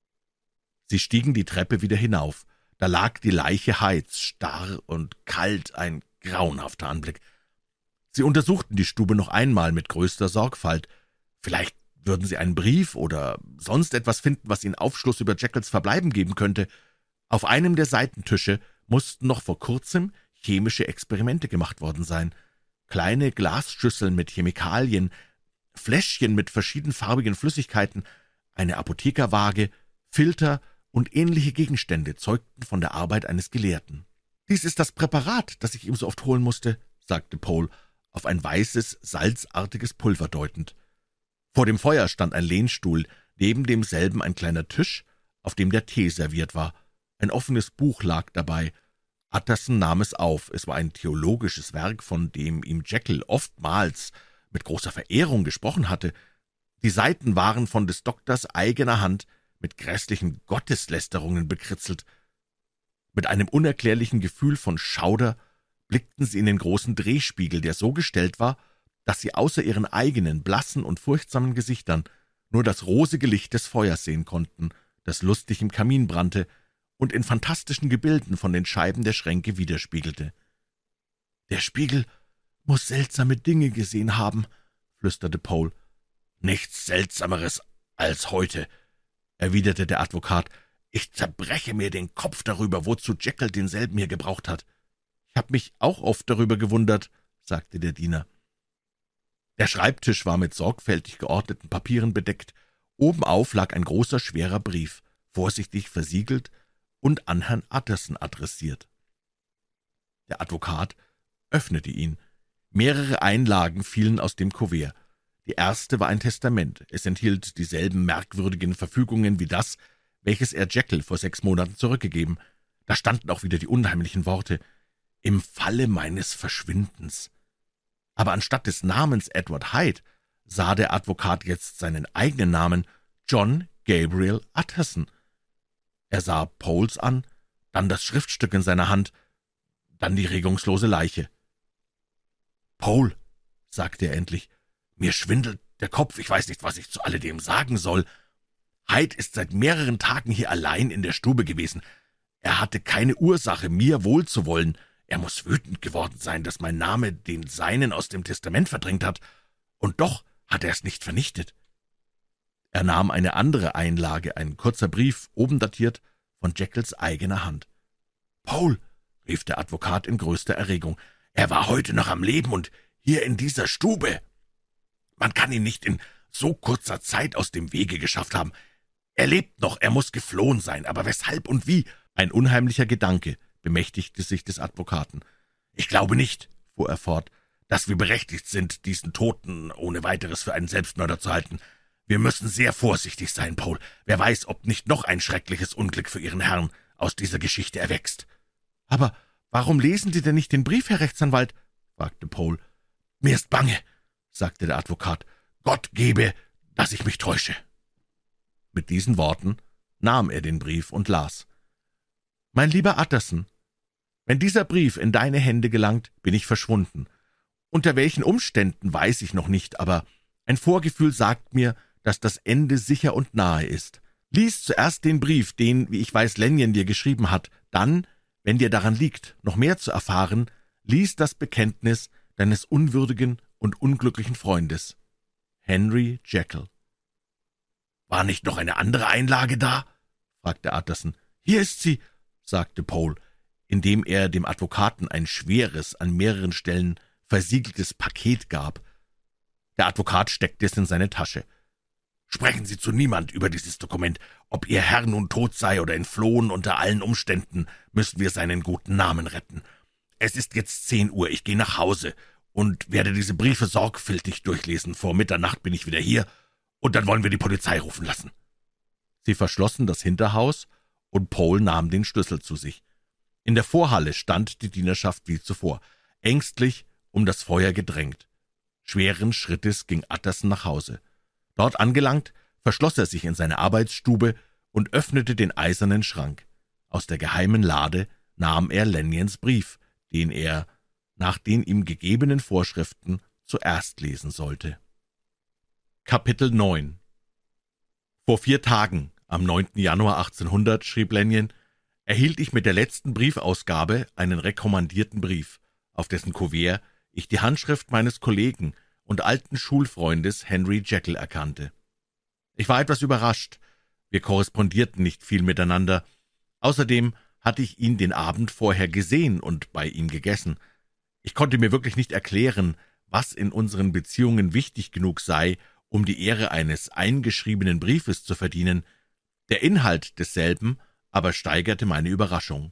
Speaker 1: Sie stiegen die Treppe wieder hinauf. Da lag die Leiche Hydes, starr und kalt, ein grauenhafter Anblick. Sie untersuchten die Stube noch einmal mit größter Sorgfalt. Vielleicht würden sie einen Brief oder sonst etwas finden, was ihnen Aufschluss über Jekylls Verbleiben geben könnte. Auf einem der Seitentische mussten noch vor kurzem chemische Experimente gemacht worden sein. Kleine Glasschüsseln mit Chemikalien, Fläschchen mit verschiedenfarbigen Flüssigkeiten, eine Apothekerwaage, Filter und ähnliche Gegenstände zeugten von der Arbeit eines Gelehrten. »Dies ist das Präparat, das ich ihm so oft holen musste«, sagte Pohl, auf ein weißes, salzartiges Pulver deutend. Vor dem Feuer stand ein Lehnstuhl, neben demselben ein kleiner Tisch, auf dem der Tee serviert war. Ein offenes Buch lag dabei. Utterson nahm es auf. Es war ein theologisches Werk, von dem ihm Jekyll oftmals mit großer Verehrung gesprochen hatte. Die Seiten waren von des Doktors eigener Hand mit grässlichen Gotteslästerungen bekritzelt. Mit einem unerklärlichen Gefühl von Schauder blickten sie in den großen Drehspiegel, der so gestellt war, dass sie außer ihren eigenen, blassen und furchtsamen Gesichtern nur das rosige Licht des Feuers sehen konnten, das lustig im Kamin brannte und in fantastischen Gebilden von den Scheiben der Schränke widerspiegelte. »Der Spiegel muß seltsame Dinge gesehen haben«, flüsterte Pohl. »Nichts Seltsameres als heute«, erwiderte der Advokat. »Ich zerbreche mir den Kopf darüber, wozu Jekyll denselben hier gebraucht hat.« »Ich habe mich auch oft darüber gewundert«, sagte der Diener. Der Schreibtisch war mit sorgfältig geordneten Papieren bedeckt. Obenauf lag ein großer, schwerer Brief, vorsichtig versiegelt und an Herrn Utterson adressiert. Der Advokat öffnete ihn. Mehrere Einlagen fielen aus dem Kuvert. Die erste war ein Testament. Es enthielt dieselben merkwürdigen Verfügungen wie das, welches er Jekyll vor 6 Monaten zurückgegeben. Da standen auch wieder die unheimlichen Worte: »Im Falle meines Verschwindens.« Aber anstatt des Namens Edward Hyde sah der Advokat jetzt seinen eigenen Namen: John Gabriel Utterson. Er sah Poles an, dann das Schriftstück in seiner Hand, dann die regungslose Leiche. »Pole«, sagte er endlich, »mir schwindelt der Kopf, ich weiß nicht, was ich zu alledem sagen soll. Hyde ist seit mehreren Tagen hier allein in der Stube gewesen. Er hatte keine Ursache, mir wohlzuwollen. Er muss wütend geworden sein, dass mein Name den seinen aus dem Testament verdrängt hat, und doch hat er es nicht vernichtet.« Er nahm eine andere Einlage, ein kurzer Brief, oben datiert, von Jekylls eigener Hand. »Pole«, rief der Advokat in größter Erregung, »er war heute noch am Leben und hier in dieser Stube. Man kann ihn nicht in so kurzer Zeit aus dem Wege geschafft haben. Er lebt noch, er muss geflohen sein, aber weshalb und wie?« Ein unheimlicher Gedanke bemächtigte sich des Advokaten. »Ich glaube nicht«, fuhr er fort, »dass wir berechtigt sind, diesen Toten ohne weiteres für einen Selbstmörder zu halten. Wir müssen sehr vorsichtig sein, Pole. Wer weiß, ob nicht noch ein schreckliches Unglück für Ihren Herrn aus dieser Geschichte erwächst.« »Aber warum lesen Sie denn nicht den Brief, Herr Rechtsanwalt?« fragte Pole. »Mir ist bange«, sagte der Advokat. »Gott gebe, dass ich mich täusche.« Mit diesen Worten nahm er den Brief und las. »Mein lieber Utterson, wenn dieser Brief in deine Hände gelangt, bin ich verschwunden. Unter welchen Umständen, weiß ich noch nicht, aber ein Vorgefühl sagt mir, dass das Ende sicher und nahe ist. Lies zuerst den Brief, den, wie ich weiß, Lanyon dir geschrieben hat. Dann, wenn dir daran liegt, noch mehr zu erfahren, lies das Bekenntnis deines unwürdigen und unglücklichen Freundes. Henry Jekyll.«
Speaker 2: »War nicht noch eine andere Einlage da?«
Speaker 1: fragte Utterson. »Hier ist sie«, sagte Pole, indem er dem Advokaten ein schweres, an mehreren Stellen versiegeltes Paket gab. Der Advokat steckte es in seine Tasche.
Speaker 2: »Sprechen Sie zu niemand über dieses Dokument. Ob Ihr Herr nun tot sei oder entflohen, unter allen Umständen müssen wir seinen guten Namen retten. Es ist jetzt 10 Uhr, ich gehe nach Hause und werde diese Briefe sorgfältig durchlesen. Vor Mitternacht bin ich wieder hier, und dann wollen wir die Polizei rufen lassen.«
Speaker 1: Sie verschlossen das Hinterhaus, und Pole nahm den Schlüssel zu sich. In der Vorhalle stand die Dienerschaft wie zuvor, ängstlich um das Feuer gedrängt. Schweren Schrittes ging Utterson nach Hause. Dort angelangt, verschloss er sich in seine Arbeitsstube und öffnete den eisernen Schrank. Aus der geheimen Lade nahm er Lanyons Brief, den er, nach den ihm gegebenen Vorschriften, zuerst lesen sollte. Kapitel 9 »Vor 4 Tagen, am 9. Januar 1800, schrieb Lanyon, erhielt ich mit der letzten Briefausgabe einen rekommandierten Brief, auf dessen Kuvert ich die Handschrift meines Kollegen und alten Schulfreundes Henry Jekyll erkannte. Ich war etwas überrascht. Wir korrespondierten nicht viel miteinander. Außerdem hatte ich ihn den Abend vorher gesehen und bei ihm gegessen. Ich konnte mir wirklich nicht erklären, was in unseren Beziehungen wichtig genug sei, um die Ehre eines eingeschriebenen Briefes zu verdienen. Der Inhalt desselben aber steigerte meine Überraschung.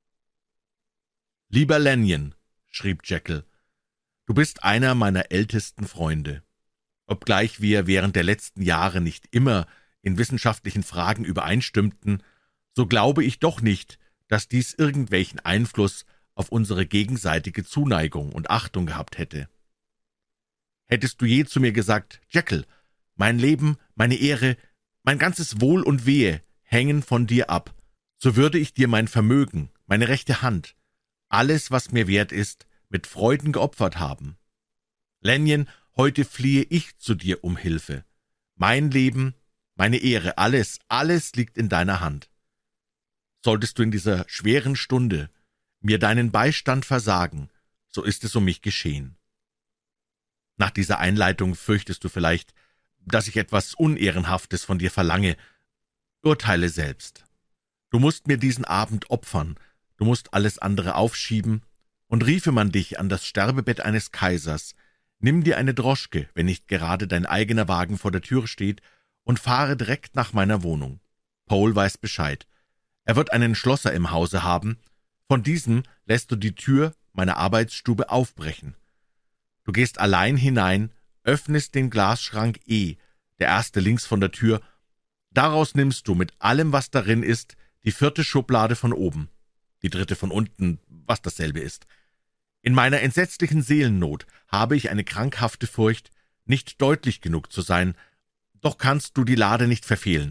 Speaker 1: »Lieber Lanyon«, schrieb Jekyll, »du bist einer meiner ältesten Freunde. Obgleich wir während der letzten Jahre nicht immer in wissenschaftlichen Fragen übereinstimmten, so glaube ich doch nicht, dass dies irgendwelchen Einfluss auf unsere gegenseitige Zuneigung und Achtung gehabt hätte. Hättest du je zu mir gesagt, Jekyll, mein Leben, meine Ehre, mein ganzes Wohl und Wehe hängen von dir ab, so würde ich dir mein Vermögen, meine rechte Hand, alles, was mir wert ist, mit Freuden geopfert haben. Lanyon, heute fliehe ich zu dir um Hilfe. Mein Leben, meine Ehre, alles liegt in deiner Hand. Solltest du in dieser schweren Stunde mir deinen Beistand versagen, so ist es um mich geschehen. Nach dieser Einleitung fürchtest du vielleicht, dass ich etwas Unehrenhaftes von dir verlange. Urteile selbst. Du musst mir diesen Abend opfern, du musst alles andere aufschieben, und riefe man dich an das Sterbebett eines Kaisers, nimm dir eine Droschke, wenn nicht gerade dein eigener Wagen vor der Tür steht, und fahre direkt nach meiner Wohnung. Pole weiß Bescheid. Er wird einen Schlosser im Hause haben. Von diesem lässt du die Tür meiner Arbeitsstube aufbrechen. Du gehst allein hinein, öffnest den Glasschrank E, der erste links von der Tür. Daraus nimmst du mit allem, was darin ist, die 4. Schublade von oben, die 3. von unten, was dasselbe ist. In meiner entsetzlichen Seelennot habe ich eine krankhafte Furcht, nicht deutlich genug zu sein, doch kannst du die Lade nicht verfehlen.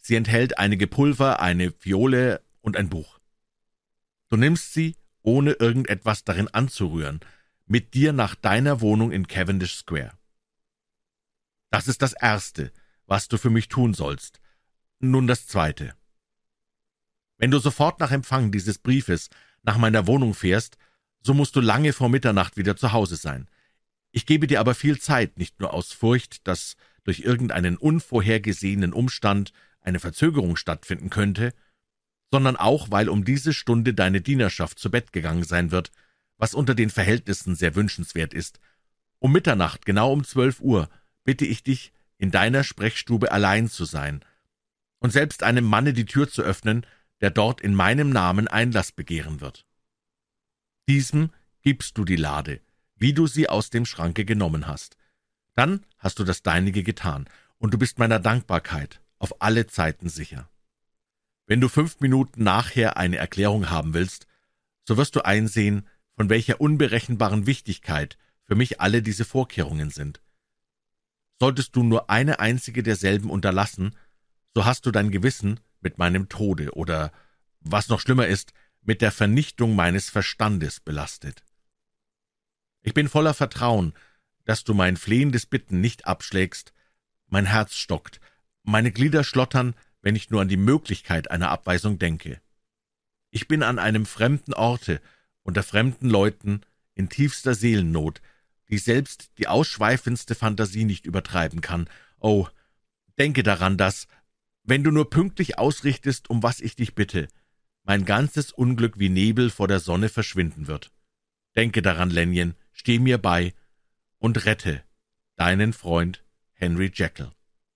Speaker 1: Sie enthält einige Pulver, eine Phiole und ein Buch. Du nimmst sie, ohne irgendetwas darin anzurühren, mit dir nach deiner Wohnung in Cavendish Square. Das ist das Erste, was du für mich tun sollst. Nun das Zweite. Wenn du sofort nach Empfang dieses Briefes nach meiner Wohnung fährst, so musst du lange vor Mitternacht wieder zu Hause sein. Ich gebe dir aber viel Zeit, nicht nur aus Furcht, dass durch irgendeinen unvorhergesehenen Umstand eine Verzögerung stattfinden könnte, sondern auch, weil um diese Stunde deine Dienerschaft zu Bett gegangen sein wird, was unter den Verhältnissen sehr wünschenswert ist. Um Mitternacht, genau um 12 Uhr, bitte ich dich, in deiner Sprechstube allein zu sein und selbst einem Manne die Tür zu öffnen, der dort in meinem Namen Einlass begehren wird. Diesem gibst du die Lade, wie du sie aus dem Schranke genommen hast. Dann hast du das Deinige getan, und du bist meiner Dankbarkeit auf alle Zeiten sicher. Wenn du 5 Minuten nachher eine Erklärung haben willst, so wirst du einsehen, von welcher unberechenbaren Wichtigkeit für mich alle diese Vorkehrungen sind. Solltest du nur eine einzige derselben unterlassen, so hast du dein Gewissen mit meinem Tode oder, was noch schlimmer ist, mit der Vernichtung meines Verstandes belastet. Ich bin voller Vertrauen, dass du mein flehendes Bitten nicht abschlägst. Mein Herz stockt, meine Glieder schlottern, wenn ich nur an die Möglichkeit einer Abweisung denke. Ich bin an einem fremden Orte, unter fremden Leuten, in tiefster Seelennot, die selbst die ausschweifendste Fantasie nicht übertreiben kann. Oh, denke daran, dass, wenn du nur pünktlich ausrichtest, um was ich dich bitte, mein ganzes Unglück wie Nebel vor der Sonne verschwinden wird. Denke daran, Lanyon, steh mir bei und rette deinen Freund Henry Jekyll.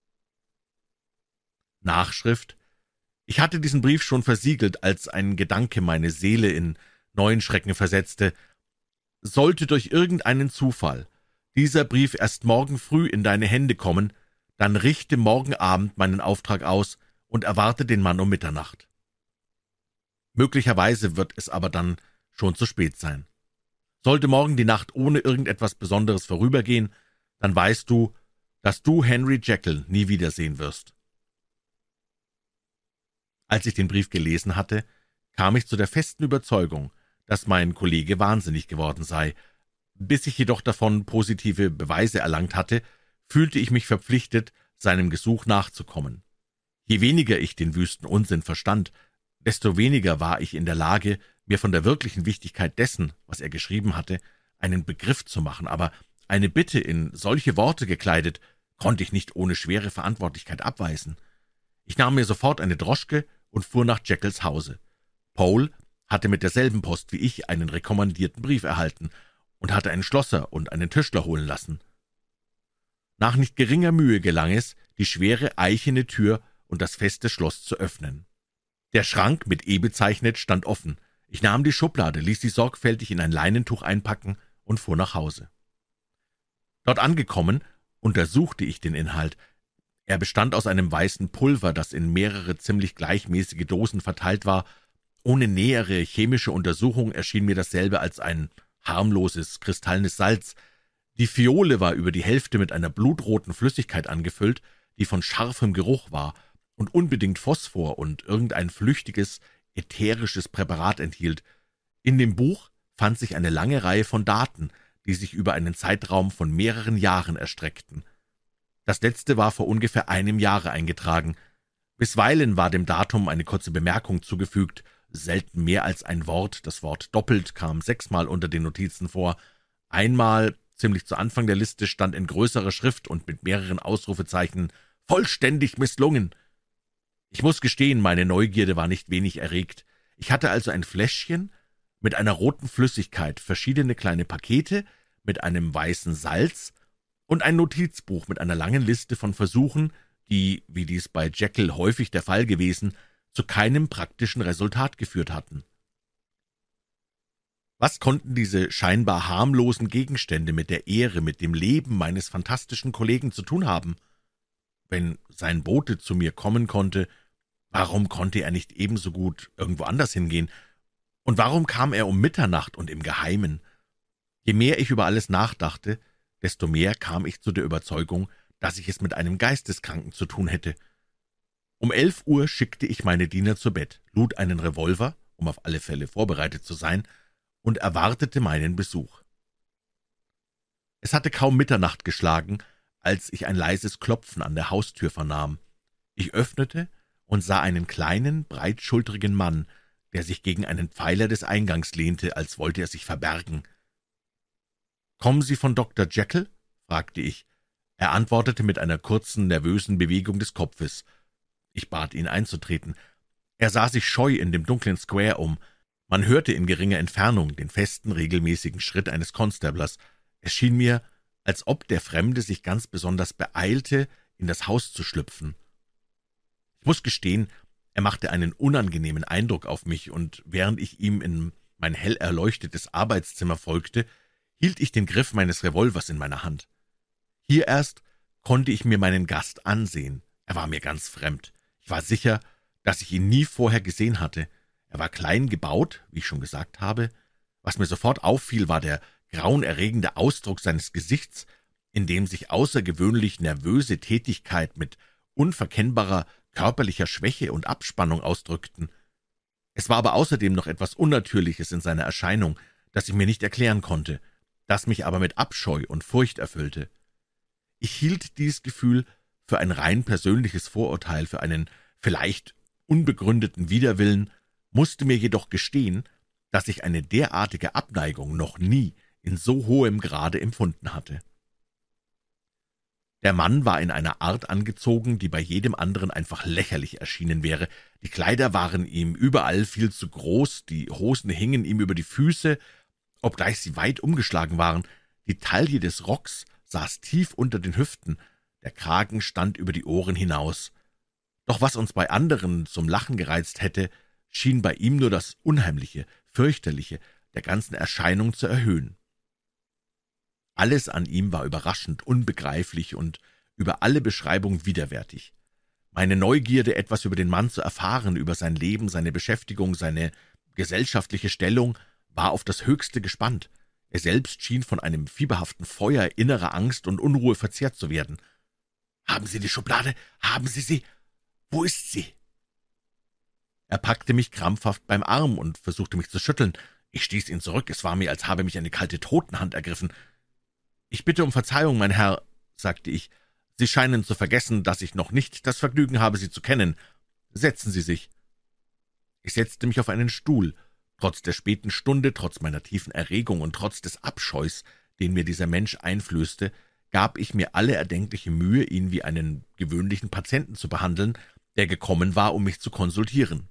Speaker 1: Nachschrift: Ich hatte diesen Brief schon versiegelt, als ein Gedanke meine Seele in neuen Schrecken versetzte. Sollte durch irgendeinen Zufall dieser Brief erst morgen früh in deine Hände kommen, dann richte morgen Abend meinen Auftrag aus und erwarte den Mann um Mitternacht. Möglicherweise wird es aber dann schon zu spät sein. Sollte morgen die Nacht ohne irgendetwas Besonderes vorübergehen, dann weißt du, dass du Henry Jekyll nie wiedersehen wirst. Als ich den Brief gelesen hatte, kam ich zu der festen Überzeugung, dass mein Kollege wahnsinnig geworden sei. Bis ich jedoch davon positive Beweise erlangt hatte, fühlte ich mich verpflichtet, seinem Gesuch nachzukommen. Je weniger ich den wüsten Unsinn verstand, desto weniger war ich in der Lage, mir von der wirklichen Wichtigkeit dessen, was er geschrieben hatte, einen Begriff zu machen, aber eine Bitte in solche Worte gekleidet, konnte ich nicht ohne schwere Verantwortlichkeit abweisen. Ich nahm mir sofort eine Droschke und fuhr nach Jekylls Hause. Pohl hatte mit derselben Post wie ich einen rekommandierten Brief erhalten und hatte einen Schlosser und einen Tischler holen lassen. Nach nicht geringer Mühe gelang es, die schwere eichene Tür und das feste Schloss zu öffnen. Der Schrank, mit E bezeichnet, stand offen. Ich nahm die Schublade, ließ sie sorgfältig in ein Leinentuch einpacken und fuhr nach Hause. Dort angekommen, untersuchte ich den Inhalt. Er bestand aus einem weißen Pulver, das in mehrere ziemlich gleichmäßige Dosen verteilt war. Ohne nähere chemische Untersuchung erschien mir dasselbe als ein harmloses, kristallnes Salz. Die Phiole war über die Hälfte mit einer blutroten Flüssigkeit angefüllt, die von scharfem Geruch war und unbedingt Phosphor und irgendein flüchtiges, ätherisches Präparat enthielt. In dem Buch fand sich eine lange Reihe von Daten, die sich über einen Zeitraum von mehreren Jahren erstreckten. Das letzte war vor ungefähr einem Jahre eingetragen. Bisweilen war dem Datum eine kurze Bemerkung zugefügt, selten mehr als ein Wort. Das Wort doppelt kam 6-mal unter den Notizen vor. Einmal, ziemlich zu Anfang der Liste, stand in größerer Schrift und mit mehreren Ausrufezeichen »Vollständig misslungen«. Ich muss gestehen, meine Neugierde war nicht wenig erregt. Ich hatte also ein Fläschchen mit einer roten Flüssigkeit, verschiedene kleine Pakete mit einem weißen Salz und ein Notizbuch mit einer langen Liste von Versuchen, die, wie dies bei Jekyll häufig der Fall gewesen, zu keinem praktischen Resultat geführt hatten. Was konnten diese scheinbar harmlosen Gegenstände mit der Ehre, mit dem Leben meines fantastischen Kollegen zu tun haben? Wenn sein Bote zu mir kommen konnte, warum konnte er nicht ebenso gut irgendwo anders hingehen? Und warum kam er um Mitternacht und im Geheimen? Je mehr ich über alles nachdachte, desto mehr kam ich zu der Überzeugung, dass ich es mit einem Geisteskranken zu tun hätte. Um 11 Uhr schickte ich meine Diener zu Bett, lud einen Revolver, um auf alle Fälle vorbereitet zu sein, und erwartete meinen Besuch. Es hatte kaum Mitternacht geschlagen, als ich ein leises Klopfen an der Haustür vernahm. Ich öffnete und sah einen kleinen, breitschultrigen Mann, der sich gegen einen Pfeiler des Eingangs lehnte, als wollte er sich verbergen. »Kommen Sie von Dr. Jekyll?« fragte ich. Er antwortete mit einer kurzen, nervösen Bewegung des Kopfes. Ich bat ihn einzutreten. Er sah sich scheu in dem dunklen Square um. Man hörte in geringer Entfernung den festen, regelmäßigen Schritt eines Constablers. Es schien mir, als ob der Fremde sich ganz besonders beeilte, in das Haus zu schlüpfen. Ich muß gestehen, er machte einen unangenehmen Eindruck auf mich, und während ich ihm in mein hell erleuchtetes Arbeitszimmer folgte, hielt ich den Griff meines Revolvers in meiner Hand. Hier erst konnte ich mir meinen Gast ansehen. Er war mir ganz fremd. Ich war sicher, dass ich ihn nie vorher gesehen hatte. Er war klein gebaut, wie ich schon gesagt habe. Was mir sofort auffiel, war der grauenerregende Ausdruck seines Gesichts, in dem sich außergewöhnlich nervöse Tätigkeit mit unverkennbarer körperlicher Schwäche und Abspannung ausdrückten. Es war aber außerdem noch etwas Unnatürliches in seiner Erscheinung, das ich mir nicht erklären konnte, das mich aber mit Abscheu und Furcht erfüllte. Ich hielt dieses Gefühl für ein rein persönliches Vorurteil, für einen vielleicht unbegründeten Widerwillen, musste mir jedoch gestehen, dass ich eine derartige Abneigung noch nie in so hohem Grade empfunden hatte. Der Mann war in einer Art angezogen, die bei jedem anderen einfach lächerlich erschienen wäre. Die Kleider waren ihm überall viel zu groß, die Hosen hingen ihm über die Füße, obgleich sie weit umgeschlagen waren. Die Taille des Rocks saß tief unter den Hüften, der Kragen stand über die Ohren hinaus. Doch was uns bei anderen zum Lachen gereizt hätte, schien bei ihm nur das Unheimliche, Fürchterliche der ganzen Erscheinung zu erhöhen. Alles an ihm war überraschend, unbegreiflich und über alle Beschreibung widerwärtig. Meine Neugierde, etwas über den Mann zu erfahren, über sein Leben, seine Beschäftigung, seine gesellschaftliche Stellung, war auf das Höchste gespannt. Er selbst schien von einem fieberhaften Feuer innerer Angst und Unruhe verzehrt zu werden. »Haben Sie die Schublade? Haben Sie sie? Wo ist sie?« Er packte mich krampfhaft beim Arm und versuchte mich zu schütteln. Ich stieß ihn zurück, es war mir, als habe mich eine kalte Totenhand ergriffen. »Ich bitte um Verzeihung, mein Herr«, sagte ich, »Sie scheinen zu vergessen, dass ich noch nicht das Vergnügen habe, Sie zu kennen. Setzen Sie sich.« Ich setzte mich auf einen Stuhl. Trotz der späten Stunde, trotz meiner tiefen Erregung und trotz des Abscheus, den mir dieser Mensch einflößte, gab ich mir alle erdenkliche Mühe, ihn wie einen gewöhnlichen Patienten zu behandeln, der gekommen war, um mich zu konsultieren.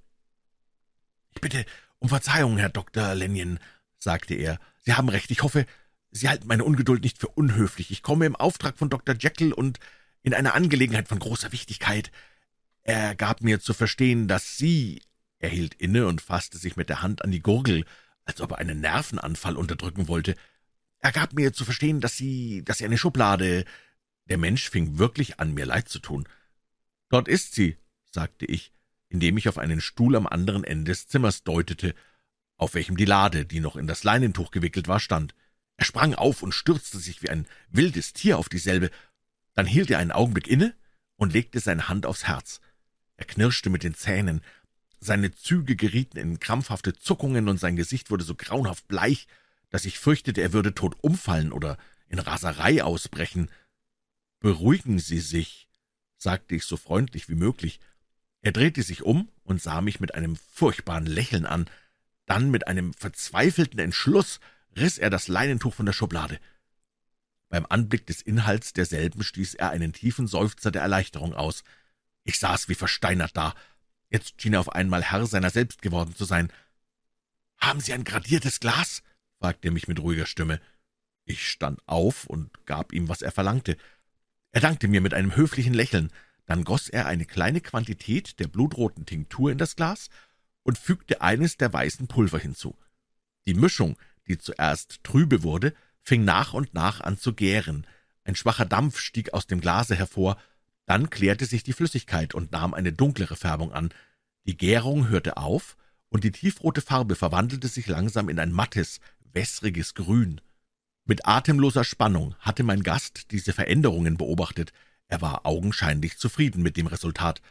Speaker 1: »Ich bitte um Verzeihung, Herr Dr. Lanyon«, sagte er. »Sie haben recht, ich hoffe, Sie halten meine Ungeduld nicht für unhöflich. Ich komme im Auftrag von Dr. Jekyll und in einer Angelegenheit von großer Wichtigkeit. Er gab mir zu verstehen, dass Sie...« Er hielt inne und fasste sich mit der Hand an die Gurgel, als ob er einen Nervenanfall unterdrücken wollte. »Er gab mir zu verstehen, dass Sie eine Schublade...« Der Mensch fing wirklich an, mir leid zu tun. »Dort ist sie«, sagte ich, indem ich auf einen Stuhl am anderen Ende des Zimmers deutete, auf welchem die Lade, die noch in das Leinentuch gewickelt war, stand. Er sprang auf und stürzte sich wie ein wildes Tier auf dieselbe. Dann hielt er einen Augenblick inne und legte seine Hand aufs Herz. Er knirschte mit den Zähnen. Seine Züge gerieten in krampfhafte Zuckungen und sein Gesicht wurde so grauenhaft bleich, dass ich fürchtete, er würde tot umfallen oder in Raserei ausbrechen. »Beruhigen Sie sich«, sagte ich so freundlich wie möglich. Er drehte sich um und sah mich mit einem furchtbaren Lächeln an. Dann mit einem verzweifelten Entschluss riss er das Leinentuch von der Schublade. Beim Anblick des Inhalts derselben stieß er einen tiefen Seufzer der Erleichterung aus. Ich saß wie versteinert da. Jetzt schien er auf einmal Herr seiner selbst geworden zu sein. »Haben Sie ein gradiertes Glas?« fragte er mich mit ruhiger Stimme. Ich stand auf und gab ihm, was er verlangte. Er dankte mir mit einem höflichen Lächeln. Dann goss er eine kleine Quantität der blutroten Tinktur in das Glas und fügte eines der weißen Pulver hinzu. Die Mischung, die zuerst trübe wurde, fing nach und nach an zu gären. Ein schwacher Dampf stieg aus dem Glase hervor, dann klärte sich die Flüssigkeit und nahm eine dunklere Färbung an. Die Gärung hörte auf, und die tiefrote Farbe verwandelte sich langsam in ein mattes, wässriges Grün. Mit atemloser Spannung hatte mein Gast diese Veränderungen beobachtet. Er war augenscheinlich zufrieden mit dem Resultat.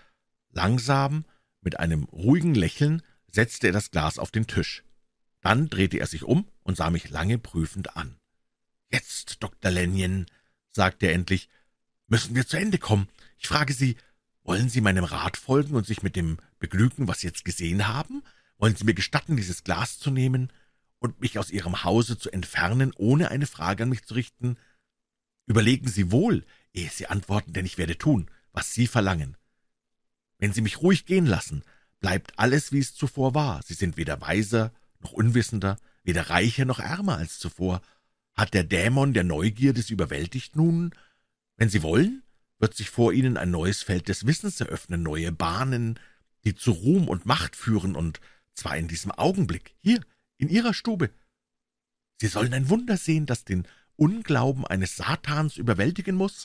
Speaker 1: Langsam, mit einem ruhigen Lächeln, setzte er das Glas auf den Tisch. Dann drehte er sich um und sah mich lange prüfend an. »Jetzt, Dr. Lanyon«, sagte er endlich, »müssen wir zu Ende kommen. Ich frage Sie, wollen Sie meinem Rat folgen und sich mit dem begnügen, was Sie jetzt gesehen haben? Wollen Sie mir gestatten, dieses Glas zu nehmen und mich aus Ihrem Hause zu entfernen, ohne eine Frage an mich zu richten? Überlegen Sie wohl, ehe Sie antworten, denn ich werde tun, was Sie verlangen. Wenn Sie mich ruhig gehen lassen, bleibt alles, wie es zuvor war. Sie sind weder weiser noch unwissender, weder reicher noch ärmer als zuvor. Hat der Dämon der Neugierde Sie überwältigt nun? Wenn Sie wollen, wird sich vor Ihnen ein neues Feld des Wissens eröffnen, neue Bahnen, die zu Ruhm und Macht führen, und zwar in diesem Augenblick, hier, in Ihrer Stube. Sie sollen ein Wunder sehen, das den Unglauben eines Satans überwältigen muß.«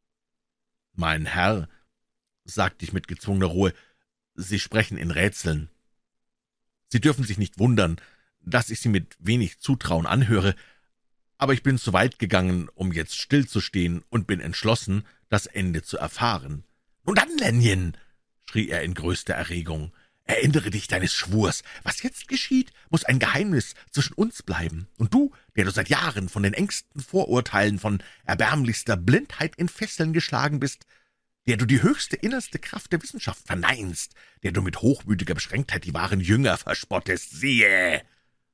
Speaker 1: »Mein Herr«, sagte ich mit gezwungener Ruhe, »Sie sprechen in Rätseln. Sie dürfen sich nicht wundern, dass ich Sie mit wenig Zutrauen anhöre, aber ich bin zu weit gegangen, um jetzt stillzustehen, und bin entschlossen, das Ende zu erfahren.« »Nun dann, Lanyon«, schrie er in größter Erregung, »erinnere dich deines Schwurs. Was jetzt geschieht, muß ein Geheimnis zwischen uns bleiben. Und du, der du seit Jahren von den engsten Vorurteilen, von erbärmlichster Blindheit in Fesseln geschlagen bist, der du die höchste innerste Kraft der Wissenschaft verneinst, der du mit hochmütiger Beschränktheit die wahren Jünger verspottest, siehe!«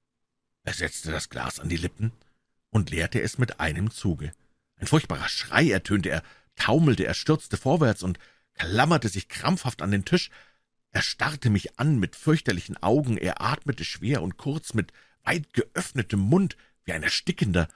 Speaker 1: Er setzte das Glas an die Lippen und leerte es mit einem Zuge. Ein furchtbarer Schrei ertönte, er taumelte, er stürzte vorwärts und klammerte sich krampfhaft an den Tisch. Er starrte mich an mit fürchterlichen Augen, er atmete schwer und kurz mit weit geöffnetem Mund wie ein Erstickender.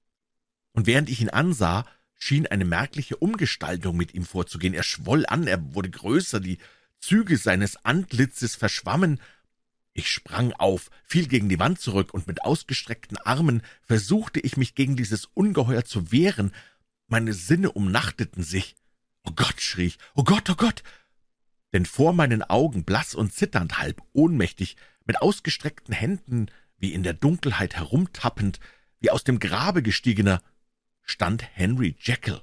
Speaker 1: Und während ich ihn ansah, schien eine merkliche Umgestaltung mit ihm vorzugehen. Er schwoll an, er wurde größer, die Züge seines Antlitzes verschwammen. Ich sprang auf, fiel gegen die Wand zurück, und mit ausgestreckten Armen versuchte ich, mich gegen dieses Ungeheuer zu wehren. Meine Sinne umnachteten sich. »Oh Gott«, schrie ich, »oh Gott, oh Gott!« Denn vor meinen Augen, blass und zitternd, halb ohnmächtig, mit ausgestreckten Händen, wie in der Dunkelheit herumtappend, wie aus dem Grabe gestiegener, stand Henry Jekyll.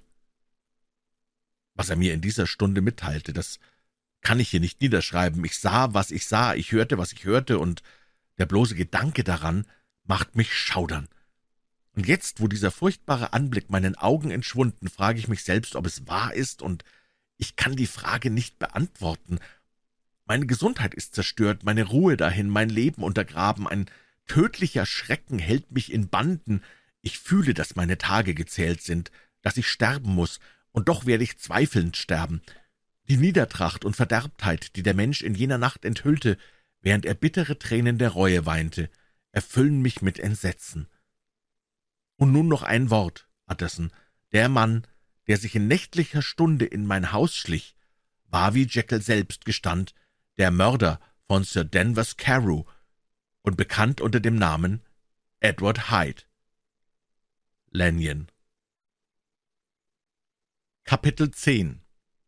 Speaker 1: Was er mir in dieser Stunde mitteilte, das kann ich hier nicht niederschreiben. Ich sah, was ich sah, ich hörte, was ich hörte, und der bloße Gedanke daran macht mich schaudern. Und jetzt, wo dieser furchtbare Anblick meinen Augen entschwunden, frage ich mich selbst, ob es wahr ist, und ich kann die Frage nicht beantworten. Meine Gesundheit ist zerstört, meine Ruhe dahin, mein Leben untergraben, ein tödlicher Schrecken hält mich in Banden. Ich fühle, dass meine Tage gezählt sind, dass ich sterben muß, und doch werde ich zweifelnd sterben. Die Niedertracht und Verderbtheit, die der Mensch in jener Nacht enthüllte, während er bittere Tränen der Reue weinte, erfüllen mich mit Entsetzen. Und nun noch ein Wort, Utterson. Der Mann, der sich in nächtlicher Stunde in mein Haus schlich, war, wie Jekyll selbst gestand, der Mörder von Sir Danvers Carew und bekannt unter dem Namen Edward Hyde. Lanyon. Kapitel 10.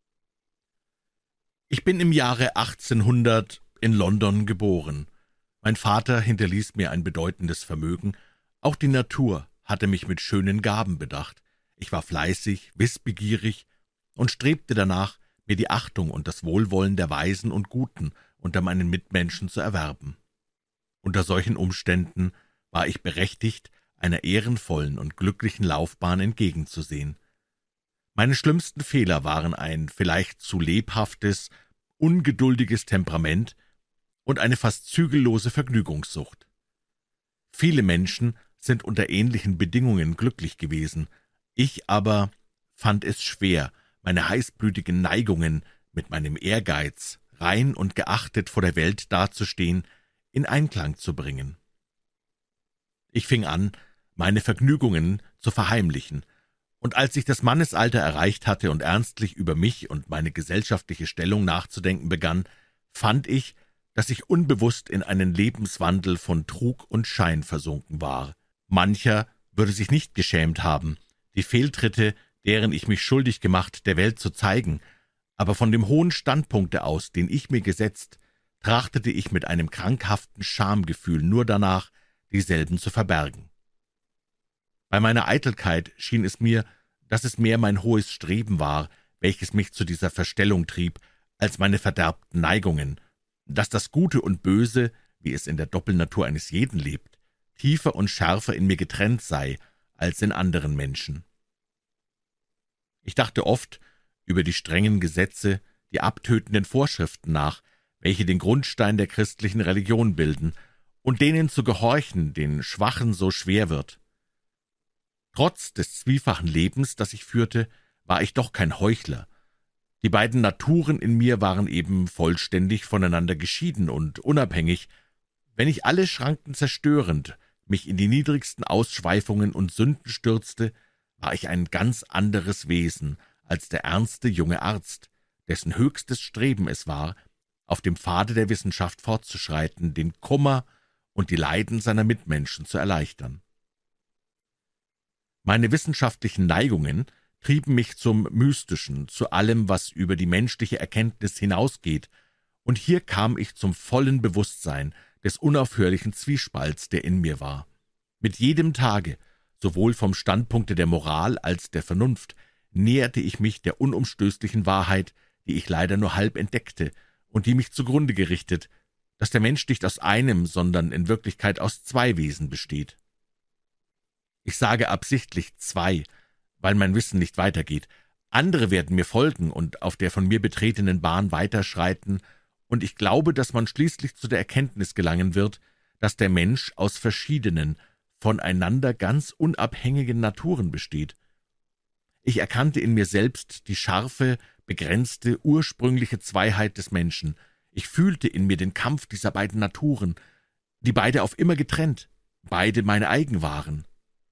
Speaker 1: Ich bin im Jahre 1800 in London geboren. Mein Vater hinterließ mir ein bedeutendes Vermögen. Auch die Natur hatte mich mit schönen Gaben bedacht. Ich war fleißig, wissbegierig und strebte danach, mir die Achtung und das Wohlwollen der Weisen und Guten unter meinen Mitmenschen zu erwerben. Unter solchen Umständen war ich berechtigt, einer ehrenvollen und glücklichen Laufbahn entgegenzusehen. Meine schlimmsten Fehler waren ein vielleicht zu lebhaftes, ungeduldiges Temperament und eine fast zügellose Vergnügungssucht. Viele Menschen sind unter ähnlichen Bedingungen glücklich gewesen. Ich aber fand es schwer, meine heißblütigen Neigungen mit meinem Ehrgeiz, rein und geachtet vor der Welt dazustehen, in Einklang zu bringen. Ich fing an, meine Vergnügungen zu verheimlichen, und als ich das Mannesalter erreicht hatte und ernstlich über mich und meine gesellschaftliche Stellung nachzudenken begann, fand ich, dass ich unbewusst in einen Lebenswandel von Trug und Schein versunken war. Mancher würde sich nicht geschämt haben, die Fehltritte, deren ich mich schuldig gemacht, der Welt zu zeigen, aber von dem hohen Standpunkte aus, den ich mir gesetzt, trachtete ich mit einem krankhaften Schamgefühl nur danach, dieselben zu verbergen. Bei meiner Eitelkeit schien es mir, dass es mehr mein hohes Streben war, welches mich zu dieser Verstellung trieb, als meine verderbten Neigungen, dass das Gute und Böse, wie es in der Doppelnatur eines jeden lebt, tiefer und schärfer in mir getrennt sei als in anderen Menschen. Ich dachte oft über die strengen Gesetze, die abtötenden Vorschriften nach, welche den Grundstein der christlichen Religion bilden und denen zu gehorchen den Schwachen so schwer wird. Trotz des zwiefachen Lebens, das ich führte, war ich doch kein Heuchler. Die beiden Naturen in mir waren eben vollständig voneinander geschieden und unabhängig. Wenn ich alle Schranken zerstörend mich in die niedrigsten Ausschweifungen und Sünden stürzte, war ich ein ganz anderes Wesen als der ernste junge Arzt, dessen höchstes Streben es war, auf dem Pfade der Wissenschaft fortzuschreiten, den Kummer und die Leiden seiner Mitmenschen zu erleichtern. Meine wissenschaftlichen Neigungen trieben mich zum Mystischen, zu allem, was über die menschliche Erkenntnis hinausgeht, und hier kam ich zum vollen Bewusstsein des unaufhörlichen Zwiespalts, der in mir war. Mit jedem Tage, sowohl vom Standpunkte der Moral als der Vernunft, näherte ich mich der unumstößlichen Wahrheit, die ich leider nur halb entdeckte und die mich zugrunde gerichtet, dass der Mensch nicht aus einem, sondern in Wirklichkeit aus zwei Wesen besteht. Ich sage absichtlich zwei, weil mein Wissen nicht weitergeht. Andere werden mir folgen und auf der von mir betretenen Bahn weiterschreiten, und ich glaube, dass man schließlich zu der Erkenntnis gelangen wird, dass der Mensch aus verschiedenen, voneinander ganz unabhängigen Naturen besteht. Ich erkannte in mir selbst die scharfe, begrenzte, ursprüngliche Zweiheit des Menschen. Ich fühlte in mir den Kampf dieser beiden Naturen, die beide auf immer getrennt, beide meine eigen waren.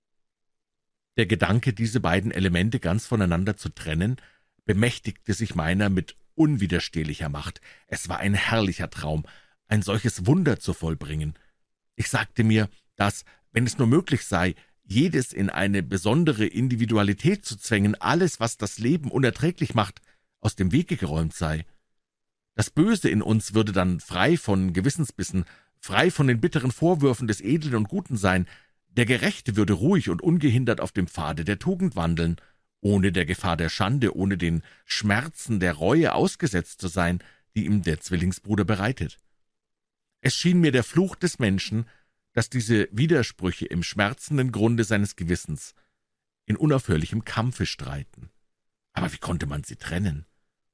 Speaker 1: Der Gedanke, diese beiden Elemente ganz voneinander zu trennen, bemächtigte sich meiner mit unwiderstehlicher Macht. Es war ein herrlicher Traum, ein solches Wunder zu vollbringen. Ich sagte mir, dass, wenn es nur möglich sei, jedes in eine besondere Individualität zu zwängen, alles, was das Leben unerträglich macht, aus dem Wege geräumt sei. Das Böse in uns würde dann frei von Gewissensbissen, frei von den bitteren Vorwürfen des Edlen und Guten sein. Der Gerechte würde ruhig und ungehindert auf dem Pfade der Tugend wandeln, ohne der Gefahr der Schande, ohne den Schmerzen der Reue ausgesetzt zu sein, die ihm der Zwillingsbruder bereitet. Es schien mir der Fluch des Menschen, dass diese Widersprüche im schmerzenden Grunde seines Gewissens in unaufhörlichem Kampfe streiten. Aber wie konnte man sie trennen?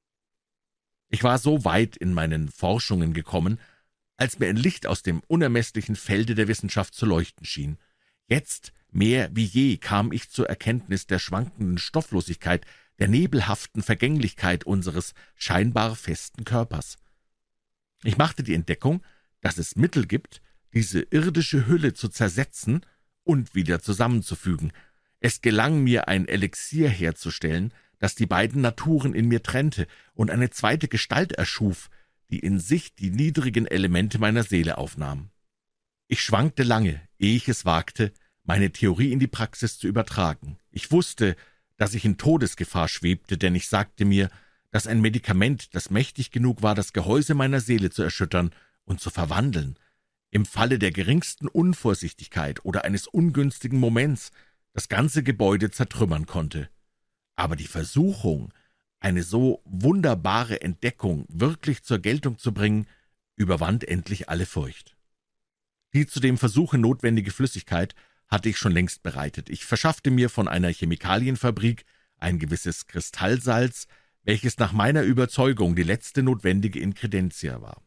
Speaker 1: Ich war so weit in meinen Forschungen gekommen, als mir ein Licht aus dem unermesslichen Felde der Wissenschaft zu leuchten schien. Jetzt mehr wie je kam ich zur Erkenntnis der schwankenden Stofflosigkeit, der nebelhaften Vergänglichkeit unseres scheinbar festen Körpers. Ich machte die Entdeckung, dass es Mittel gibt, diese irdische Hülle zu zersetzen und wieder zusammenzufügen. Es gelang mir, ein Elixier herzustellen, das die beiden Naturen in mir trennte und eine zweite Gestalt erschuf, die in sich die niedrigen Elemente meiner Seele aufnahm. Ich schwankte lange, ehe ich es wagte, meine Theorie in die Praxis zu übertragen. Ich wusste, dass ich in Todesgefahr schwebte, denn ich sagte mir, dass ein Medikament, das mächtig genug war, das Gehäuse meiner Seele zu erschüttern und zu verwandeln, im Falle der geringsten Unvorsichtigkeit oder eines ungünstigen Moments das ganze Gebäude zertrümmern konnte. Aber die Versuchung, eine so wunderbare Entdeckung wirklich zur Geltung zu bringen, überwand endlich alle Furcht. Die zu dem Versuche notwendige Flüssigkeit hatte ich schon längst bereitet. Ich verschaffte mir von einer Chemikalienfabrik ein gewisses Kristallsalz, welches nach meiner Überzeugung die letzte notwendige Ingredientia war.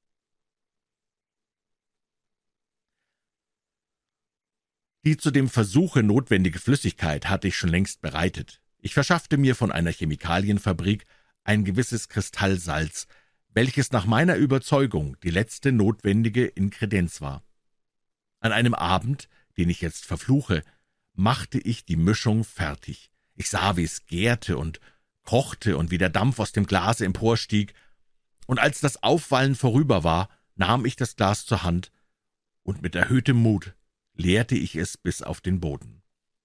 Speaker 1: Die zu dem Versuche notwendige Flüssigkeit hatte ich schon längst bereitet. Ich verschaffte mir von einer Chemikalienfabrik ein gewisses Kristallsalz, welches nach meiner Überzeugung die letzte notwendige Ingredienz war. An einem Abend, den ich jetzt verfluche, machte ich die Mischung fertig. Ich sah, wie es gärte und kochte und wie der Dampf aus dem Glase emporstieg, und als das Aufwallen vorüber war, nahm ich das Glas zur Hand, und mit erhöhtem Mut leerte ich es bis auf den Boden.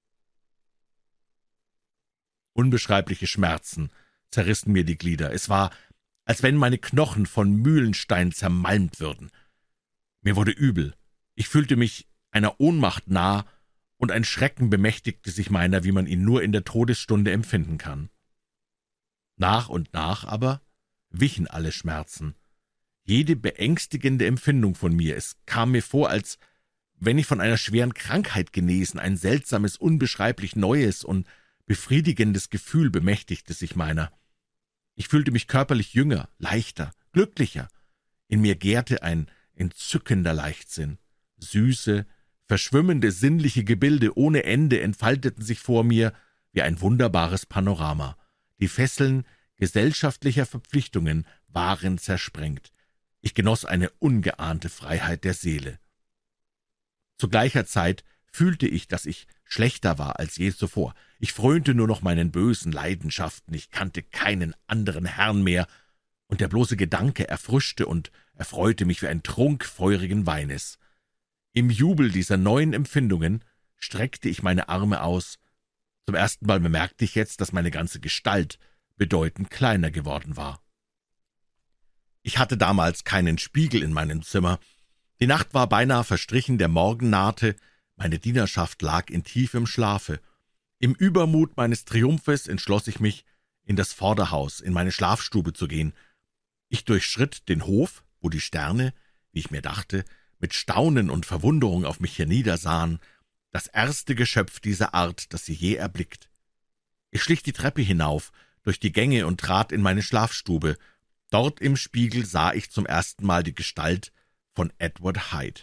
Speaker 1: Unbeschreibliche Schmerzen zerrissen mir die Glieder. Es war, als wenn meine Knochen von Mühlenstein zermalmt würden. Mir wurde übel. Ich fühlte mich einer Ohnmacht nah, und ein Schrecken bemächtigte sich meiner, wie man ihn nur in der Todesstunde empfinden kann. Nach und nach aber wichen alle Schmerzen. Jede beängstigende Empfindung von mir, es kam mir vor, als wenn ich von einer schweren Krankheit genesen, ein seltsames, unbeschreiblich neues und befriedigendes Gefühl bemächtigte sich meiner. Ich fühlte mich körperlich jünger, leichter, glücklicher. In mir gärte ein entzückender Leichtsinn. Süße, verschwimmende, sinnliche Gebilde ohne Ende entfalteten sich vor mir wie ein wunderbares Panorama. Die Fesseln gesellschaftlicher Verpflichtungen waren zersprengt. Ich genoss eine ungeahnte Freiheit der Seele. Zu gleicher Zeit fühlte ich, dass ich schlechter war als je zuvor. Ich frönte nur noch meinen bösen Leidenschaften, ich kannte keinen anderen Herrn mehr, und der bloße Gedanke erfrischte und erfreute mich wie ein Trunk feurigen Weines. Im Jubel dieser neuen Empfindungen streckte ich meine Arme aus. Zum ersten Mal bemerkte ich jetzt, dass meine ganze Gestalt bedeutend kleiner geworden war. Ich hatte damals keinen Spiegel in meinem Zimmer. Die Nacht war beinahe verstrichen, der Morgen nahte, meine Dienerschaft lag in tiefem Schlafe. Im Übermut meines Triumphes entschloss ich mich, in das Vorderhaus, in meine Schlafstube zu gehen. Ich durchschritt den Hof, wo die Sterne, wie ich mir dachte, mit Staunen und Verwunderung auf mich herniedersahen, das erste Geschöpf dieser Art, das sie je erblickt. Ich schlich die Treppe hinauf, durch die Gänge und trat in meine Schlafstube. Dort im Spiegel sah ich zum ersten Mal die Gestalt von Edward Hyde.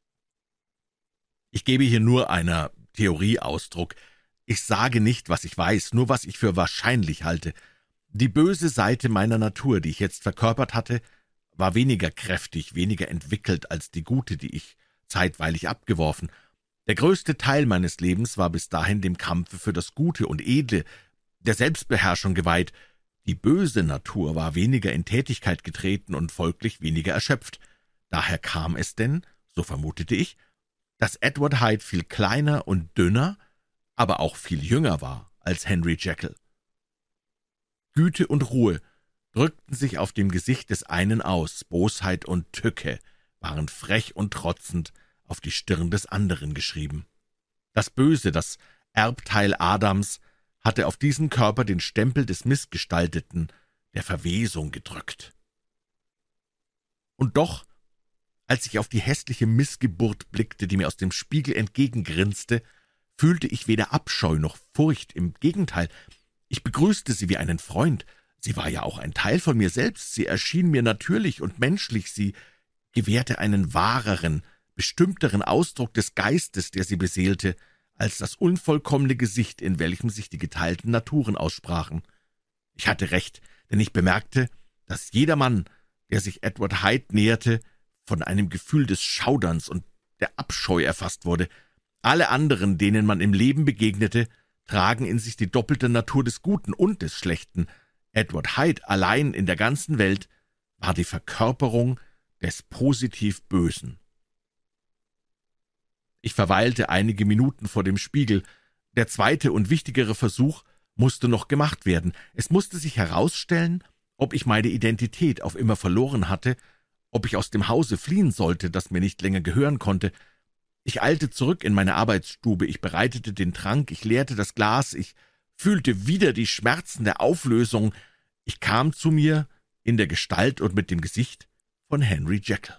Speaker 1: Ich gebe hier nur einer Theorie Ausdruck. Ich sage nicht, was ich weiß, nur was ich für wahrscheinlich halte. Die böse Seite meiner Natur, die ich jetzt verkörpert hatte, war weniger kräftig, weniger entwickelt als die gute, die ich zeitweilig abgeworfen. Der größte Teil meines Lebens war bis dahin dem Kampfe für das Gute und Edle, der Selbstbeherrschung geweiht. Die böse Natur war weniger in Tätigkeit getreten und folglich weniger erschöpft. Daher kam es denn, so vermutete ich, dass Edward Hyde viel kleiner und dünner, aber auch viel jünger war als Henry Jekyll. Güte und Ruhe drückten sich auf dem Gesicht des einen aus, Bosheit und Tücke waren frech und trotzend auf die Stirn des anderen geschrieben. Das Böse, das Erbteil Adams, hatte auf diesen Körper den Stempel des Missgestalteten, der Verwesung gedrückt. Und doch, als ich auf die hässliche Missgeburt blickte, die mir aus dem Spiegel entgegengrinste, fühlte ich weder Abscheu noch Furcht, im Gegenteil, ich begrüßte sie wie einen Freund. Sie war ja auch ein Teil von mir selbst, sie erschien mir natürlich und menschlich, sie gewährte einen wahreren, bestimmteren Ausdruck des Geistes, der sie beseelte, als das unvollkommene Gesicht, in welchem sich die geteilten Naturen aussprachen. Ich hatte recht, denn ich bemerkte, dass jeder Mann, der sich Edward Hyde näherte, von einem Gefühl des Schauderns und der Abscheu erfasst wurde. Alle anderen, denen man im Leben begegnete, tragen in sich die doppelte Natur des Guten und des Schlechten. Edward Hyde allein in der ganzen Welt war die Verkörperung des positiv Bösen. Ich verweilte einige Minuten vor dem Spiegel. Der zweite und wichtigere Versuch musste noch gemacht werden. Es musste sich herausstellen, ob ich meine Identität auf immer verloren hatte, ob ich aus dem Hause fliehen sollte, das mir nicht länger gehören konnte. Ich eilte zurück in meine Arbeitsstube, ich bereitete den Trank, ich leerte das Glas, ich fühlte wieder die Schmerzen der Auflösung. Ich kam zu mir in der Gestalt und mit dem Gesicht von Henry Jekyll.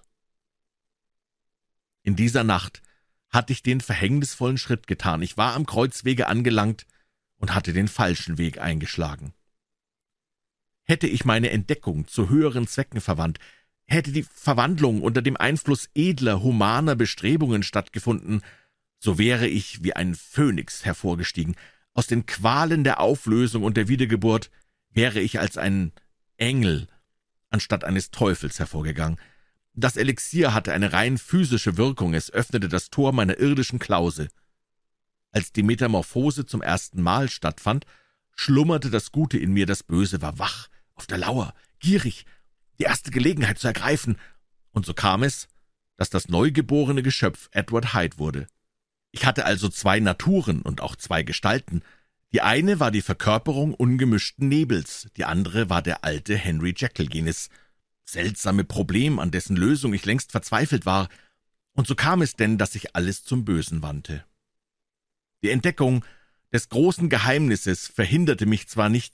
Speaker 1: In dieser Nacht hatte ich den verhängnisvollen Schritt getan. Ich war am Kreuzwege angelangt und hatte den falschen Weg eingeschlagen. Hätte ich meine Entdeckung zu höheren Zwecken verwandt, hätte die Verwandlung unter dem Einfluss edler, humaner Bestrebungen stattgefunden, so wäre ich wie ein Phönix hervorgestiegen. Aus den Qualen der Auflösung und der Wiedergeburt wäre ich als ein Engel anstatt eines Teufels hervorgegangen. Das Elixier hatte eine rein physische Wirkung, es öffnete das Tor meiner irdischen Klause. Als die Metamorphose zum ersten Mal stattfand, schlummerte das Gute in mir, das Böse war wach, auf der Lauer, gierig, die erste Gelegenheit zu ergreifen, und so kam es, dass das neugeborene Geschöpf Edward Hyde wurde. Ich hatte also zwei Naturen und auch zwei Gestalten. Die eine war die Verkörperung ungemischten Nebels, die andere war der alte Henry Jekyll, jenes seltsame Problem, an dessen Lösung ich längst verzweifelt war, und so kam es denn, dass sich alles zum Bösen wandte. Die Entdeckung des großen Geheimnisses verhinderte mich zwar nicht,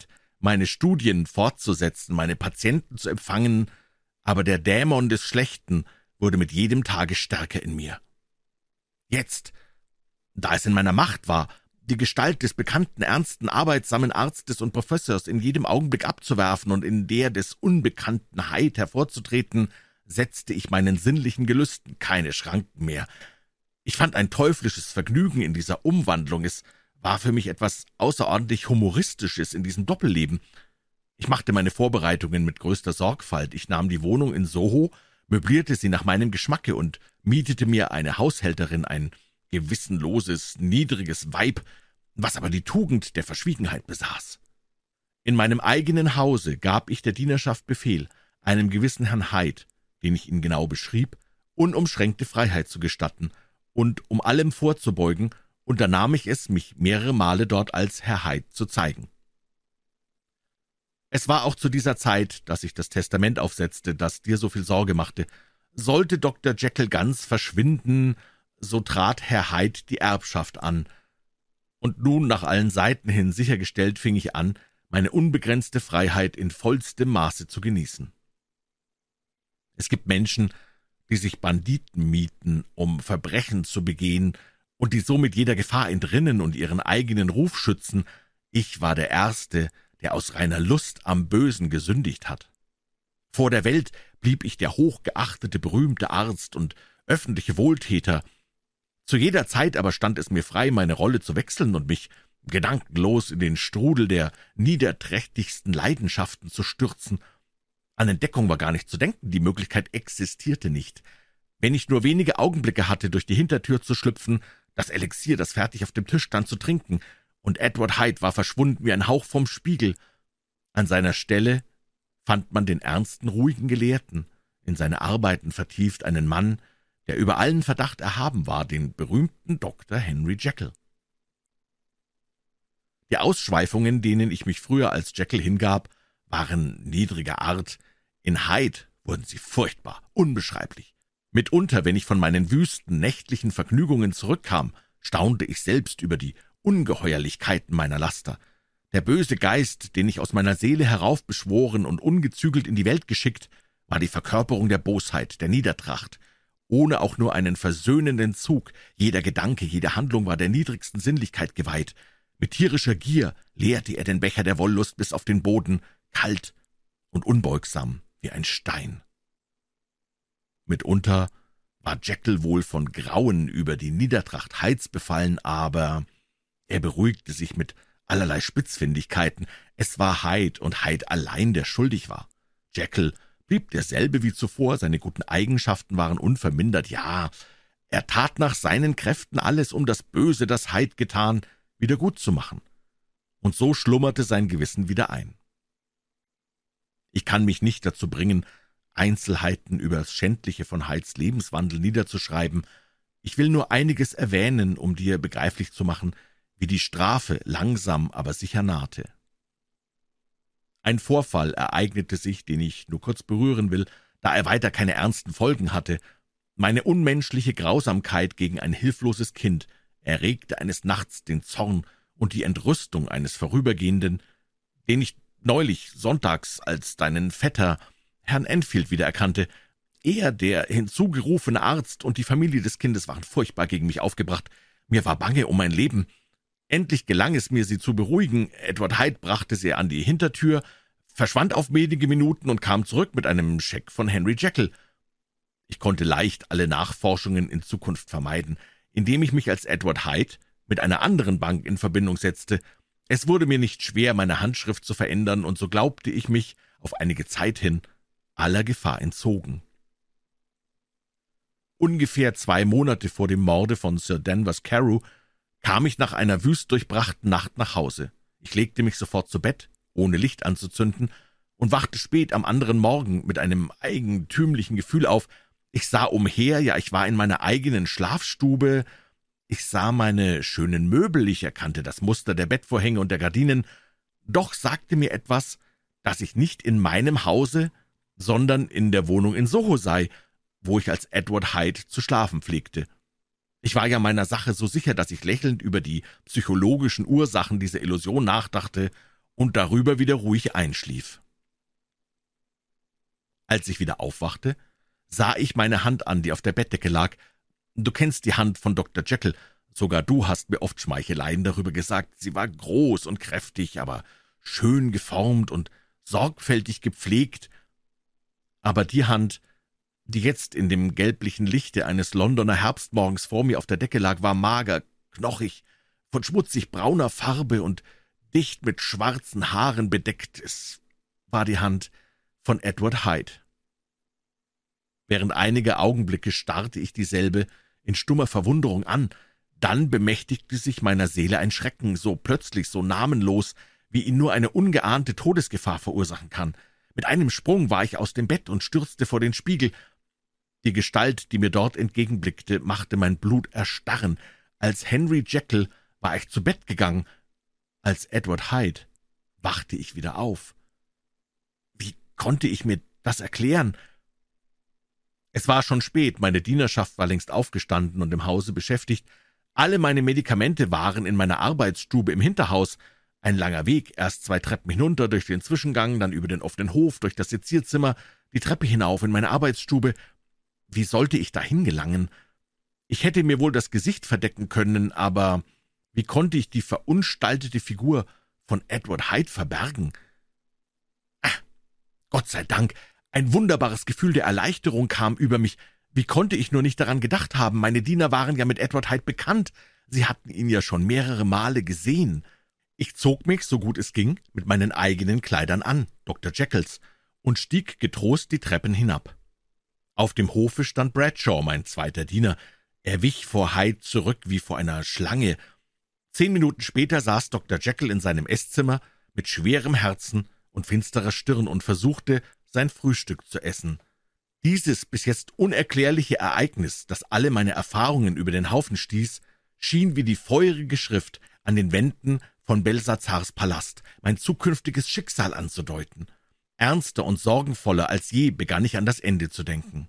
Speaker 1: meine Studien fortzusetzen, meine Patienten zu empfangen, aber der Dämon des Schlechten wurde mit jedem Tage stärker in mir. Jetzt, da es in meiner Macht war, die Gestalt des bekannten, ernsten, arbeitsamen Arztes und Professors in jedem Augenblick abzuwerfen und in der des unbekannten Hyde hervorzutreten, setzte ich meinen sinnlichen Gelüsten keine Schranken mehr. Ich fand ein teuflisches Vergnügen in dieser Umwandlung. Es war für mich etwas außerordentlich Humoristisches in diesem Doppelleben. Ich machte meine Vorbereitungen mit größter Sorgfalt. Ich nahm die Wohnung in Soho, möblierte sie nach meinem Geschmacke und mietete mir eine Haushälterin, ein gewissenloses, niedriges Weib, was aber die Tugend der Verschwiegenheit besaß. In meinem eigenen Hause gab ich der Dienerschaft Befehl, einem gewissen Herrn Hyde, den ich Ihnen genau beschrieb, unumschränkte Freiheit zu gestatten, und um allem vorzubeugen, unternahm ich es, mich mehrere Male dort als Herr Hyde zu zeigen. Es war auch zu dieser Zeit, dass ich das Testament aufsetzte, das dir so viel Sorge machte. Sollte Dr. Jekyll ganz verschwinden, so trat Herr Hyde die Erbschaft an, und nun nach allen Seiten hin sichergestellt fing ich an, meine unbegrenzte Freiheit in vollstem Maße zu genießen. Es gibt Menschen, die sich Banditen mieten, um Verbrechen zu begehen und die somit jeder Gefahr entrinnen und ihren eigenen Ruf schützen. Ich war der Erste, der aus reiner Lust am Bösen gesündigt hat. Vor der Welt blieb ich der hochgeachtete, berühmte Arzt und öffentliche Wohltäter. Zu jeder Zeit aber stand es mir frei, meine Rolle zu wechseln und mich gedankenlos in den Strudel der niederträchtigsten Leidenschaften zu stürzen. An Entdeckung war gar nicht zu denken, die Möglichkeit existierte nicht. Wenn ich nur wenige Augenblicke hatte, durch die Hintertür zu schlüpfen, das Elixier, das fertig auf dem Tisch stand, zu trinken, und Edward Hyde war verschwunden wie ein Hauch vom Spiegel. An seiner Stelle fand man den ernsten, ruhigen Gelehrten, in seine Arbeiten vertieft, einen Mann, der über allen Verdacht erhaben war, den berühmten Dr. Henry Jekyll. Die Ausschweifungen, denen ich mich früher als Jekyll hingab, waren niedriger Art. In Hyde wurden sie furchtbar, unbeschreiblich. Mitunter, wenn ich von meinen wüsten, nächtlichen Vergnügungen zurückkam, staunte ich selbst über die Ungeheuerlichkeiten meiner Laster. Der böse Geist, den ich aus meiner Seele heraufbeschworen und ungezügelt in die Welt geschickt, war die Verkörperung der Bosheit, der Niedertracht, ohne auch nur einen versöhnenden Zug. Jeder Gedanke, jede Handlung war der niedrigsten Sinnlichkeit geweiht. Mit tierischer Gier leerte er den Becher der Wollust bis auf den Boden, kalt und unbeugsam wie ein Stein. Mitunter war Jekyll wohl von Grauen über die Niedertracht Hydes befallen, aber er beruhigte sich mit allerlei Spitzfindigkeiten. Es war Hyde und Hyde allein, der schuldig war. Jekyll blieb derselbe wie zuvor, seine guten Eigenschaften waren unvermindert, ja, er tat nach seinen Kräften alles, um das Böse, das Hyde getan, wieder gut zu machen. Und so schlummerte sein Gewissen wieder ein. Ich kann mich nicht dazu bringen, Einzelheiten über das Schändliche von Hydes Lebenswandel niederzuschreiben. Ich will nur einiges erwähnen, um dir begreiflich zu machen, wie die Strafe langsam, aber sicher nahte. Ein Vorfall ereignete sich, den ich nur kurz berühren will, da er weiter keine ernsten Folgen hatte. Meine unmenschliche Grausamkeit gegen ein hilfloses Kind erregte eines Nachts den Zorn und die Entrüstung eines Vorübergehenden, den ich neulich sonntags als deinen Vetter, Herrn Enfield, wiedererkannte. Er, der hinzugerufene Arzt und die Familie des Kindes waren furchtbar gegen mich aufgebracht. Mir war bange um mein Leben. Endlich gelang es mir, sie zu beruhigen. Edward Hyde brachte sie an die Hintertür, verschwand auf wenige Minuten und kam zurück mit einem Scheck von Henry Jekyll. Ich konnte leicht alle Nachforschungen in Zukunft vermeiden, indem ich mich als Edward Hyde mit einer anderen Bank in Verbindung setzte. Es wurde mir nicht schwer, meine Handschrift zu verändern, und so glaubte ich mich auf einige Zeit hin aller Gefahr entzogen. Ungefähr 2 Monate vor dem Morde von Sir Danvers Carew kam ich nach einer wüst durchbrachten Nacht nach Hause. Ich legte mich sofort zu Bett, ohne Licht anzuzünden, und wachte spät am anderen Morgen mit einem eigentümlichen Gefühl auf. Ich sah umher, ja, ich war in meiner eigenen Schlafstube. Ich sah meine schönen Möbel, ich erkannte das Muster der Bettvorhänge und der Gardinen. Doch sagte mir etwas, dass ich nicht in meinem Hause, sondern in der Wohnung in Soho sei, wo ich als Edward Hyde zu schlafen pflegte. Ich war ja meiner Sache so sicher, dass ich lächelnd über die psychologischen Ursachen dieser Illusion nachdachte und darüber wieder ruhig einschlief. Als ich wieder aufwachte, sah ich meine Hand an, die auf der Bettdecke lag. Du kennst die Hand von Dr. Jekyll, sogar du hast mir oft Schmeicheleien darüber gesagt. Sie war groß und kräftig, aber schön geformt und sorgfältig gepflegt. Aber die Hand, die jetzt in dem gelblichen Lichte eines Londoner Herbstmorgens vor mir auf der Decke lag, war mager, knochig, von schmutzig brauner Farbe und dicht mit schwarzen Haaren bedeckt. Es war die Hand von Edward Hyde. Während einiger Augenblicke starrte ich dieselbe in stummer Verwunderung an. Dann bemächtigte sich meiner Seele ein Schrecken, so plötzlich, so namenlos, wie ihn nur eine ungeahnte Todesgefahr verursachen kann. Mit einem Sprung war ich aus dem Bett und stürzte vor den Spiegel. Die Gestalt, die mir dort entgegenblickte, machte mein Blut erstarren. Als Henry Jekyll war ich zu Bett gegangen. Als Edward Hyde wachte ich wieder auf. Wie konnte ich mir das erklären? Es war schon spät, meine Dienerschaft war längst aufgestanden und im Hause beschäftigt. Alle meine Medikamente waren in meiner Arbeitsstube im Hinterhaus. Ein langer Weg, erst 2 Treppen hinunter, durch den Zwischengang, dann über den offenen Hof, durch das Sezierzimmer, die Treppe hinauf in meine Arbeitsstube. Wie sollte ich dahin gelangen? Ich hätte mir wohl das Gesicht verdecken können, aber wie konnte ich die verunstaltete Figur von Edward Hyde verbergen? Gott sei Dank, ein wunderbares Gefühl der Erleichterung kam über mich. Wie konnte ich nur nicht daran gedacht haben? Meine Diener waren ja mit Edward Hyde bekannt. Sie hatten ihn ja schon mehrere Male gesehen. Ich zog mich, so gut es ging, mit meinen eigenen Kleidern an, Dr. Jekylls, und stieg getrost die Treppen hinab. Auf dem Hofe stand Bradshaw, mein zweiter Diener. Er wich vor Hyde zurück wie vor einer Schlange. 10 Minuten später saß Dr. Jekyll in seinem Esszimmer mit schwerem Herzen und finsterer Stirn und versuchte, sein Frühstück zu essen. Dieses bis jetzt unerklärliche Ereignis, das alle meine Erfahrungen über den Haufen stieß, schien wie die feurige Schrift an den Wänden von Belsazars Palast mein zukünftiges Schicksal anzudeuten. Ernster und sorgenvoller als je begann ich an das Ende zu denken.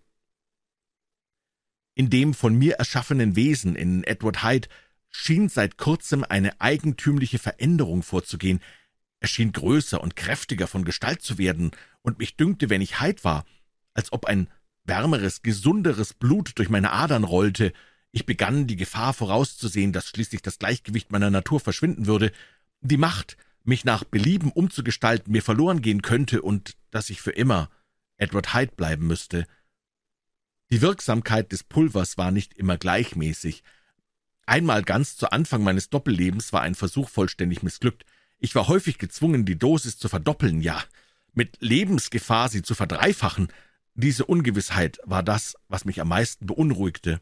Speaker 1: In dem von mir erschaffenen Wesen, in Edward Hyde, schien seit kurzem eine eigentümliche Veränderung vorzugehen. Er schien größer und kräftiger von Gestalt zu werden, und mich dünkte, wenn ich Hyde war, als ob ein wärmeres, gesunderes Blut durch meine Adern rollte. Ich begann, die Gefahr vorauszusehen, dass schließlich das Gleichgewicht meiner Natur verschwinden würde, die Macht, mich nach Belieben umzugestalten, mir verloren gehen könnte und dass ich für immer Edward Hyde bleiben müsste. Die Wirksamkeit des Pulvers war nicht immer gleichmäßig. Einmal ganz zu Anfang meines Doppellebens war ein Versuch vollständig missglückt. Ich war häufig gezwungen, die Dosis zu verdoppeln, ja, mit Lebensgefahr sie zu verdreifachen. Diese Ungewissheit war das, was mich am meisten beunruhigte.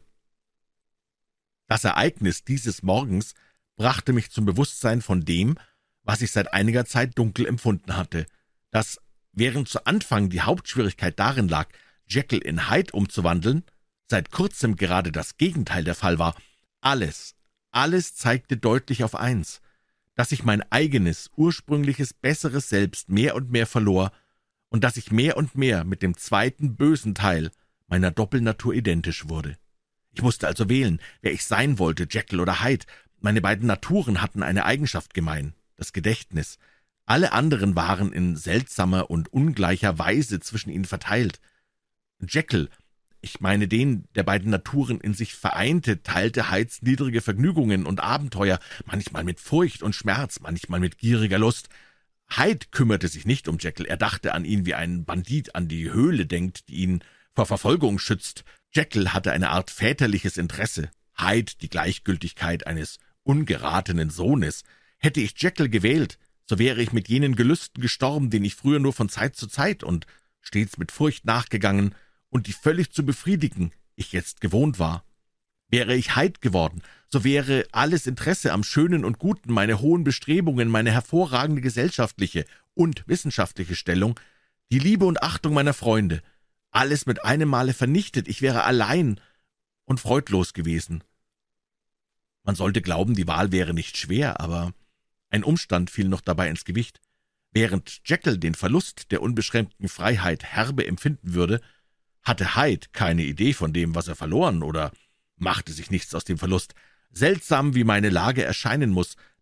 Speaker 1: Das Ereignis dieses Morgens brachte mich zum Bewusstsein von dem, was ich seit einiger Zeit dunkel empfunden hatte, dass, während zu Anfang die Hauptschwierigkeit darin lag, Jekyll in Hyde umzuwandeln, seit kurzem gerade das Gegenteil der Fall war. Alles zeigte deutlich auf eins, dass ich mein eigenes, ursprüngliches, besseres Selbst mehr und mehr verlor und dass ich mehr und mehr mit dem zweiten bösen Teil meiner Doppelnatur identisch wurde. Ich musste also wählen, wer ich sein wollte, Jekyll oder Hyde. Meine beiden Naturen hatten eine Eigenschaft gemein, das Gedächtnis. Alle anderen waren in seltsamer und ungleicher Weise zwischen ihnen verteilt. Jekyll, ich meine den der beiden Naturen in sich vereinte, teilte Hydes niedrige Vergnügungen und Abenteuer, manchmal mit Furcht und Schmerz, manchmal mit gieriger Lust. Hyde kümmerte sich nicht um Jekyll, er dachte an ihn, wie ein Bandit an die Höhle denkt, die ihn vor Verfolgung schützt. Jekyll hatte eine Art väterliches Interesse, Hyde die Gleichgültigkeit eines ungeratenen Sohnes. Hätte ich Jekyll gewählt, so wäre ich mit jenen Gelüsten gestorben, denen ich früher nur von Zeit zu Zeit und stets mit Furcht nachgegangen und die völlig zu befriedigen ich jetzt gewohnt war. Wäre ich Hyde geworden, so wäre alles Interesse am Schönen und Guten, meine hohen Bestrebungen, meine hervorragende gesellschaftliche und wissenschaftliche Stellung, die Liebe und Achtung meiner Freunde, alles mit einem Male vernichtet. Ich wäre allein und freudlos gewesen. Man sollte glauben, die Wahl wäre nicht schwer, aber ein Umstand fiel noch dabei ins Gewicht. Während Jekyll den Verlust der unbeschränkten Freiheit herbe empfinden würde, hatte Hyde keine Idee von dem, was er verloren, oder machte sich nichts aus dem Verlust. Seltsam, wie meine Lage erscheinen muss,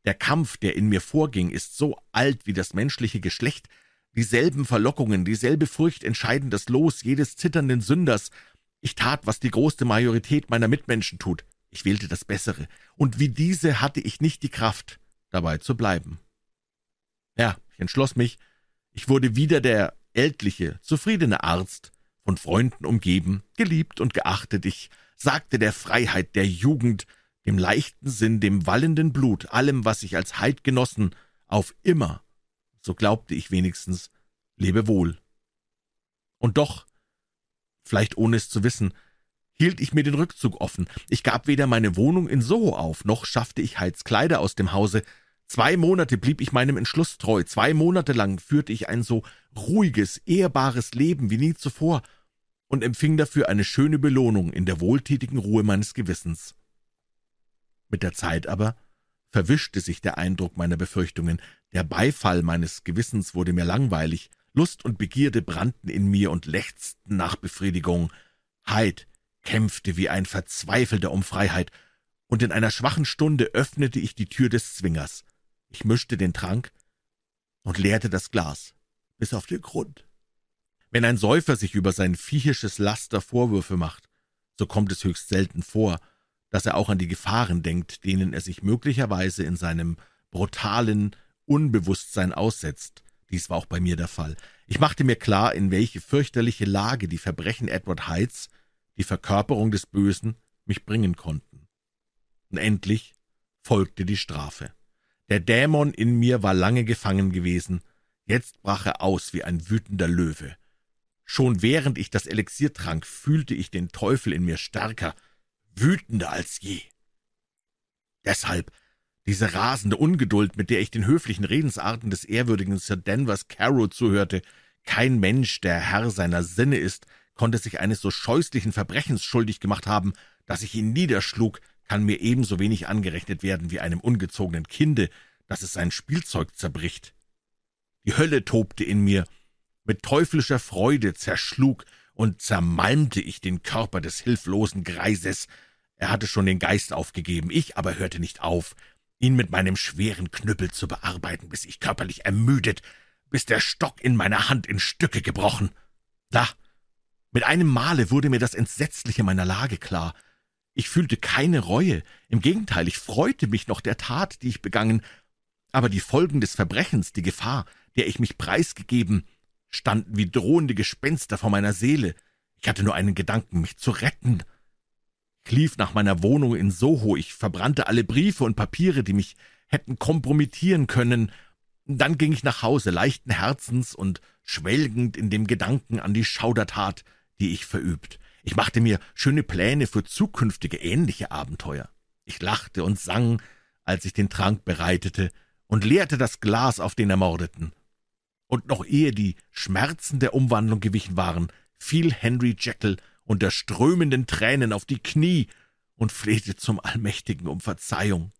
Speaker 1: Der Kampf, der in mir vorging, ist so alt wie das menschliche Geschlecht. Dieselben Verlockungen, dieselbe Furcht entscheiden das Los jedes zitternden Sünders. Ich tat, was die große Majorität meiner Mitmenschen tut. Ich wählte das Bessere, und wie diese hatte ich nicht die Kraft, dabei zu bleiben. Ja, ich entschloss mich. Ich wurde wieder der ältliche, zufriedene Arzt, von Freunden umgeben, geliebt und geachtet. Ich sagte der Freiheit, der Jugend, dem leichten Sinn, dem wallenden Blut, allem, was ich als Heid genossen, auf immer, so glaubte ich wenigstens, lebe wohl. Und doch, vielleicht ohne es zu wissen, hielt ich mir den Rückzug offen. Ich gab weder meine Wohnung in Soho auf, noch schaffte ich Hydes Kleider aus dem Hause. 2 Monate blieb ich meinem Entschluss treu. 2 Monate lang führte ich ein so ruhiges, ehrbares Leben wie nie zuvor und empfing dafür eine schöne Belohnung in der wohltätigen Ruhe meines Gewissens. Mit der Zeit aber verwischte sich der Eindruck meiner Befürchtungen. Der Beifall meines Gewissens wurde mir langweilig. Lust und Begierde brannten in mir und lechzten nach Befriedigung. Hyde kämpfte wie ein Verzweifelter um Freiheit, und in einer schwachen Stunde öffnete ich die Tür des Zwingers. Ich mischte den Trank und leerte das Glas bis auf den Grund. Wenn ein Säufer sich über sein viehisches Laster Vorwürfe macht, so kommt es höchst selten vor, dass er auch an die Gefahren denkt, denen er sich möglicherweise in seinem brutalen Unbewusstsein aussetzt. Dies war auch bei mir der Fall. Ich machte mir klar, in welche fürchterliche Lage die Verbrechen Edward Hydes, die Verkörperung des Bösen, mich bringen konnten. Und endlich folgte die Strafe. Der Dämon in mir war lange gefangen gewesen, jetzt brach er aus wie ein wütender Löwe. Schon während ich das Elixier trank, fühlte ich den Teufel in mir stärker, wütender als je. Deshalb diese rasende Ungeduld, mit der ich den höflichen Redensarten des ehrwürdigen Sir Danvers Carew zuhörte. Kein Mensch, der Herr seiner Sinne ist, konnte sich eines so scheußlichen Verbrechens schuldig gemacht haben. Dass ich ihn niederschlug, kann mir ebenso wenig angerechnet werden wie einem ungezogenen Kinde, dass es sein Spielzeug zerbricht. Die Hölle tobte in mir. Mit teuflischer Freude zerschlug und zermalmte ich den Körper des hilflosen Greises. Er hatte schon den Geist aufgegeben, ich aber hörte nicht auf, ihn mit meinem schweren Knüppel zu bearbeiten, bis ich körperlich ermüdet, bis der Stock in meiner Hand in Stücke gebrochen. Da, mit einem Male wurde mir das Entsetzliche meiner Lage klar. Ich fühlte keine Reue, im Gegenteil, ich freute mich noch der Tat, die ich begangen, aber die Folgen des Verbrechens, die Gefahr, der ich mich preisgegeben, standen wie drohende Gespenster vor meiner Seele. Ich hatte nur einen Gedanken, mich zu retten. Ich lief nach meiner Wohnung in Soho, ich verbrannte alle Briefe und Papiere, die mich hätten kompromittieren können. Dann ging ich nach Hause, leichten Herzens und schwelgend in dem Gedanken an die Schaudertat, die ich verübt. Ich machte mir schöne Pläne für zukünftige ähnliche Abenteuer. Ich lachte und sang, als ich den Trank bereitete, und leerte das Glas auf den Ermordeten. Und noch ehe die Schmerzen der Umwandlung gewichen waren, fiel Henry Jekyll unter strömenden Tränen auf die Knie und flehte zum Allmächtigen um Verzeihung.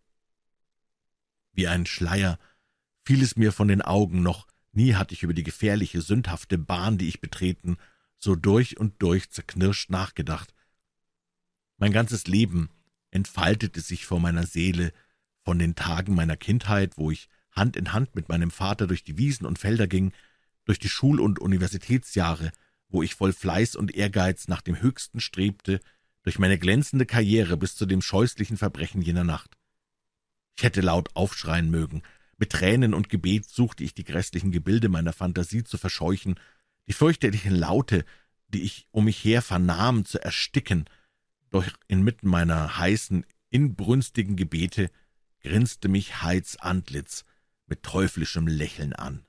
Speaker 1: Wie ein Schleier fiel es mir von den Augen, noch nie hatte ich über die gefährliche, sündhafte Bahn, die ich betreten, so durch und durch zerknirscht nachgedacht. Mein ganzes Leben entfaltete sich vor meiner Seele, von den Tagen meiner Kindheit, wo ich Hand in Hand mit meinem Vater durch die Wiesen und Felder ging, durch die Schul- und Universitätsjahre, wo ich voll Fleiß und Ehrgeiz nach dem Höchsten strebte, durch meine glänzende Karriere bis zu dem scheußlichen Verbrechen jener Nacht. Ich hätte laut aufschreien mögen. Mit Tränen und Gebet suchte ich die grässlichen Gebilde meiner Fantasie zu verscheuchen, die fürchterlichen Laute, die ich um mich her vernahm, zu ersticken. Doch inmitten meiner heißen, inbrünstigen Gebete grinste mich Hydes Antlitz mit teuflischem Lächeln an.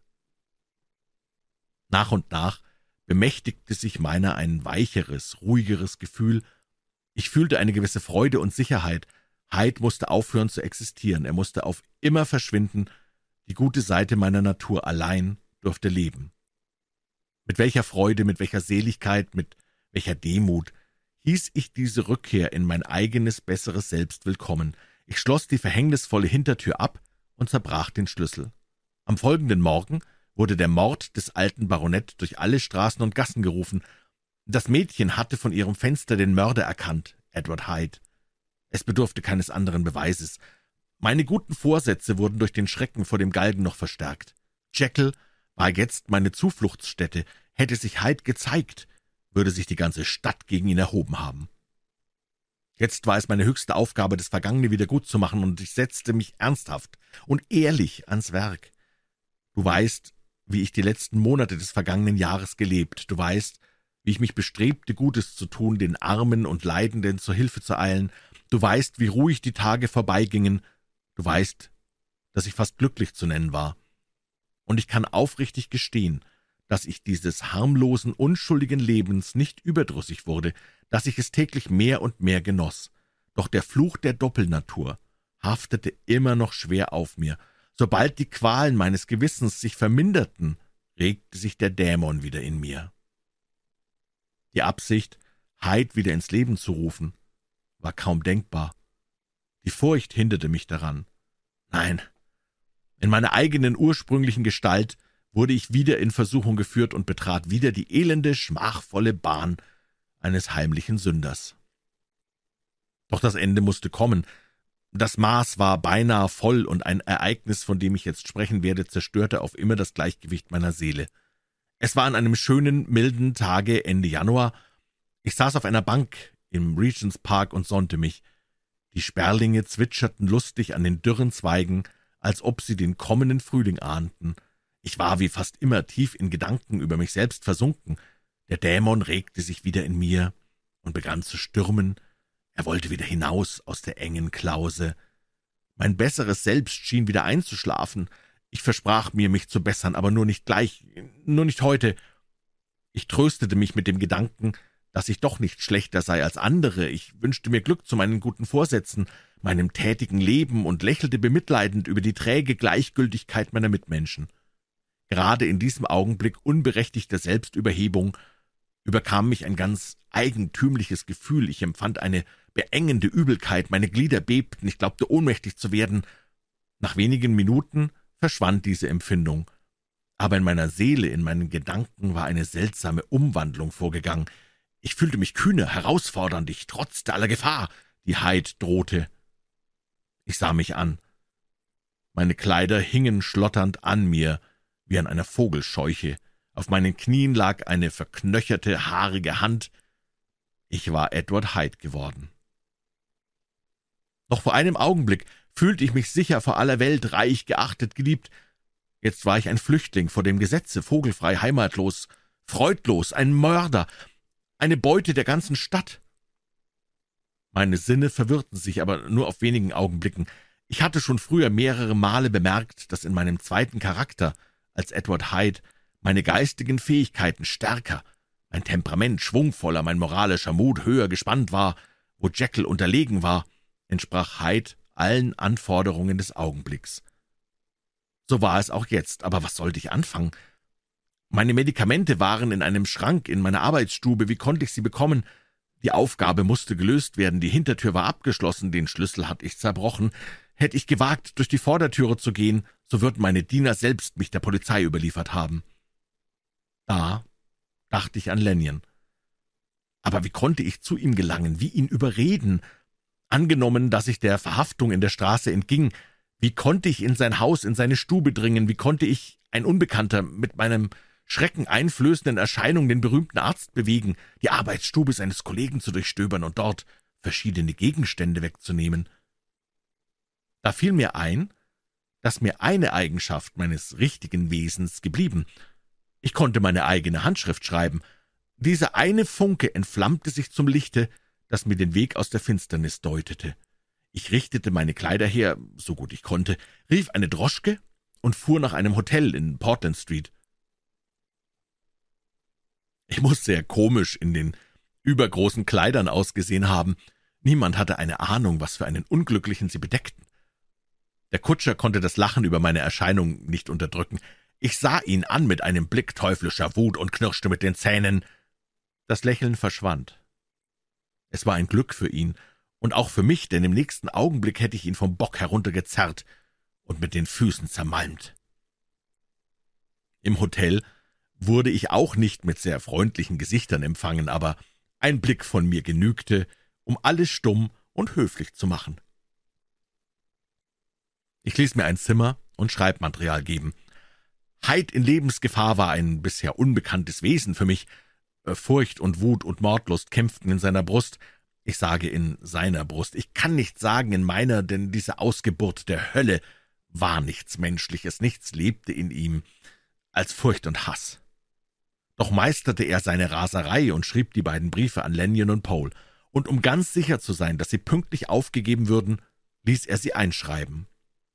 Speaker 1: Nach und nach bemächtigte sich meiner ein weicheres, ruhigeres Gefühl. Ich fühlte eine gewisse Freude und Sicherheit. Hyde musste aufhören zu existieren, er musste auf immer verschwinden, die gute Seite meiner Natur allein durfte leben. Mit welcher Freude, mit welcher Seligkeit, mit welcher Demut hieß ich diese Rückkehr in mein eigenes, besseres Selbst willkommen. Ich schloss die verhängnisvolle Hintertür ab und zerbrach den Schlüssel. Am folgenden Morgen wurde der Mord des alten Baronet durch alle Straßen und Gassen gerufen. Das Mädchen hatte von ihrem Fenster den Mörder erkannt, Edward Hyde. Es bedurfte keines anderen Beweises. Meine guten Vorsätze wurden durch den Schrecken vor dem Galgen noch verstärkt. Jekyll war jetzt meine Zufluchtsstätte. Hätte sich Hyde gezeigt, würde sich die ganze Stadt gegen ihn erhoben haben. Jetzt war es meine höchste Aufgabe, das Vergangene wieder gut zu machen, und ich setzte mich ernsthaft und ehrlich ans Werk. Du weißt, wie ich die letzten Monate des vergangenen Jahres gelebt. Du weißt, wie ich mich bestrebte, Gutes zu tun, den Armen und Leidenden zur Hilfe zu eilen. Du weißt, wie ruhig die Tage vorbeigingen. Du weißt, dass ich fast glücklich zu nennen war. Und ich kann aufrichtig gestehen, dass ich dieses harmlosen, unschuldigen Lebens nicht überdrüssig wurde, dass ich es täglich mehr und mehr genoss. Doch der Fluch der Doppelnatur haftete immer noch schwer auf mir. Sobald die Qualen meines Gewissens sich verminderten, regte sich der Dämon wieder in mir. Die Absicht, Hyde wieder ins Leben zu rufen, war kaum denkbar. Die Furcht hinderte mich daran. Nein, in meiner eigenen ursprünglichen Gestalt wurde ich wieder in Versuchung geführt und betrat wieder die elende, schmachvolle Bahn eines heimlichen Sünders. Doch das Ende musste kommen. Das Maß war beinahe voll, und ein Ereignis, von dem ich jetzt sprechen werde, zerstörte auf immer das Gleichgewicht meiner Seele. Es war an einem schönen, milden Tage Ende Januar. Ich saß auf einer Bank im Regents Park und sonnte mich. Die Sperlinge zwitscherten lustig an den dürren Zweigen, als ob sie den kommenden Frühling ahnten. Ich war wie fast immer tief in Gedanken über mich selbst versunken. Der Dämon regte sich wieder in mir und begann zu stürmen. Er wollte wieder hinaus aus der engen Klause. Mein besseres Selbst schien wieder einzuschlafen. Ich versprach mir, mich zu bessern, aber nur nicht gleich, nur nicht heute. Ich tröstete mich mit dem Gedanken, dass ich doch nicht schlechter sei als andere. Ich wünschte mir Glück zu meinen guten Vorsätzen, meinem tätigen Leben, und lächelte bemitleidend über die träge Gleichgültigkeit meiner Mitmenschen. Gerade in diesem Augenblick unberechtigter Selbstüberhebung überkam mich ein ganz eigentümliches Gefühl. Ich empfand eine beengende Übelkeit, meine Glieder bebten, ich glaubte ohnmächtig zu werden. Nach wenigen Minuten verschwand diese Empfindung, aber in meiner Seele, in meinen Gedanken war eine seltsame Umwandlung vorgegangen. Ich fühlte mich kühner, herausfordernd, ich trotzte aller Gefahr, die Hyde drohte. Ich sah mich an. Meine Kleider hingen schlotternd an mir, wie an einer Vogelscheuche. Auf meinen Knien lag eine verknöcherte, haarige Hand. Ich war Edward Hyde geworden. Noch vor einem Augenblick fühlte ich mich sicher vor aller Welt, reich, geachtet, geliebt. Jetzt war ich ein Flüchtling vor dem Gesetze, vogelfrei, heimatlos, freudlos, ein Mörder, eine Beute der ganzen Stadt. Meine Sinne verwirrten sich, aber nur auf wenigen Augenblicken. Ich hatte schon früher mehrere Male bemerkt, dass in meinem zweiten Charakter, als Edward Hyde, meine geistigen Fähigkeiten stärker, mein Temperament schwungvoller, mein moralischer Mut höher gespannt war. Wo Jekyll unterlegen war, entsprach Hyde allen Anforderungen des Augenblicks. So war es auch jetzt, aber was sollte ich anfangen? Meine Medikamente waren in einem Schrank in meiner Arbeitsstube. Wie konnte ich sie bekommen? Die Aufgabe musste gelöst werden, die Hintertür war abgeschlossen, den Schlüssel hatte ich zerbrochen. Hätte ich gewagt, durch die Vordertüre zu gehen, so würden meine Diener selbst mich der Polizei überliefert haben. Da dachte ich an Lanyon. Aber wie konnte ich zu ihm gelangen, wie ihn überreden? Angenommen, dass ich der Verhaftung in der Straße entging, wie konnte ich in sein Haus, in seine Stube dringen? Wie konnte ich, ein Unbekannter, mit meinem schreckeneinflößenden Erscheinung den berühmten Arzt bewegen, die Arbeitsstube seines Kollegen zu durchstöbern und dort verschiedene Gegenstände wegzunehmen? Da fiel mir ein, dass mir eine Eigenschaft meines richtigen Wesens geblieben. Ich konnte meine eigene Handschrift schreiben. Dieser eine Funke entflammte sich zum Lichte, das mir den Weg aus der Finsternis deutete. Ich richtete meine Kleider her, so gut ich konnte, rief eine Droschke und fuhr nach einem Hotel in Portland Street. Ich muß sehr komisch in den übergroßen Kleidern ausgesehen haben. Niemand hatte eine Ahnung, was für einen Unglücklichen sie bedeckten. Der Kutscher konnte das Lachen über meine Erscheinung nicht unterdrücken. Ich sah ihn an mit einem Blick teuflischer Wut und knirschte mit den Zähnen. Das Lächeln verschwand. Es war ein Glück für ihn und auch für mich, denn im nächsten Augenblick hätte ich ihn vom Bock heruntergezerrt und mit den Füßen zermalmt. Im Hotel wurde ich auch nicht mit sehr freundlichen Gesichtern empfangen, aber ein Blick von mir genügte, um alles stumm und höflich zu machen. Ich ließ mir ein Zimmer und Schreibmaterial geben. Hyde in Lebensgefahr war ein bisher unbekanntes Wesen für mich. Furcht und Wut und Mordlust kämpften in seiner Brust. Ich sage in seiner Brust. Ich kann nicht sagen in meiner, denn diese Ausgeburt der Hölle war nichts Menschliches, nichts lebte in ihm als Furcht und Hass. Doch meisterte er seine Raserei und schrieb die beiden Briefe an Lanyon und Poole. Und um ganz sicher zu sein, dass sie pünktlich aufgegeben würden, ließ er sie einschreiben.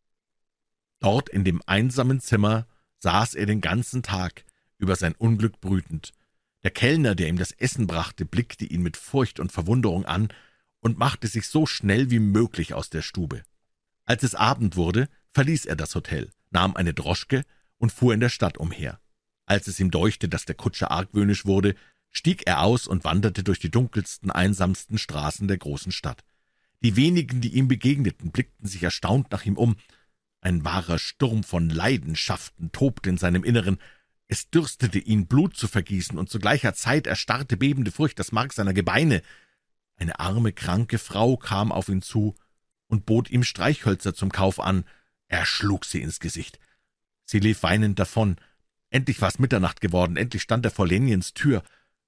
Speaker 1: Dort in dem einsamen Zimmer saß er den ganzen Tag, über sein Unglück brütend. Der Kellner, der ihm das Essen brachte, blickte ihn mit Furcht und Verwunderung an und machte sich so schnell wie möglich aus der Stube. Als es Abend wurde, verließ er das Hotel, nahm eine Droschke und fuhr in der Stadt umher. Als es ihm däuchte, dass der Kutscher argwöhnisch wurde, stieg er aus und wanderte durch die dunkelsten, einsamsten Straßen der großen Stadt. Die wenigen, die ihm begegneten, blickten sich erstaunt nach ihm um. Ein wahrer Sturm von Leidenschaften tobte in seinem Inneren. Es dürstete ihn, Blut zu vergießen, und zu gleicher Zeit erstarrte bebende Furcht das Mark seiner Gebeine. Eine arme, kranke Frau kam auf ihn zu und bot ihm Streichhölzer zum Kauf an. Er schlug sie ins Gesicht. Sie lief weinend davon. Endlich war es Mitternacht geworden, endlich stand er vor Lanyons Tür.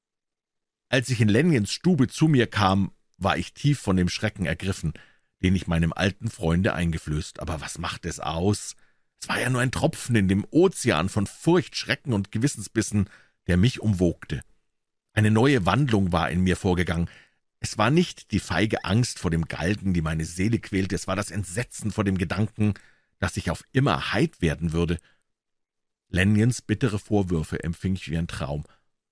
Speaker 1: Als ich in Lanyons Stube zu mir kam, war ich tief von dem Schrecken ergriffen, den ich meinem alten Freunde eingeflößt. Aber was macht es aus? Es war ja nur ein Tropfen in dem Ozean von Furcht, Schrecken und Gewissensbissen, der mich umwogte. Eine neue Wandlung war in mir vorgegangen. Es war nicht die feige Angst vor dem Galgen, die meine Seele quälte, es war das Entsetzen vor dem Gedanken, dass ich auf immer Hyde werden würde. Lanyons bittere Vorwürfe empfing ich wie ein Traum.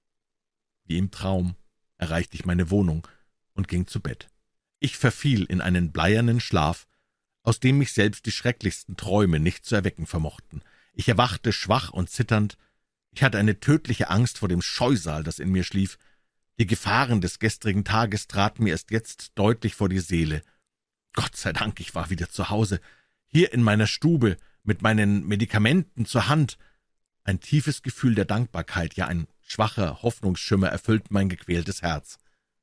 Speaker 1: Wie im Traum erreichte ich meine Wohnung und ging zu Bett. Ich verfiel in einen bleiernen Schlaf, aus dem mich selbst die schrecklichsten Träume nicht zu erwecken vermochten. Ich erwachte schwach und zitternd. Ich hatte eine tödliche Angst vor dem Scheusal, das in mir schlief. Die Gefahren des gestrigen Tages traten mir erst jetzt deutlich vor die Seele. Gott sei Dank, ich war wieder zu Hause, hier in meiner Stube, mit meinen Medikamenten zur Hand. Ein tiefes Gefühl der Dankbarkeit, ja ein schwacher Hoffnungsschimmer erfüllte mein gequältes Herz.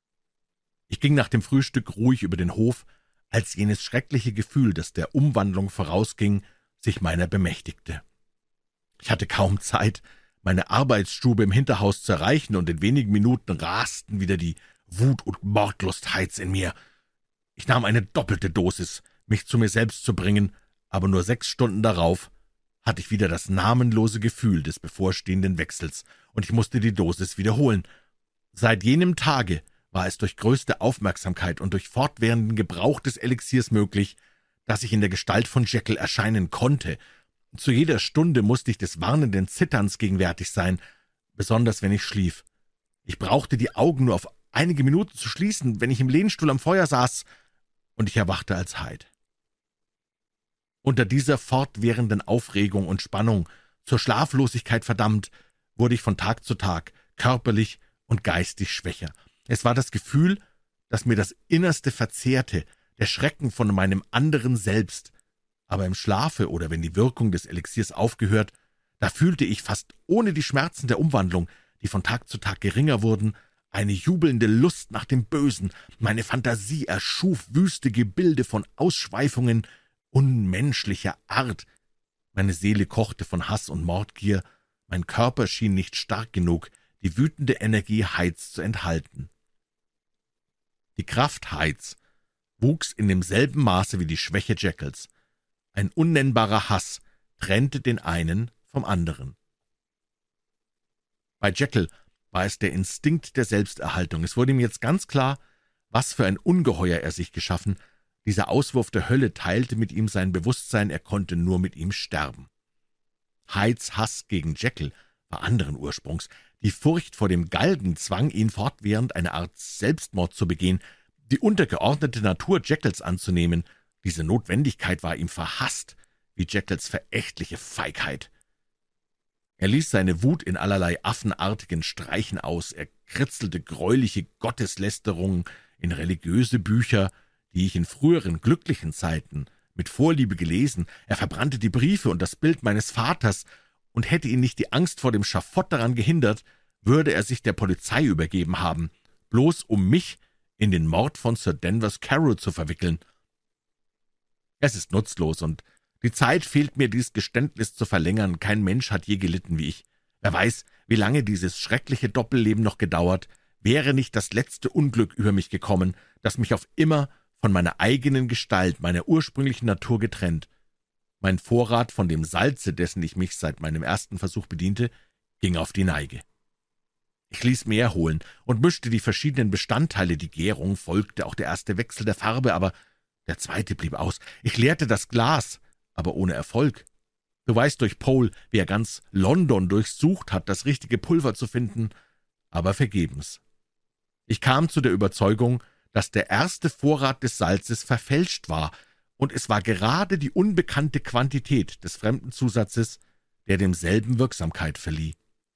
Speaker 1: Ich ging nach dem Frühstück ruhig über den Hof, als jenes schreckliche Gefühl, das der Umwandlung vorausging, sich meiner bemächtigte. Ich hatte kaum Zeit, meine Arbeitsstube im Hinterhaus zu erreichen, und in wenigen Minuten rasten wieder die Wut und Mordlust Hydes in mir. Ich nahm eine doppelte Dosis, mich zu mir selbst zu bringen, aber nur 6 Stunden darauf hatte ich wieder das namenlose Gefühl des bevorstehenden Wechsels, und ich musste die Dosis wiederholen. Seit jenem Tage war es durch größte Aufmerksamkeit und durch fortwährenden Gebrauch des Elixiers möglich, dass ich in der Gestalt von Jekyll erscheinen konnte. Zu jeder Stunde musste ich des warnenden Zitterns gegenwärtig sein, besonders wenn ich schlief. Ich brauchte die Augen nur auf einige Minuten zu schließen, wenn ich im Lehnstuhl am Feuer saß, und ich erwachte als Hyde. Unter dieser fortwährenden Aufregung und Spannung, zur Schlaflosigkeit verdammt, wurde ich von Tag zu Tag körperlich und geistig schwächer. Es war das Gefühl, das mir das Innerste verzehrte, der Schrecken von meinem anderen Selbst. Aber im Schlafe oder wenn die Wirkung des Elixiers aufgehört, da fühlte ich fast ohne die Schmerzen der Umwandlung, die von Tag zu Tag geringer wurden, eine jubelnde Lust nach dem Bösen. Meine Fantasie erschuf wüste Gebilde von Ausschweifungen unmenschlicher Art. Meine Seele kochte von Hass und Mordgier, mein Körper schien nicht stark genug, die wütende Energie Hydes zu enthalten. Die Kraft Hydes wuchs in demselben Maße wie die Schwäche Jekylls. Ein unnennbarer Hass trennte den einen vom anderen. Bei Jekyll war es der Instinkt der Selbsterhaltung. Es wurde ihm jetzt ganz klar, was für ein Ungeheuer er sich geschaffen. Dieser Auswurf der Hölle teilte mit ihm sein Bewusstsein, er konnte nur mit ihm sterben. Hydes Hass gegen Jekyll war anderen Ursprungs. Die Furcht vor dem Galgen zwang ihn fortwährend, eine Art Selbstmord zu begehen, die untergeordnete Natur Jekylls anzunehmen. Diese Notwendigkeit war ihm verhasst, wie Jekylls verächtliche Feigheit. Er ließ seine Wut in allerlei affenartigen Streichen aus, er kritzelte greuliche Gotteslästerungen in religiöse Bücher, die ich in früheren glücklichen Zeiten mit Vorliebe gelesen, er verbrannte die Briefe und das Bild meines Vaters, und hätte ihn nicht die Angst vor dem Schafott daran gehindert, würde er sich der Polizei übergeben haben, bloß um mich in den Mord von Sir Danvers Carew zu verwickeln. Es ist nutzlos, und Die Zeit fehlt mir, dies Geständnis zu verlängern. Kein Mensch hat je gelitten wie ich. Wer weiß, wie lange dieses schreckliche Doppelleben noch gedauert, wäre nicht das letzte Unglück über mich gekommen, das mich auf immer von meiner eigenen Gestalt, meiner ursprünglichen Natur getrennt. Mein Vorrat von dem Salze, dessen ich mich seit meinem ersten Versuch bediente, ging auf die Neige. Ich ließ mehr holen und mischte die verschiedenen Bestandteile. Die Gärung folgte, auch der erste Wechsel der Farbe, aber der zweite blieb aus. Ich leerte das Glas, aber ohne Erfolg. Du weißt durch Pohl, wie er ganz London durchsucht hat, das richtige Pulver zu finden, aber vergebens. Ich kam zu der Überzeugung, dass der erste Vorrat des Salzes verfälscht war, und es war gerade die unbekannte Quantität des fremden Zusatzes, der demselben Wirksamkeit verlieh.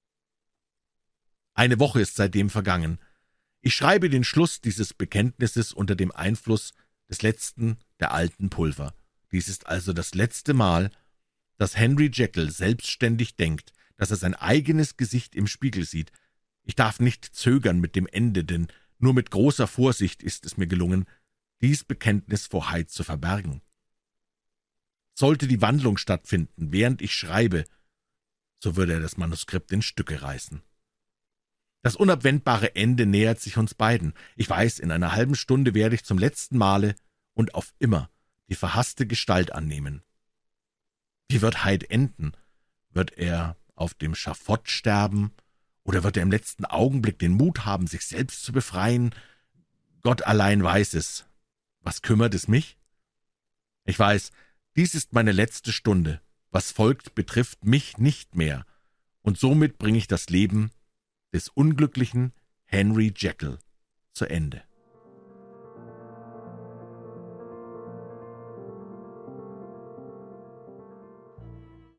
Speaker 1: Eine Woche ist seitdem vergangen. Ich schreibe den Schluss dieses Bekenntnisses unter dem Einfluss des letzten der alten Pulver. Dies ist also das letzte Mal, dass Henry Jekyll selbstständig denkt, dass er sein eigenes Gesicht im Spiegel sieht. Ich darf nicht zögern mit dem Ende, denn nur mit großer Vorsicht ist es mir gelungen, dies Bekenntnis vor Hyde zu verbergen. Sollte die Wandlung stattfinden, während ich schreibe, so würde er das Manuskript in Stücke reißen. Das unabwendbare Ende nähert sich uns beiden. Ich weiß, in einer halben Stunde werde ich zum letzten Male und auf immer die verhasste Gestalt annehmen. Wie wird Hyde enden? Wird er auf dem Schafott sterben? Oder wird er im letzten Augenblick den Mut haben, sich selbst zu befreien? Gott allein weiß es. Was kümmert es mich? Ich weiß, dies ist meine letzte Stunde. Was folgt, betrifft mich nicht mehr. Und somit bringe ich das Leben des unglücklichen Henry Jekyll zu Ende.